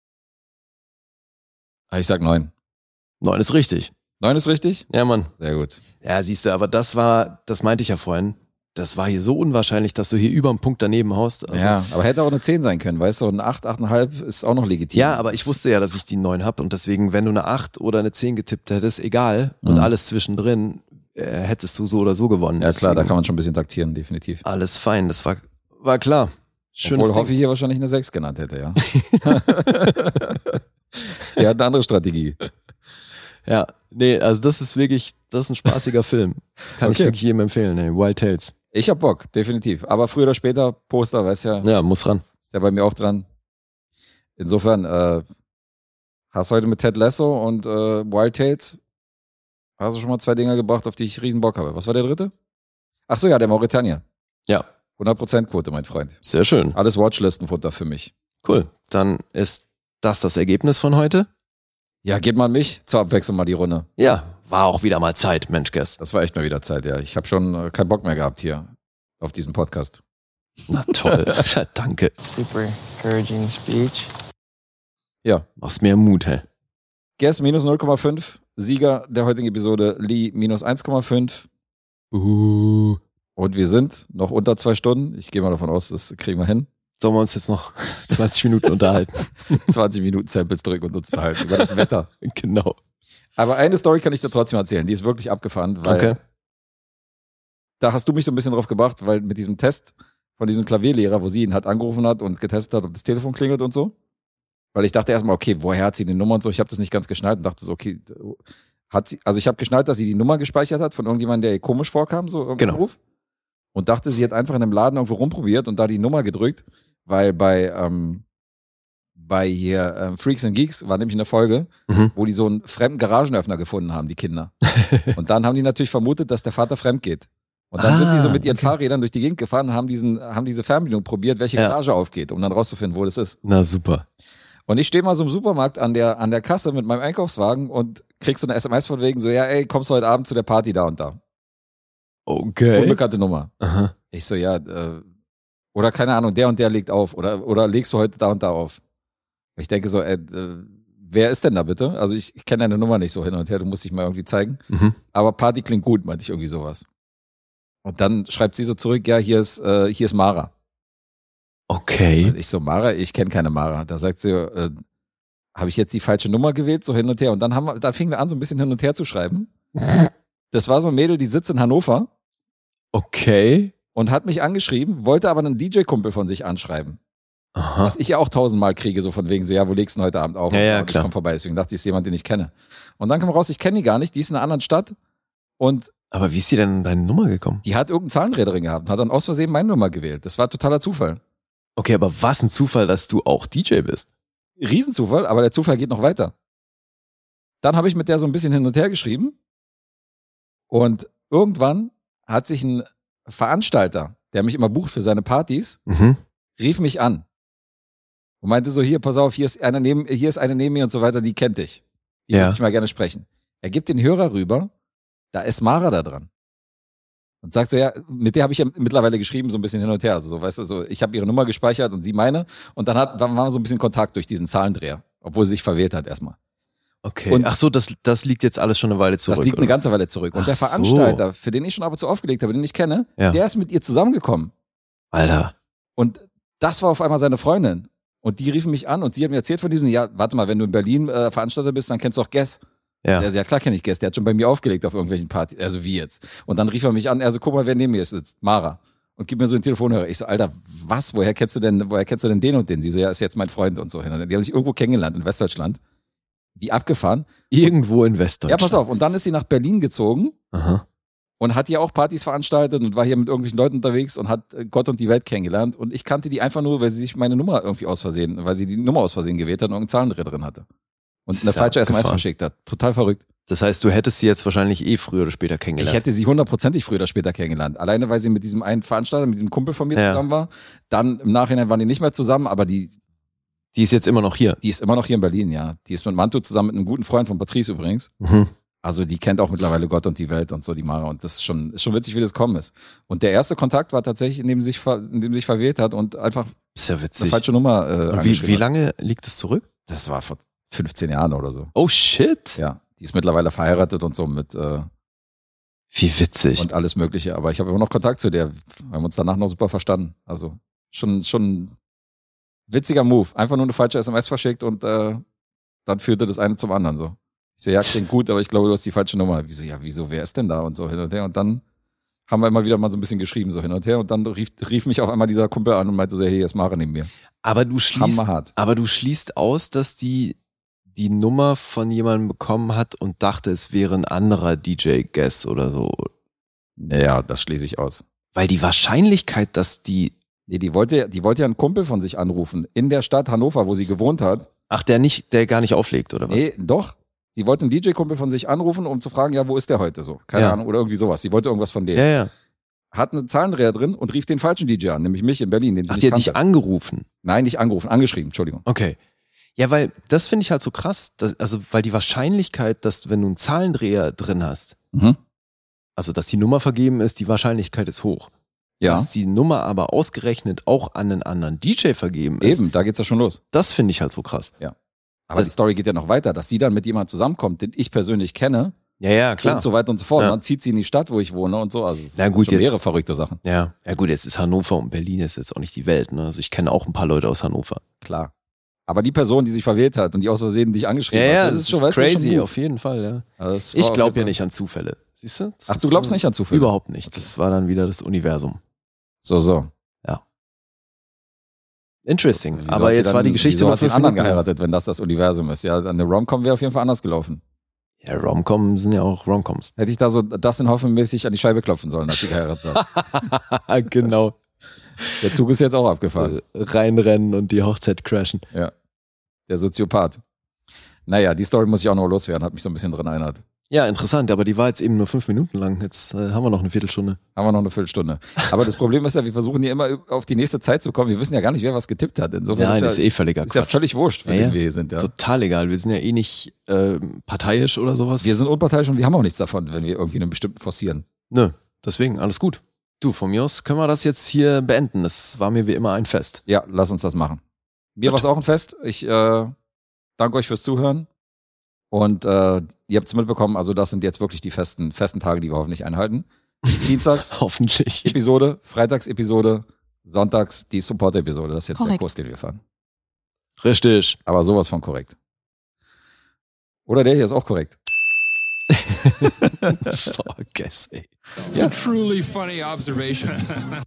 Aber ich sag 9. 9 ist richtig. 9 ist richtig? Ja, Mann. Sehr gut. Ja, siehst du, aber das meinte ich ja vorhin. Das war hier so unwahrscheinlich, dass du hier über einen Punkt daneben haust. Also, Ja, aber hätte auch eine 10 sein können, weißt du? Und eine 8, 8,5 ist auch noch legitim. ja, aber ich wusste ja, dass ich die 9 habe und deswegen, wenn du eine 8 oder eine 10 getippt hättest, egal, und alles zwischendrin, hättest du so oder so gewonnen. Ja, klar, da Deswegen kann man schon ein bisschen taktieren, definitiv. alles fein, das war klar. Schönes Obwohl Hoffi hier wahrscheinlich eine 6 genannt hätte, ja. Der hat eine andere Strategie. Ja, nee, also das ist ein spaßiger Film. Kann ich Okay. wirklich jedem empfehlen, ey. Wild Tales. Ich hab Bock, definitiv. Aber früher oder später, Poster, weißt ja, Ja, muss ran. ist der bei mir auch dran. Insofern, hast du heute mit Ted Lasso und Wild Tales, hast du schon mal 2 Dinger gebracht, auf die ich riesen Bock habe. Was war der dritte? Ach so, ja, der Mauretanier. Ja, 100% Quote, mein Freund. sehr schön. Alles Watchlistenfutter für mich. Cool. Dann ist das Ergebnis von heute. Ja, geht mal an mich zur Abwechslung mal die Runde. Ja, war auch wieder mal Zeit, Mensch, Guest. Das war echt mal wieder Zeit, ja. Ich habe schon keinen Bock mehr gehabt hier auf diesen Podcast. Na toll. Danke. Super encouraging speech. Ja, Machst mehr Mut, hä? Guess minus 0,5. Sieger der heutigen Episode Lee minus 1,5. Und wir sind noch unter 2 Stunden. Ich gehe mal davon aus, das kriegen wir hin. Sollen wir uns jetzt noch 20 Minuten unterhalten? 20 Minuten Samples drücken und uns unterhalten über das Wetter. Genau. Aber eine Story kann ich dir trotzdem erzählen. Die ist wirklich abgefahren, weil da hast du mich so ein bisschen drauf gebracht, weil mit diesem Test von diesem Klavierlehrer, wo sie ihn halt angerufen hat und getestet hat, ob das Telefon klingelt und so. Weil ich dachte erstmal, okay, woher hat sie die Nummer und so? Ich habe das nicht ganz geschnallt und dachte so, okay, ich habe geschnallt, dass sie die Nummer gespeichert hat von irgendjemandem, der ihr komisch vorkam, so im Anruf. Und dachte, sie hat einfach in einem Laden irgendwo rumprobiert und da die Nummer gedrückt, weil bei hier Freaks and Geeks war nämlich eine Folge, wo die so einen fremden Garagenöffner gefunden haben, die Kinder. Und dann haben die natürlich vermutet, dass der Vater fremd geht. Und dann sind die so mit ihren Fahrrädern durch die Gegend gefahren und haben diese Fernbedienung probiert, welche Garage aufgeht, um dann rauszufinden, wo das ist. Na super. Und ich stehe mal so im Supermarkt an der Kasse mit meinem Einkaufswagen und krieg so eine SMS von wegen so, ja ey, kommst du heute Abend zu der Party da und da. Okay. Unbekannte Nummer. Aha. Ich so, ja, oder keine Ahnung, der und der legt auf. Oder legst du heute da und da auf? Ich denke so, wer ist denn da bitte? Also ich kenne deine Nummer nicht so hin und her, du musst dich mal irgendwie zeigen. Aber Party klingt gut, meinte ich irgendwie sowas. Und dann schreibt sie so zurück, ja, hier ist Mara. Okay. Und ich so, Mara, ich kenne keine Mara. Da sagt sie, habe ich jetzt die falsche Nummer gewählt, so hin und her. Und dann fingen wir an, so ein bisschen hin und her zu schreiben. Das war so ein Mädel, die sitzt in Hannover. Okay. Und hat mich angeschrieben, wollte aber einen DJ-Kumpel von sich anschreiben. Aha. Was ich ja auch 1000-mal kriege, so von wegen so, ja, wo legst du denn heute Abend auf? Ja, und klar. Ich komm vorbei, deswegen dachte ich, ist jemand, den ich kenne. Und dann kam raus, ich kenne die gar nicht, die ist in einer anderen Stadt und Aber wie ist sie denn an deine Nummer gekommen? die hat irgendeinen Zahlendreher drin gehabt und hat dann aus Versehen meine Nummer gewählt. Das war totaler Zufall. Okay, aber was ein Zufall, dass du auch DJ bist. Riesenzufall, aber der Zufall geht noch weiter. Dann habe ich mit der so ein bisschen hin und her geschrieben und irgendwann hat sich ein Veranstalter, der mich immer bucht für seine Partys, rief mich an und meinte so, hier, pass auf, hier ist eine neben mir und so weiter, die kennt dich. Die würde ich mal gerne sprechen. Er gibt den Hörer rüber, da ist Mara da dran. Und sagt so, ja, mit der habe ich ja mittlerweile geschrieben, so ein bisschen hin und her. Also so, weißt du, so, ich habe ihre Nummer gespeichert und sie meine. Und dann war so ein bisschen Kontakt durch diesen Zahlendreher, obwohl sie sich verwählt hat erstmal. Okay. Und ach so, das liegt jetzt alles schon eine Weile zurück. Das liegt eine ganze Weile zurück. Und der Veranstalter, so, für den ich schon ab und zu aufgelegt habe, den ich kenne, der ist mit ihr zusammengekommen. Alter. Und das war auf einmal seine Freundin. Und die riefen mich an und sie hat mir erzählt von diesem, ja, warte mal, wenn du in Berlin Veranstalter bist, dann kennst du auch Guess. Ja. Der ist ja klar, kenne ich Guess, der hat schon bei mir aufgelegt auf irgendwelchen Partys, also wie jetzt. Und dann rief er mich an, er so, guck mal, wer neben mir sitzt, Mara. Und gib mir so einen Telefonhörer. Ich so, Alter, was, woher kennst du denn den und den? Sie so, ja, ist jetzt mein Freund und so. Die haben sich irgendwo kennengelernt in Westdeutschland. Wie abgefahren. Irgendwo in Westdeutschland. Ja, pass auf. Und dann ist sie nach Berlin gezogen. Aha. Und hat hier auch Partys veranstaltet und war hier mit irgendwelchen Leuten unterwegs und hat Gott und die Welt kennengelernt. Und ich kannte die einfach nur, weil sie sich meine Nummer irgendwie weil sie die Nummer aus Versehen gewählt hat und irgendeinen Zahlendreher drin hatte. Und eine falsche SMS verschickt hat. Total verrückt. Das heißt, du hättest sie jetzt wahrscheinlich früher oder später kennengelernt. Ich hätte sie 100%ig früher oder später kennengelernt. Alleine, weil sie mit diesem einen Veranstalter, mit diesem Kumpel von mir zusammen war. Dann im Nachhinein waren die nicht mehr zusammen, aber die ist jetzt immer noch hier. Die ist immer noch hier in Berlin, ja. Die ist mit Manto zusammen mit einem guten Freund von Patrice übrigens. Also die kennt auch mittlerweile Gott und die Welt und so, die Mara. Und das ist schon witzig, wie das gekommen ist. Und der erste Kontakt war tatsächlich, in dem sie sich verwählt hat und einfach ist ja witzig. eine falsche Nummer angeschrieben. Wie lange liegt es zurück? Das war vor 15 Jahren oder so. Oh shit. Ja, die ist mittlerweile verheiratet und so mit wie witzig. Und alles mögliche. Aber ich habe immer noch Kontakt zu der. Wir haben uns danach noch super verstanden. Also schon witziger Move. Einfach nur eine falsche SMS verschickt und dann führte das eine zum anderen so. Ich so, ja, klingt gut, aber ich glaube, du hast die falsche Nummer. Wieso, wer ist denn da? Und so hin und her. Und dann haben wir immer wieder mal so ein bisschen geschrieben, so hin und her. Und dann rief mich auf einmal dieser Kumpel an und meinte so, hey, hier ist Mara neben mir. Aber du schließt aus, dass die Nummer von jemandem bekommen hat und dachte, es wäre ein anderer DJ-Guess oder so. Naja, das schließe ich aus. Weil die Wahrscheinlichkeit, dass die wollte ja einen Kumpel von sich anrufen. In der Stadt Hannover, wo sie gewohnt hat. Ach, der gar nicht auflegt, oder was? Nee, doch. Sie wollte einen DJ-Kumpel von sich anrufen, um zu fragen, ja, wo ist der heute so? Keine Ahnung, oder irgendwie sowas. Sie wollte irgendwas von dem. Ja. Hat einen Zahlendreher drin und rief den falschen DJ an, nämlich mich in Berlin. Den sie die hat dich angerufen? Nein, nicht angerufen, angeschrieben, Entschuldigung. Okay. Ja, weil das finde ich halt so krass, weil die Wahrscheinlichkeit, dass wenn du einen Zahlendreher drin hast, also dass die Nummer vergeben ist, die Wahrscheinlichkeit ist hoch. Ja. Dass die Nummer aber ausgerechnet auch an einen anderen DJ vergeben ist. Eben, da geht's ja schon los. Das finde ich halt so krass. Ja. Aber die Story geht ja noch weiter, dass sie dann mit jemandem zusammenkommt, den ich persönlich kenne. Ja, klar. Und so weiter und so fort. Ja. Dann zieht sie in die Stadt, wo ich wohne und so. Also es Na gut, sind schon jetzt- mehrere verrückte Sachen. Ja, gut, jetzt ist Hannover und Berlin ist jetzt auch nicht die Welt. Ne? Also ich kenne auch ein paar Leute aus Hannover. Klar. Aber die Person, die sich verwählt hat und die aus Versehen dich angeschrieben hat, das ist schon, weißt du, crazy, schon auf jeden Fall, ja. Also das war Ich auf glaube jeden ja Fall- nicht an Zufälle. Siehst du? Das Ach, du ist, glaubst nicht an Zufälle? Überhaupt nicht. Das war dann wieder das Universum. So. Interesting. Wieso Aber hat sie jetzt dann- war die Geschichte wieso noch hat sie 5 einen anderen Minuten lang. geheiratet, wenn das Universum ist. Ja, eine Rom-Com wäre auf jeden Fall anders gelaufen. Ja, Rom-Com sind ja auch Rom-Coms. Hätte ich da so Dustin Hoffman-mäßig an die Scheibe klopfen sollen, als sie geheiratet hat. Genau. Der Zug ist jetzt auch abgefahren. Reinrennen und die Hochzeit crashen. Ja. Der Soziopath. Naja, die Story muss ich auch noch loswerden, hat mich so ein bisschen dran erinnert. Ja, interessant, aber die war jetzt eben nur 5 Minuten lang. Jetzt haben wir noch eine Viertelstunde. Haben wir noch eine Viertelstunde. Aber das Problem ist ja, wir versuchen hier immer auf die nächste Zeit zu kommen. Wir wissen ja gar nicht, wer was getippt hat. Insofern Nein, ist ist eh völliger ist ja Quatsch. völlig wurscht, für Ja, den wir hier sind. Ja. Total egal. Wir sind ja eh nicht parteiisch oder sowas. Wir sind unparteiisch und wir haben auch nichts davon, wenn wir irgendwie einen bestimmten forcieren. Nö, deswegen, alles gut. Du, von mir aus können wir das jetzt hier beenden. Das war mir wie immer ein Fest. Ja, lass uns das machen. Mir war es auch ein Fest. Ich danke euch fürs Zuhören. Und ihr habt es mitbekommen, also das sind jetzt wirklich die festen Tage, die wir hoffentlich einhalten. Dienstags Hoffentlich. Episode, Freitags Episode, Sonntags die Support-Episode. Das ist jetzt der Korrekt. Kurs, den wir fahren. Richtig. Aber sowas von korrekt. Oder der hier ist auch korrekt. So, guess, ey. It's a truly funny observation.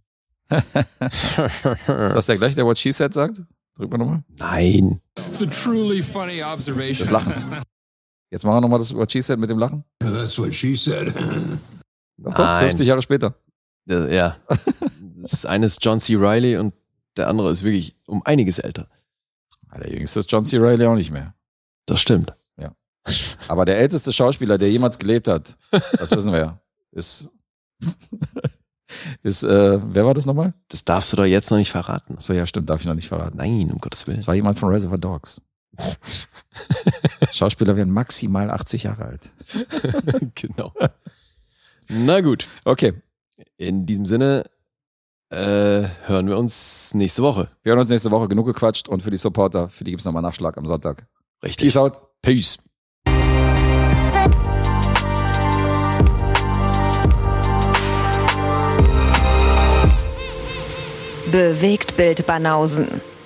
Ist das der gleiche, der What She Said sagt? Drück mal nochmal. Nein. It's a truly funny observation. Das Lachen. Jetzt machen wir nochmal das What She Said mit dem Lachen. That's what she said. Doch, Nein. 50 Jahre später. Ja. Das eine ist John C. Reilly und der andere ist wirklich um einiges älter. Der jüngste ist John C. Reilly auch nicht mehr. Das stimmt. Aber der älteste Schauspieler, der jemals gelebt hat, das wissen wir ja, ist wer war das nochmal? Das darfst du doch jetzt noch nicht verraten. Achso, ja, stimmt, darf ich noch nicht verraten. Nein, um Gottes Willen. Das war jemand von Reservoir Dogs. Schauspieler werden maximal 80 Jahre alt. Genau. Na gut. Okay, In diesem Sinne hören wir uns nächste Woche. wir hören uns nächste Woche. Genug gequatscht und für die Supporter, für die gibt es nochmal Nachschlag am Sonntag. Richtig. Peace out. Peace. Bewegt Bild Banausen.